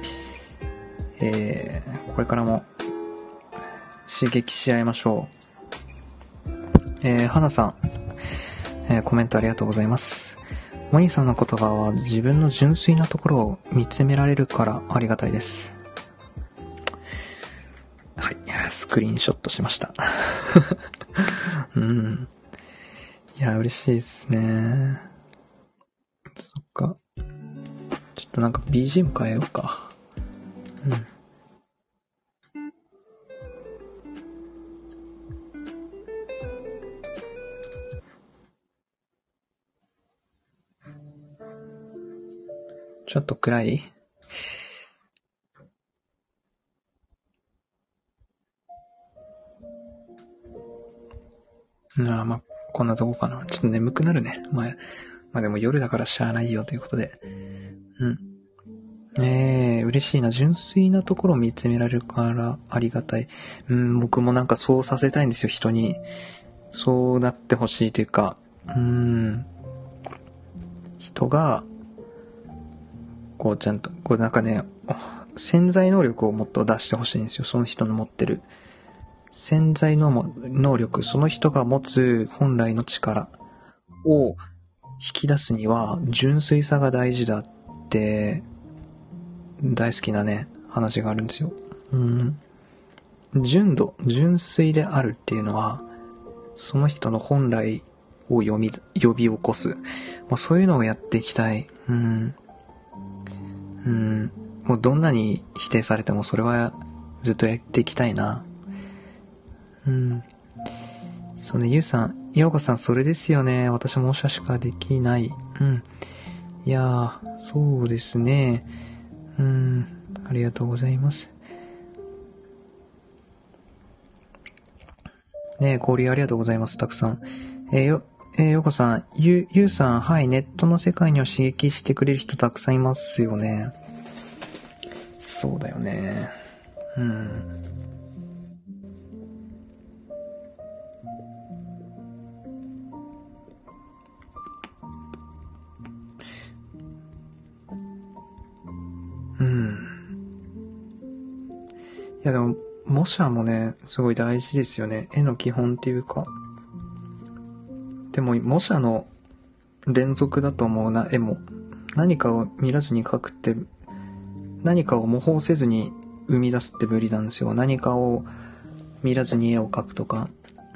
えー、これからも、刺激し合いましょう。えー、花さん、えー、コメントありがとうございます。モニーさんの言葉は自分の純粋なところを見つめられるからありがたいです。はい、スクリーンショットしました。うん。いや、嬉しいですね。そっか。ちょっとなんか ビージーエム 変えようか。うん。ちょっと暗い？ああ、まあ、こんなとこかな。ちょっと眠くなるね。まあ、まあでも夜だからしゃあないよということで。うん。ええー、嬉しいな。純粋なところを見つめられるからありがたい。うん、僕もなんかそうさせたいんですよ、人に。そうなってほしいというか、うーん。人が、こうちゃんと、こうなんかね、潜在能力をもっと出してほしいんですよ。その人の持ってる。潜在の能力、その人が持つ本来の力を引き出すには、純粋さが大事だって、大好きなね、話があるんですよ。うん。純度、純粋であるっていうのは、その人の本来を読み、呼び起こす。まあ、そういうのをやっていきたい。うん。うん。もうどんなに否定されてもそれはずっとやっていきたいな。 うん。そうね、ゆうさん、ようこさん、それですよね。私もしかできない。うん。いやー、そうですね。うん。ありがとうございます。ね、交流ありがとうございます。たくさん。えー、よ、えー、ようこさん、ゆ、ゆうさん、はい、ネットの世界にを刺激してくれる人たくさんいますよね。そうだよね。うん。うん。いやでも、模写もね、すごい大事ですよね。絵の基本っていうか。でも、模写の連続だと思うな、絵も。何かを見らずに描くって、何かを模倣せずに生み出すって無理なんですよ。何かを見らずに絵を描くとか。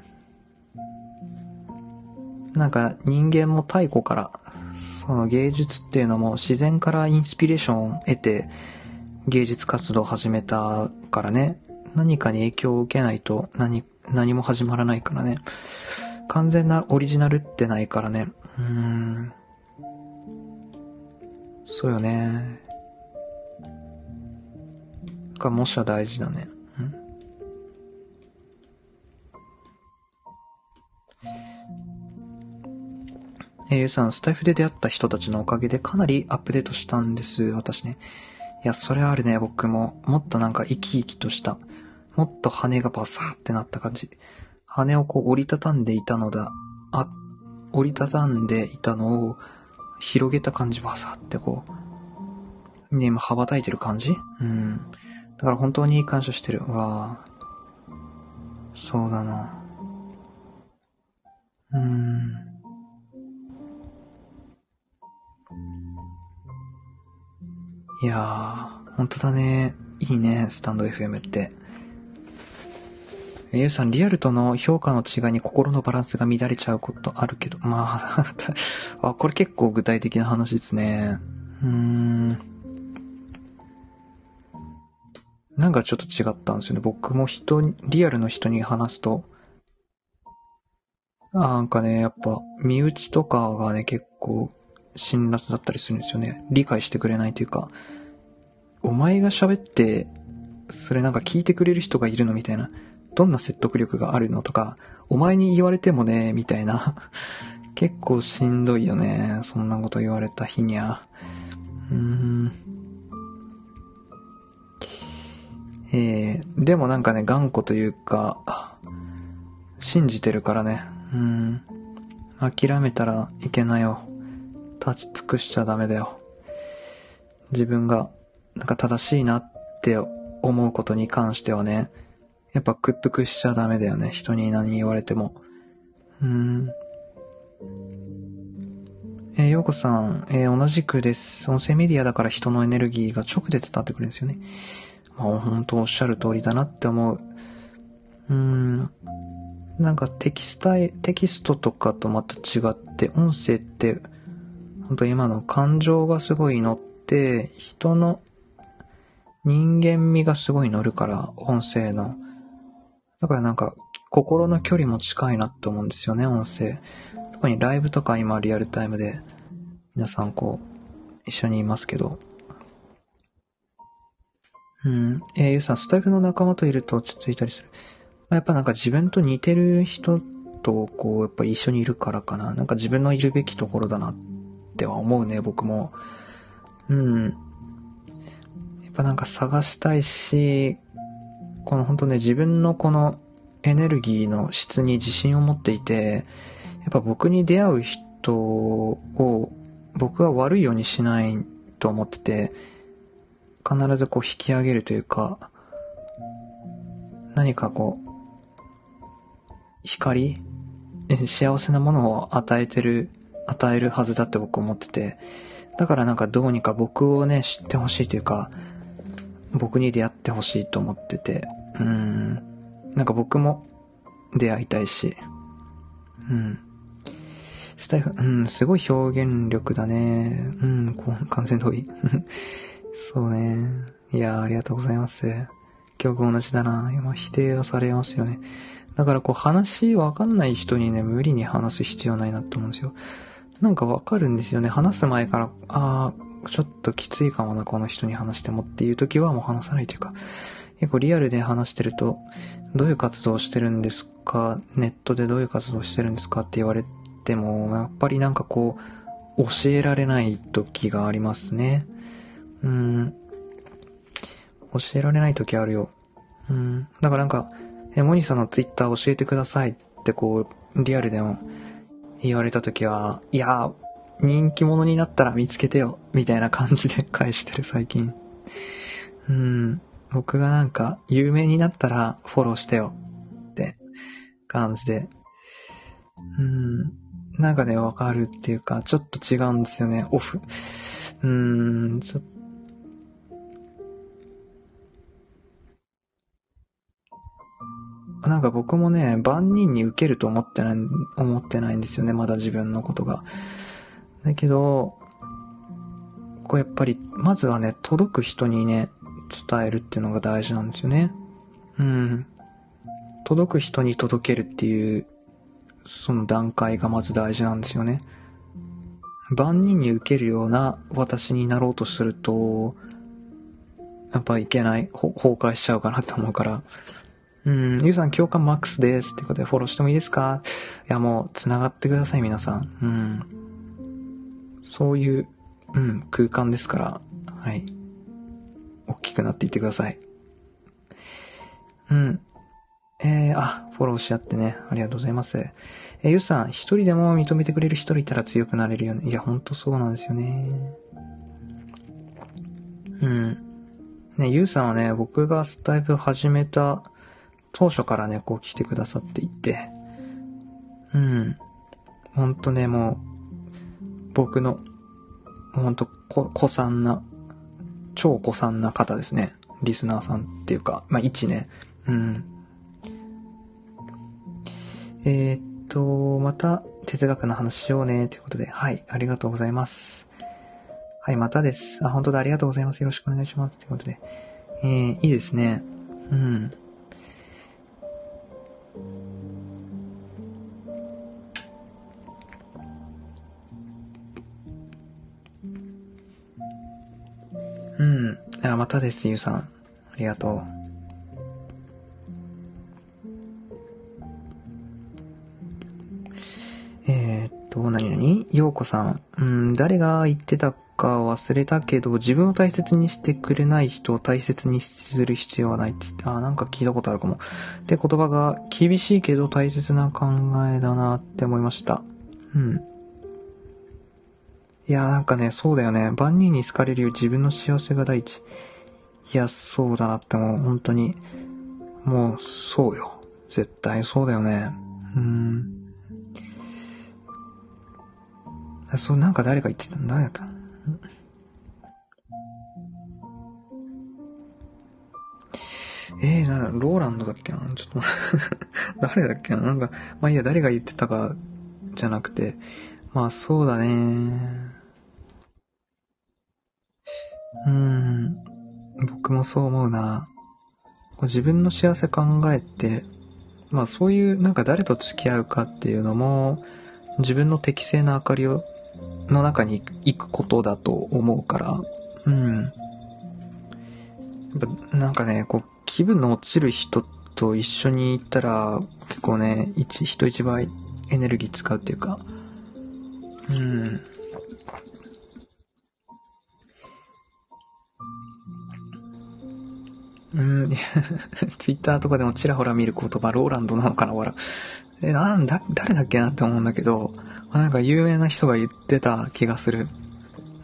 なんか人間も太古から、その芸術っていうのも自然からインスピレーションを得て芸術活動を始めたからね。何かに影響を受けないと何、何も始まらないからね。完全なオリジナルってないからね。うーん。そうよね。が模写大事だね。んえー、ゆうさん、スタイフで出会った人たちのおかげでかなりアップデートしたんです、私ね。いや、それあるね、僕も。もっとなんか生き生きとした。もっと羽がバサーってなった感じ。羽をこう折りたたんでいたのだ。あ、折りたたんでいたのを広げた感じ、バサーってこう。ね、今羽ばたいてる感じ。うん。だから本当に感謝してる。わあ、そうだな。うーん。いやー、本当だね。いいね、スタンド エフエム って。ゆうさん、リアルとの評価の違いに心のバランスが乱れちゃうことあるけど、まあ、あ、これ結構具体的な話ですね。うーん。なんかちょっと違ったんですよね。僕も人に、リアルの人に話すと、なんかね、やっぱ、身内とかがね、結構、辛辣だったりするんですよね。理解してくれないというか、お前が喋って、それなんか聞いてくれる人がいるのみたいな。どんな説得力があるのとか、お前に言われてもね、みたいな。結構しんどいよね。そんなこと言われた日にゃ。うーん。えー、でもなんかね、頑固というか、信じてるからね。うん。諦めたらいけないよ。立ち尽くしちゃダメだよ。自分が、なんか正しいなって思うことに関してはね、やっぱ屈服しちゃダメだよね。人に何言われても。うーん。えー、ようこさん、えー、同じくです。音声メディアだから人のエネルギーが直で伝わってくるんですよね。まあ、本当おっしゃる通りだなって思う。うーん。なんかテキスタイ、テキストとかとまた違って、音声って、本当今の感情がすごい乗って、人の人間味がすごい乗るから、音声の。だからなんか、心の距離も近いなって思うんですよね、音声。特にライブとか今リアルタイムで、皆さんこう、一緒にいますけど。うん。えー、ゆうさん、スタイフの仲間といると落ち着いたりする。やっぱなんか自分と似てる人と、こう、やっぱ一緒にいるからかな。なんか自分のいるべきところだなっては思うね、僕も。うん。やっぱなんか探したいし、この本当ね、自分のこのエネルギーの質に自信を持っていて、やっぱ僕に出会う人を僕は悪いようにしないと思ってて、必ずこう引き上げるというか、何かこう、光幸せなものを与えてる、与えるはずだって僕思ってて、だからなんかどうにか僕をね、知ってほしいというか、僕に出会ってほしいと思ってて、うーん、なんか僕も出会いたいし、うん。スタイフ、うん、すごい表現力だね。うん、こう完全同意。そうね。いやー、ありがとうございます。境遇同じだな。今否定をされますよね。 だからこう話わかんない人にね、無理に話す必要ないなって思うんですよ。なんかわかるんですよね。話す前から、あー、ちょっときついかもな、この人に話してもっていう時はもう話さないというか、結構リアルで話してると、どういう活動をしてるんですか、ネットでどういう活動をしてるんですかって言われても、やっぱりなんかこう、教えられない時がありますね。うーん。教えられない時あるよ。うん。だからなんか、え、モニさんのツイッター教えてくださいってこう、リアルでも言われた時は、いや、人気者になったら見つけてよ、みたいな感じで返してる最近。うん。僕がなんか、有名になったらフォローしてよ、って感じで。うん。なんかね、わかるっていうか、ちょっと違うんですよね、オフ。うーん、ちょっと、なんか僕もね、万人に受けると思ってない、思ってないんですよね、まだ自分のことが。だけど、こうやっぱり、まずはね、届く人にね、伝えるっていうのが大事なんですよね。うん。届く人に届けるっていう、その段階がまず大事なんですよね。万人に受けるような私になろうとすると、やっぱいけない、ほ崩壊しちゃうかなって思うから。うん、ゆうさん共感マックスですってことでフォローしてもいいですか？いやもう、繋がってください皆さん。うん。そういう、うん、空間ですから、はい。大きくなっていってください。うん。えー、あ、フォローし合ってね。ありがとうございます。えー、ゆうさん、一人でも認めてくれる人いたら強くなれるよね。いや、ほんとそうなんですよね。うん。ね、ゆうさんはね、僕がスタイプ始めた当初からね、こう来てくださっていて。うん。ほんとね、もう、僕の、ほんと、こ、古参な、超古参な方ですね。リスナーさんっていうか、まあ、一ね。うん。えー、っと、また哲学の話しようね、ということで、はい、ありがとうございます。はい、またです。あ、本当だ、ありがとうございます。よろしくお願いします。ということで、えー、いいですね。うん。うん。あ、またです、ゆうさん。ありがとう。えー、っと、なになにようこさん。うん、誰が言ってたか忘れたけど、自分を大切にしてくれない人を大切にする必要はないって言って、あ、なんか聞いたことあるかも。って言葉が厳しいけど大切な考えだなって思いました。うん。いや、なんかね、そうだよね。万人に好かれるより自分の幸せが第一。いや、そうだなってもう本当に、もうそうよ。絶対そうだよね。うーん。そう、なんか誰か言ってたんだ。誰だっけな。えー、な、ローランドだっけな。ちょっと誰だっけな。なんか、まあいいや、誰が言ってたか、じゃなくて、まあそうだね。うーん。僕もそう思うな。自分の幸せ考えて、まあそういうなんか誰と付き合うかっていうのも自分の適正な明かりをの中に行くことだと思うから、うん。やっぱなんかね、こう気分の落ちる人と一緒に行ったら結構ね、一人一倍エネルギー使うっていうか、うん。うん、ツイッターとかでもちらほら見る言葉、ローランドなのかな、笑う。え、なんだ、誰だっけなって思うんだけど、なんか有名な人が言ってた気がする。うん。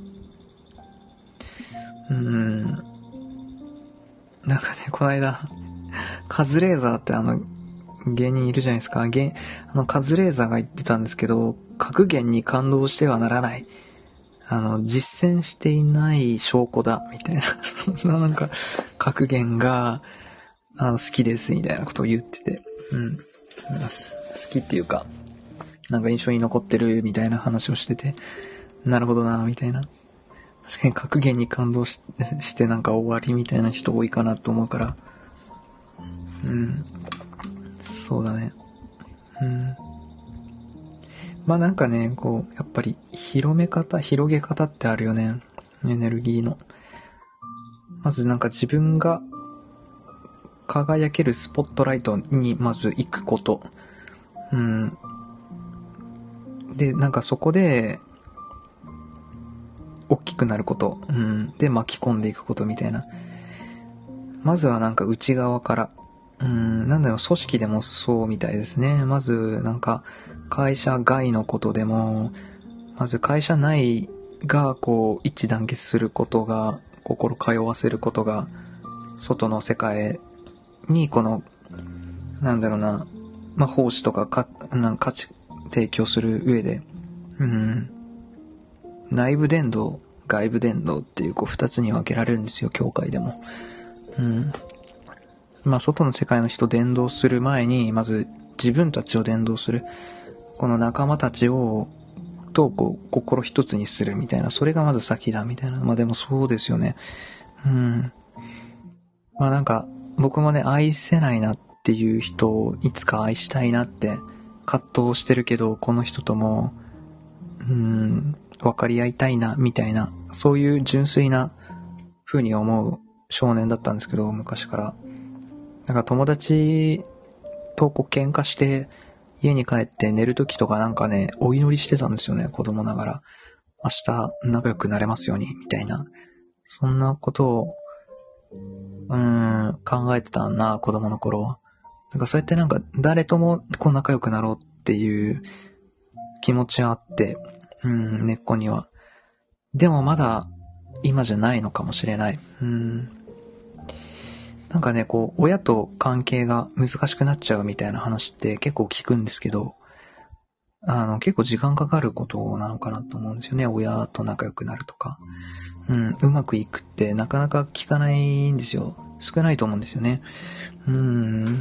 うん。なんかね、この間、カズレーザーってあの、芸人いるじゃないですか。芸、あの、カズレーザーが言ってたんですけど、格言に感動してはならない。あの、実践していない証拠だ、みたいな。そんななんか、格言が、あの、好きです、みたいなことを言ってて。うん。好きっていうか、なんか印象に残ってる、みたいな話をしてて、なるほどな、みたいな。確かに格言に感動ししてなんか終わりみたいな人多いかなと思うから。うん。 そうだね。うん。まあなんかね、こう、やっぱり広め方、広げ方ってあるよね。エネルギーの。まずなんか自分が輝けるスポットライトにまず行くこと。うん。で、なんかそこで、大きくなること。うん。で、巻き込んでいくことみたいな。まずはなんか内側から。うん。なんだろう、組織でもそうみたいですね。まず、なんか、会社外のことでも、まず会社内がこう一致団結することが、心通わせることが、外の世界にこの、なんだろうな、まあ、奉仕とかか、なんか価値提供する上で、うん、内部伝導、外部伝導っていうこう二つに分けられるんですよ、教会でも。うん。まあ、外の世界の人を伝導する前に、まず自分たちを伝導する。この仲間たちを、とこう、心一つにするみたいな。それがまず先だ、みたいな。まあでもそうですよね。うん。まあなんか、僕もね、愛せないなっていう人をいつか愛したいなって葛藤してるけど、この人とも、うーん、分かり合いたいな、みたいな、そういう純粋な風に思う少年だったんですけど、昔から。なんか友達とこう喧嘩して、家に帰って寝るときとかなんかね、お祈りしてたんですよね、子供ながら。明日仲良くなれますように、みたいな。そんなことを、うーん、考えてたな、子供の頃。なんかそうやってなんか誰ともこう仲良くなろうっていう気持ちはあって、うん、根っこには。でもまだ今じゃないのかもしれない。うん。なんかね、こう、親と関係が難しくなっちゃうみたいな話って結構聞くんですけど、あの、結構時間かかることなのかなと思うんですよね。親と仲良くなるとか。うん、うまくいくってなかなか聞かないんですよ。少ないと思うんですよね。うん。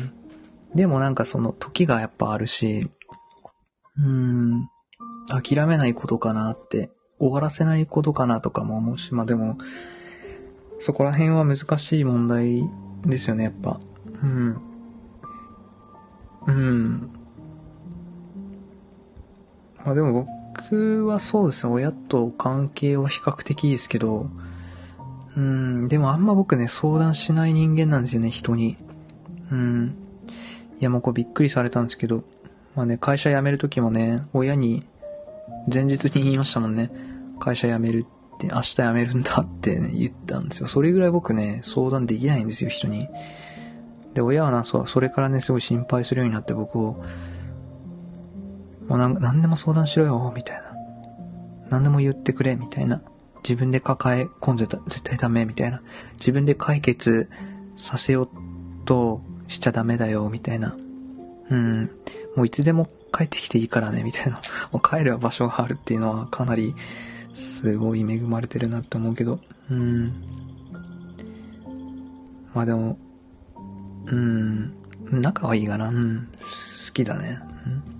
でもなんかその時がやっぱあるし、うーん、諦めないことかなって、終わらせないことかなとかも思うし、まあでも、そこら辺は難しい問題ですよね、やっぱ。うん。うん。まあでも僕はそうですね、親と関係は比較的いいですけど、うん、でもあんま僕ね、相談しない人間なんですよね、人に。うん。いやもうこれびっくりされたんですけど、まあね、会社辞めるときもね、親に前日に言いましたもんね。会社辞めるって、明日辞めるんだってね、言ったんですよ。それぐらい僕ね、相談できないんですよ、人に。で、親はな、そ、それからね、すごい心配するようになって僕を、もうなんなんでも相談しろよ、みたいな。なんでも言ってくれ、みたいな。自分で抱え込んでた、絶対ダメ、みたいな。自分で解決させようとしちゃダメだよ、みたいな。うん。もういつでも帰ってきていいからね、みたいな。もう帰る場所があるっていうのはかなり、すごい恵まれてるなって思うけど。うん。まあでも、うん。仲はいいかな。うん。好きだね。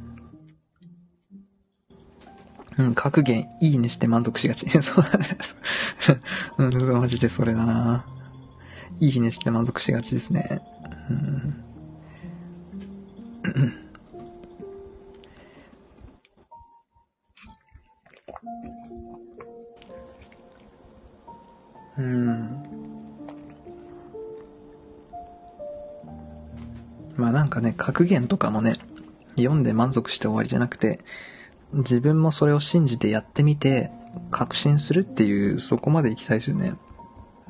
うん。うん、格言、いいねして満足しがち。そうだね。うん、マジでそれだな。いいねして満足しがちですね。うん。うん。まあなんかね、格言とかもね、読んで満足して終わりじゃなくて、自分もそれを信じてやってみて、確信するっていう、そこまで行きたいですよね。うん。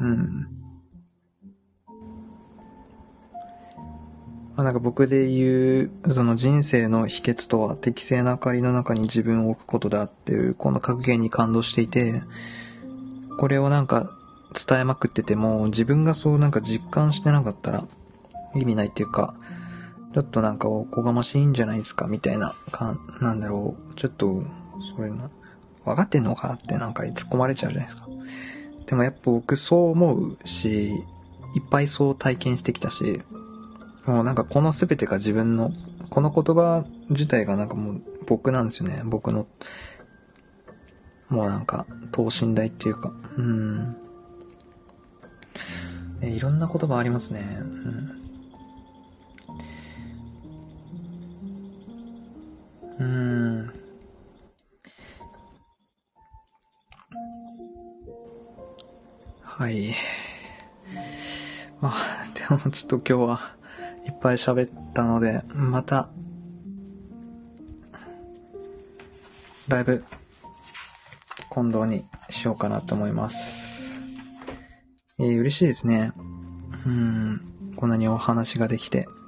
まあ、なんか僕で言う、その人生の秘訣とは適正な明かりの中に自分を置くことだっていう、この格言に感動していて、これをなんか伝えまくってても、自分がそうなんか実感してなかったら意味ないっていうか、ちょっとなんかおこがましいんじゃないですかみたいな、かなんだろう、ちょっと、それな、分かってんのかってなんか突っ込まれちゃうじゃないですか。でもやっぱ僕そう思うし、いっぱいそう体験してきたし、もうなんかこの全てが自分の、この言葉自体がなんかもう僕なんですよね。僕の、もうなんか等身大っていうか、うん。ね、いろんな言葉ありますね。うん。 ん。はい。まあ、でもちょっと今日はいっぱい喋ったので、また、ライブ、今度にしようかなと思います。えー、嬉しいですね。うん。こんなにお話ができて。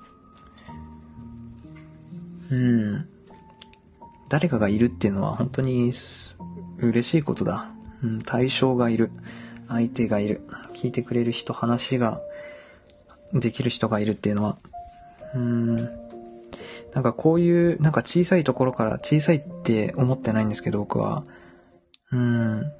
うん。誰かがいるっていうのは本当に嬉しいことだ。うん、対象がいる。相手がいる。聞いてくれる人、話ができる人がいるっていうのは。うーん。なんかこういう、なんか小さいところから小さいって思ってないんですけど、僕は。うーん。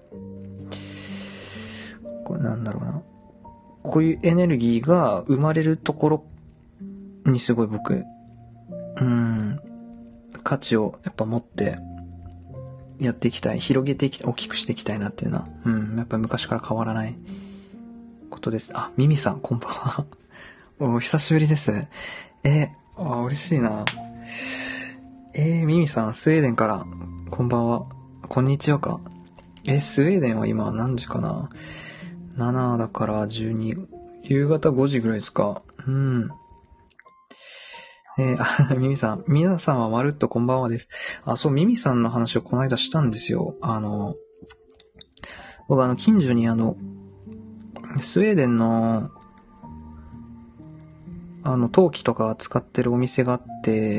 これなんだろうな。こういうエネルギーが生まれるところにすごい僕、うーん、価値をやっぱ持ってやっていきたい。広げていきたい。大きくしていきたいなっていうのは、うん、やっぱり昔から変わらないことです。あ、ミミさん、こんばんは。お久しぶりです。えー、あ、嬉しいな。えー、ミミさん、スウェーデンから、こんばんは。こんにちはか。えー、スウェーデンは今何時かな ?なな だからじゅうに、夕方ごじぐらいですか。うん。えー、あ、ミミさん、皆さんはまるっとこんばんはです。あ、そう、ミミさんの話をこの間したんですよ。あの、僕あの、近所にあの、スウェーデンの、あの、陶器とか使ってるお店があって、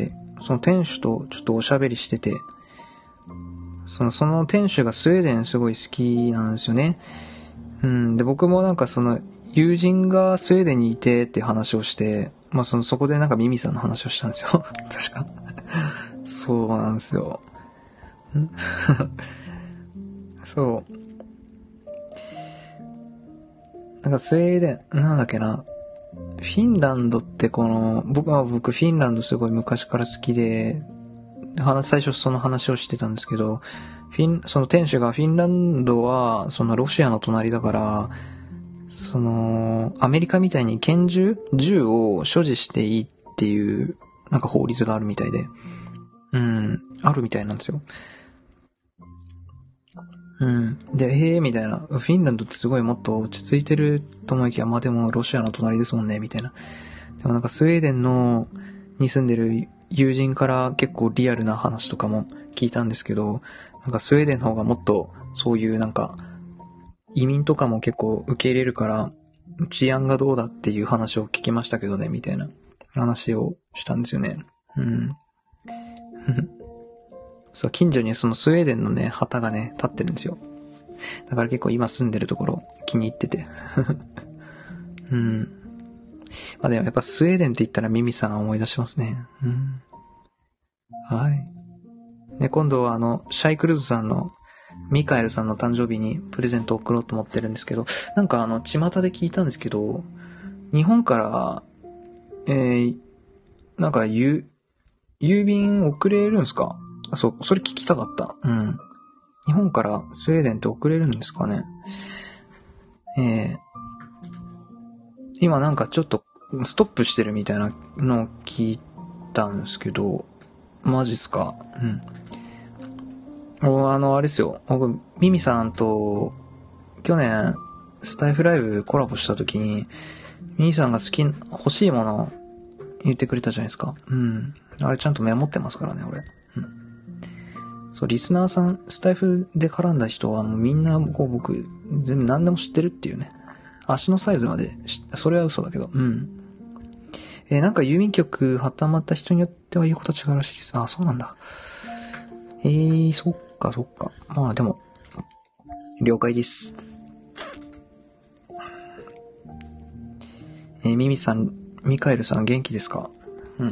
その店主とちょっとおしゃべりしてて、その、その店主がスウェーデンすごい好きなんですよね。うん。で、僕もなんかその、友人がスウェーデンにいてっていう話をして、まあその、そこでなんかミミさんの話をしたんですよ。確か。そうなんですよ。そう。なんかスウェーデン、なんだっけな。フィンランドってこの、僕は僕フィンランドすごい昔から好きで、最初その話をしてたんですけど、フィン、その店主がフィンランドは、そのロシアの隣だから、その、アメリカみたいに拳銃銃を所持していいっていう、なんか法律があるみたいで。うん、あるみたいなんですよ。うん。で、へえ、みたいな。フィンランドってすごいもっと落ち着いてると思いきや、まあでもロシアの隣ですもんね、みたいな。でもなんかスウェーデンの、に住んでる友人から結構リアルな話とかも聞いたんですけど、なんかスウェーデンの方がもっとそういうなんか、移民とかも結構受け入れるから、治安がどうだっていう話を聞きましたけどね、みたいな話をしたんですよね。うん。そう、近所にそのスウェーデンのね、旗がね、立ってるんですよ。だから結構今住んでるところ気に入ってて。うん。まあでもやっぱスウェーデンって言ったらミミさん思い出しますね。うん。はい。で、今度はあの、シャイクルーズさんの、ミカエルさんの誕生日にプレゼントを送ろうと思ってるんですけど、なんかあの、巷で聞いたんですけど、日本から、えー、なんか、ゆ、郵便送れるんですか？あ、そう、それ聞きたかった。うん。日本からスウェーデンって送れるんですかね？えー、今なんかちょっとストップしてるみたいなのを聞いたんですけど、マジっすか？うん。あの、あれですよ。僕、ミミさんと、去年、スタイフライブコラボした時に、ミミさんが好き、欲しいものを言ってくれたじゃないですか。うん。あれちゃんとメモってますからね、俺。うん。そう、リスナーさん、スタイフで絡んだ人はもうみんな、こう僕、全部何でも知ってるっていうね。足のサイズまで、それは嘘だけど、うん。えー、なんか郵便局挟まった人によっては言うこと違うらしいです。あ、そうなんだ。えー、そっかそっか。まあでも、了解です。えー、ミミさん、ミカエルさん元気ですか？うん。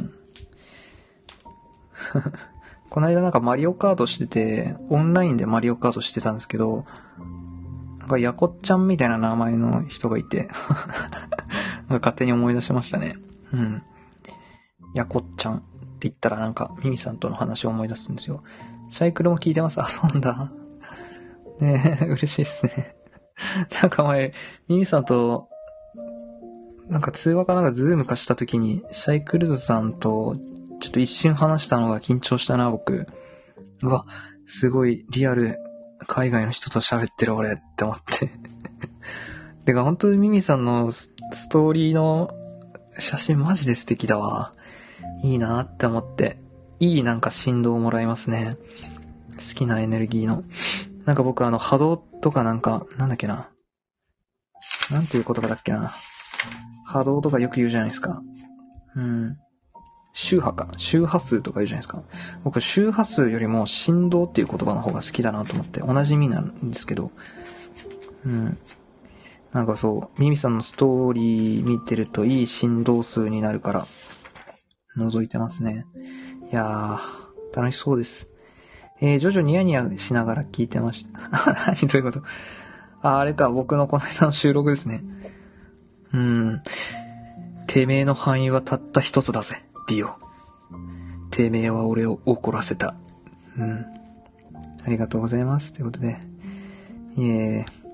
この間なんかマリオカートしてて、オンラインでマリオカートしてたんですけど、なんかヤコっちゃんみたいな名前の人がいて、なんか勝手に思い出しましたね。うん。ヤコっちゃんって言ったらなんかミミさんとの話を思い出すんですよ。シャイクルも聞いてます。あ、そうなんだ。ねえ、嬉しいっすね。なんか前、ミミさんと、なんか通話かなんかズーム化した時に、シャイクルズさんとちょっと一瞬話したのが緊張したな、僕。うわ、すごいリアル、海外の人と喋ってる俺って思って。てか、本当にミミさんのストーリーの写真マジで素敵だわ。いいなって思って。いいなんか振動をもらいますね。好きなエネルギーの。なんか僕あの波動とかなんか、なんだっけな。なんていう言葉だっけな。波動とかよく言うじゃないですか。うん。周波か。周波数とか言うじゃないですか。僕周波数よりも振動っていう言葉の方が好きだなと思って。同じ意味なんですけど。うん。なんかそう、ミミさんのストーリー見てるといい振動数になるから、覗いてますね。いやー、楽しそうです。えー、ジョジョニヤニヤしながら聞いてました。何どういうことあ、あれか、僕のこの間の収録ですね。うん。てめえの範囲はたった一つだぜ、ディオ。てめえは俺を怒らせた。うん。ありがとうございます。ということで。いえー。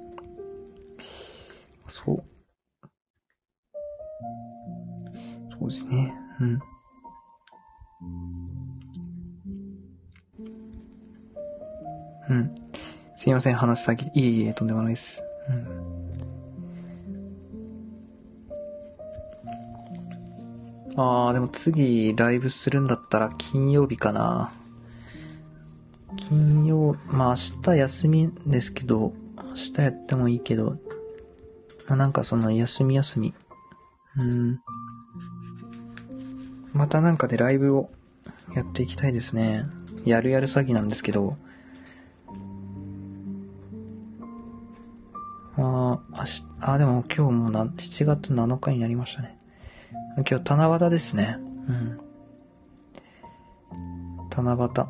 そう。そうですね。うん。うん。すいません、話先、いえいえ、とんでもないです。うん。あー、でも次、ライブするんだったら金曜日かな。金曜、まあ明日休みですけど、明日やってもいいけど、まあなんかその休み休み。うん。またなんかでライブをやっていきたいですね。やるやる詐欺なんですけど、ああ、明日、あ、でも今日もな、しちがつなのかになりましたね。今日七夕ですね。うん。七夕。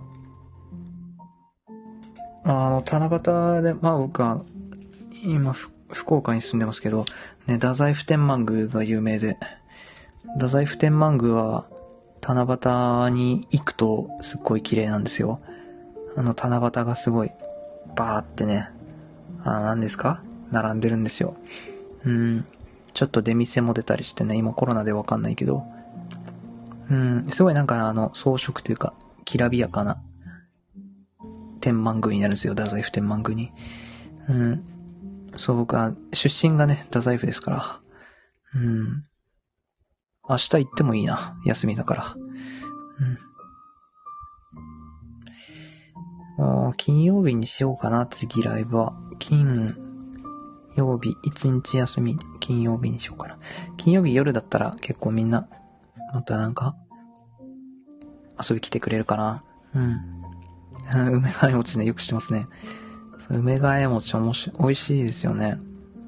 あの、七夕で、まあ僕は、今、福岡に住んでますけど、ね、太宰府天満宮が有名で、太宰府天満宮は、七夕に行くとすっごい綺麗なんですよ。あの七夕がすごい、バーってね、あ、何ですか？並んでるんですよ。うん。ちょっと出店も出たりしてね、今コロナでわかんないけど、うん、すごいなんかあの、装飾というか、きらびやかな天満宮になるんですよ、太宰府天満宮に。うん。そう、僕は、出身がね、太宰府ですから。うん。明日行ってもいいな、休みだから。うん。あ、金曜日にしようかな、次ライブは。金曜日、一日休み、金曜日にしようかな。金曜日夜だったら結構みんな、またなんか、遊び来てくれるかな。うん。梅ヶえ餅ね、よく知ってますね。梅ヶえ餅おもし、美味しいですよね。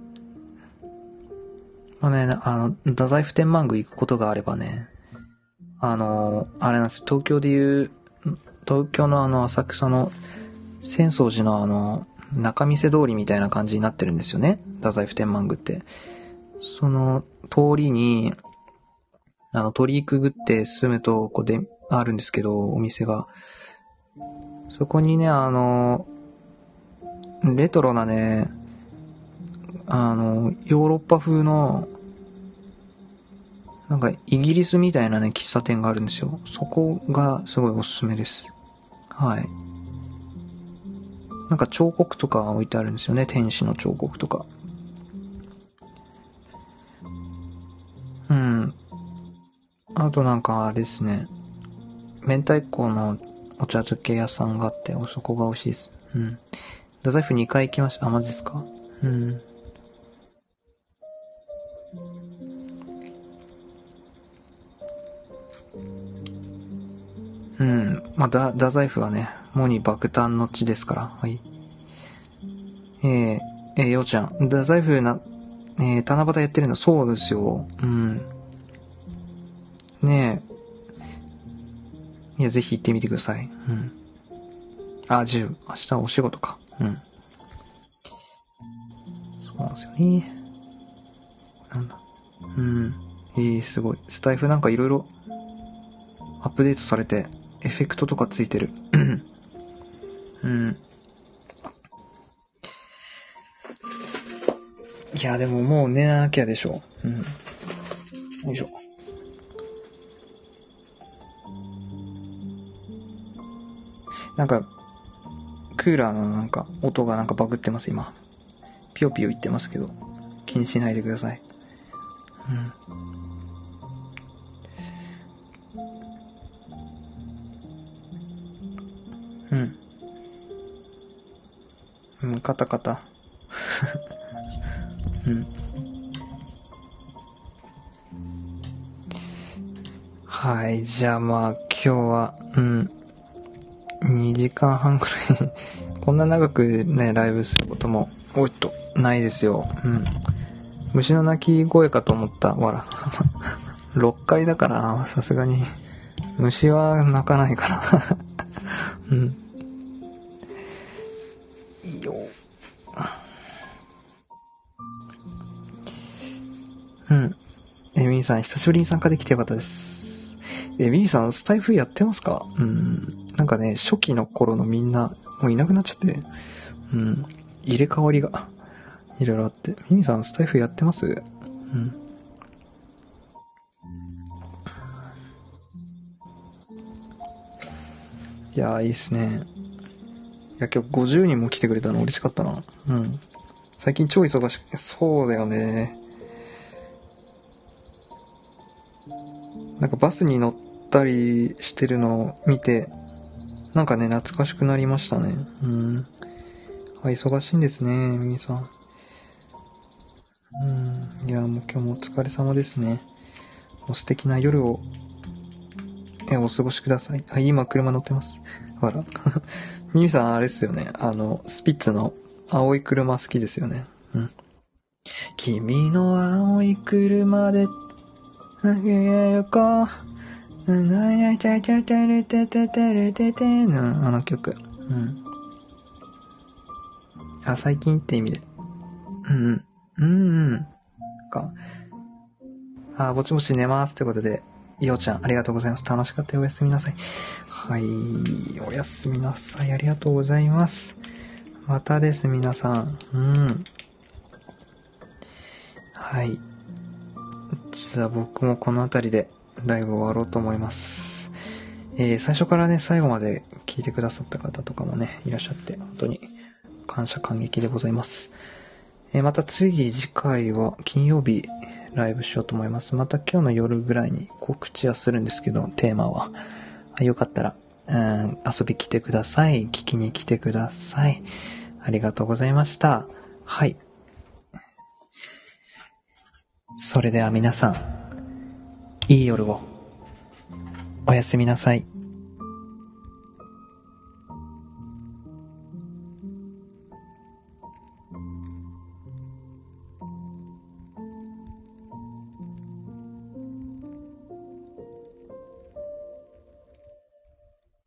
まあね、あの、太宰府天満宮行くことがあればね、あの、あれなんです、東京でいう、東京のあの、浅草の、浅草寺のあの、仲見世通りみたいな感じになってるんですよね。太宰府天満宮って。その、通りに、あの、鳥居くぐって進むと、こうで、あるんですけど、お店が。そこにね、あの、レトロなね、あの、ヨーロッパ風の、なんかイギリスみたいなね、喫茶店があるんですよ。そこがすごいおすすめです。はい。なんか彫刻とか置いてあるんですよね。天使の彫刻とか。うん。あとなんかあれですね。明太子のお茶漬け屋さんがあって、そこが美味しいです。うん。太宰府にかい行きました。あ、マジですか？うん。うん。まあ、だ、太宰府はね、モニ爆誕の地ですから。はい。えー、えー、ようちゃん。太宰府な、えー、七夕やってるのそうですよ。うん。ねえ。いや、ぜひ行ってみてください。うん。あ、じゅう。明日はお仕事か。うん。そうなんですよね。なんだ。うん。えー、すごい。スタイフなんかいろいろアップデートされて、エフェクトとかついてる。うん。いや、でももう寝なきゃでしょ。うん。よいしょ。 なんか、クーラーのなんか音がなんかバグってます、今。ピヨピヨ言ってますけど、気にしないでください。うん。うん。うん、カタカタ。うん。はい、じゃあまあ今日は、うん、にじかんはんくらい、こんな長くね、ライブすることも、おっと、ないですよ。うん。虫の鳴き声かと思った。わら。ろっかいだから、さすがに。虫は鳴かないから。うん。いいよ。うん。え、ミーさん、久しぶりに参加できてよかったです。え、ミーさん、スタイフやってますか？うん。なんかね、初期の頃のみんな、もういなくなっちゃって、うん。入れ替わりが、いろいろあって。ミミさん、スタイフやってます？うん。いやー、いいっすね。いや、今日ごじゅうにんも来てくれたの嬉しかったな。うん。最近超忙しく、そうだよね。なんかバスに乗ったりしてるのを見て、なんかね、懐かしくなりましたね。うん。あ、忙しいんですね、ミミさん。うん。いや、もう今日もお疲れ様ですね。お素敵な夜を、え、お過ごしください。あ、今車乗ってます。あら。ミミさん、あれっすよね。あの、スピッツの青い車好きですよね。うん。君の青い車で、行こう。なちゃちゃちゃれてててれててな、あの曲。うん。あ、最近って意味で。うんうん。うんうん。か。あ、ぼちぼち寝ます。ということで、ようちゃん、ありがとうございます。楽しかったよ。おやすみなさい。はい。おやすみなさい。ありがとうございます。またです、皆さん。うん。はい。じゃあ僕もこの辺りでライブ終わろうと思います。えー、最初からね、最後まで聞いてくださった方とかもね、いらっしゃって、本当に感謝感激でございます。えー、また次、次回は金曜日ライブしようと思います。また今日の夜ぐらいに告知はするんですけど、テーマは。よかったら、うん、遊び来てください。聞きに来てください。ありがとうございました。はい。それでは皆さん、いい夜を。おやすみなさい。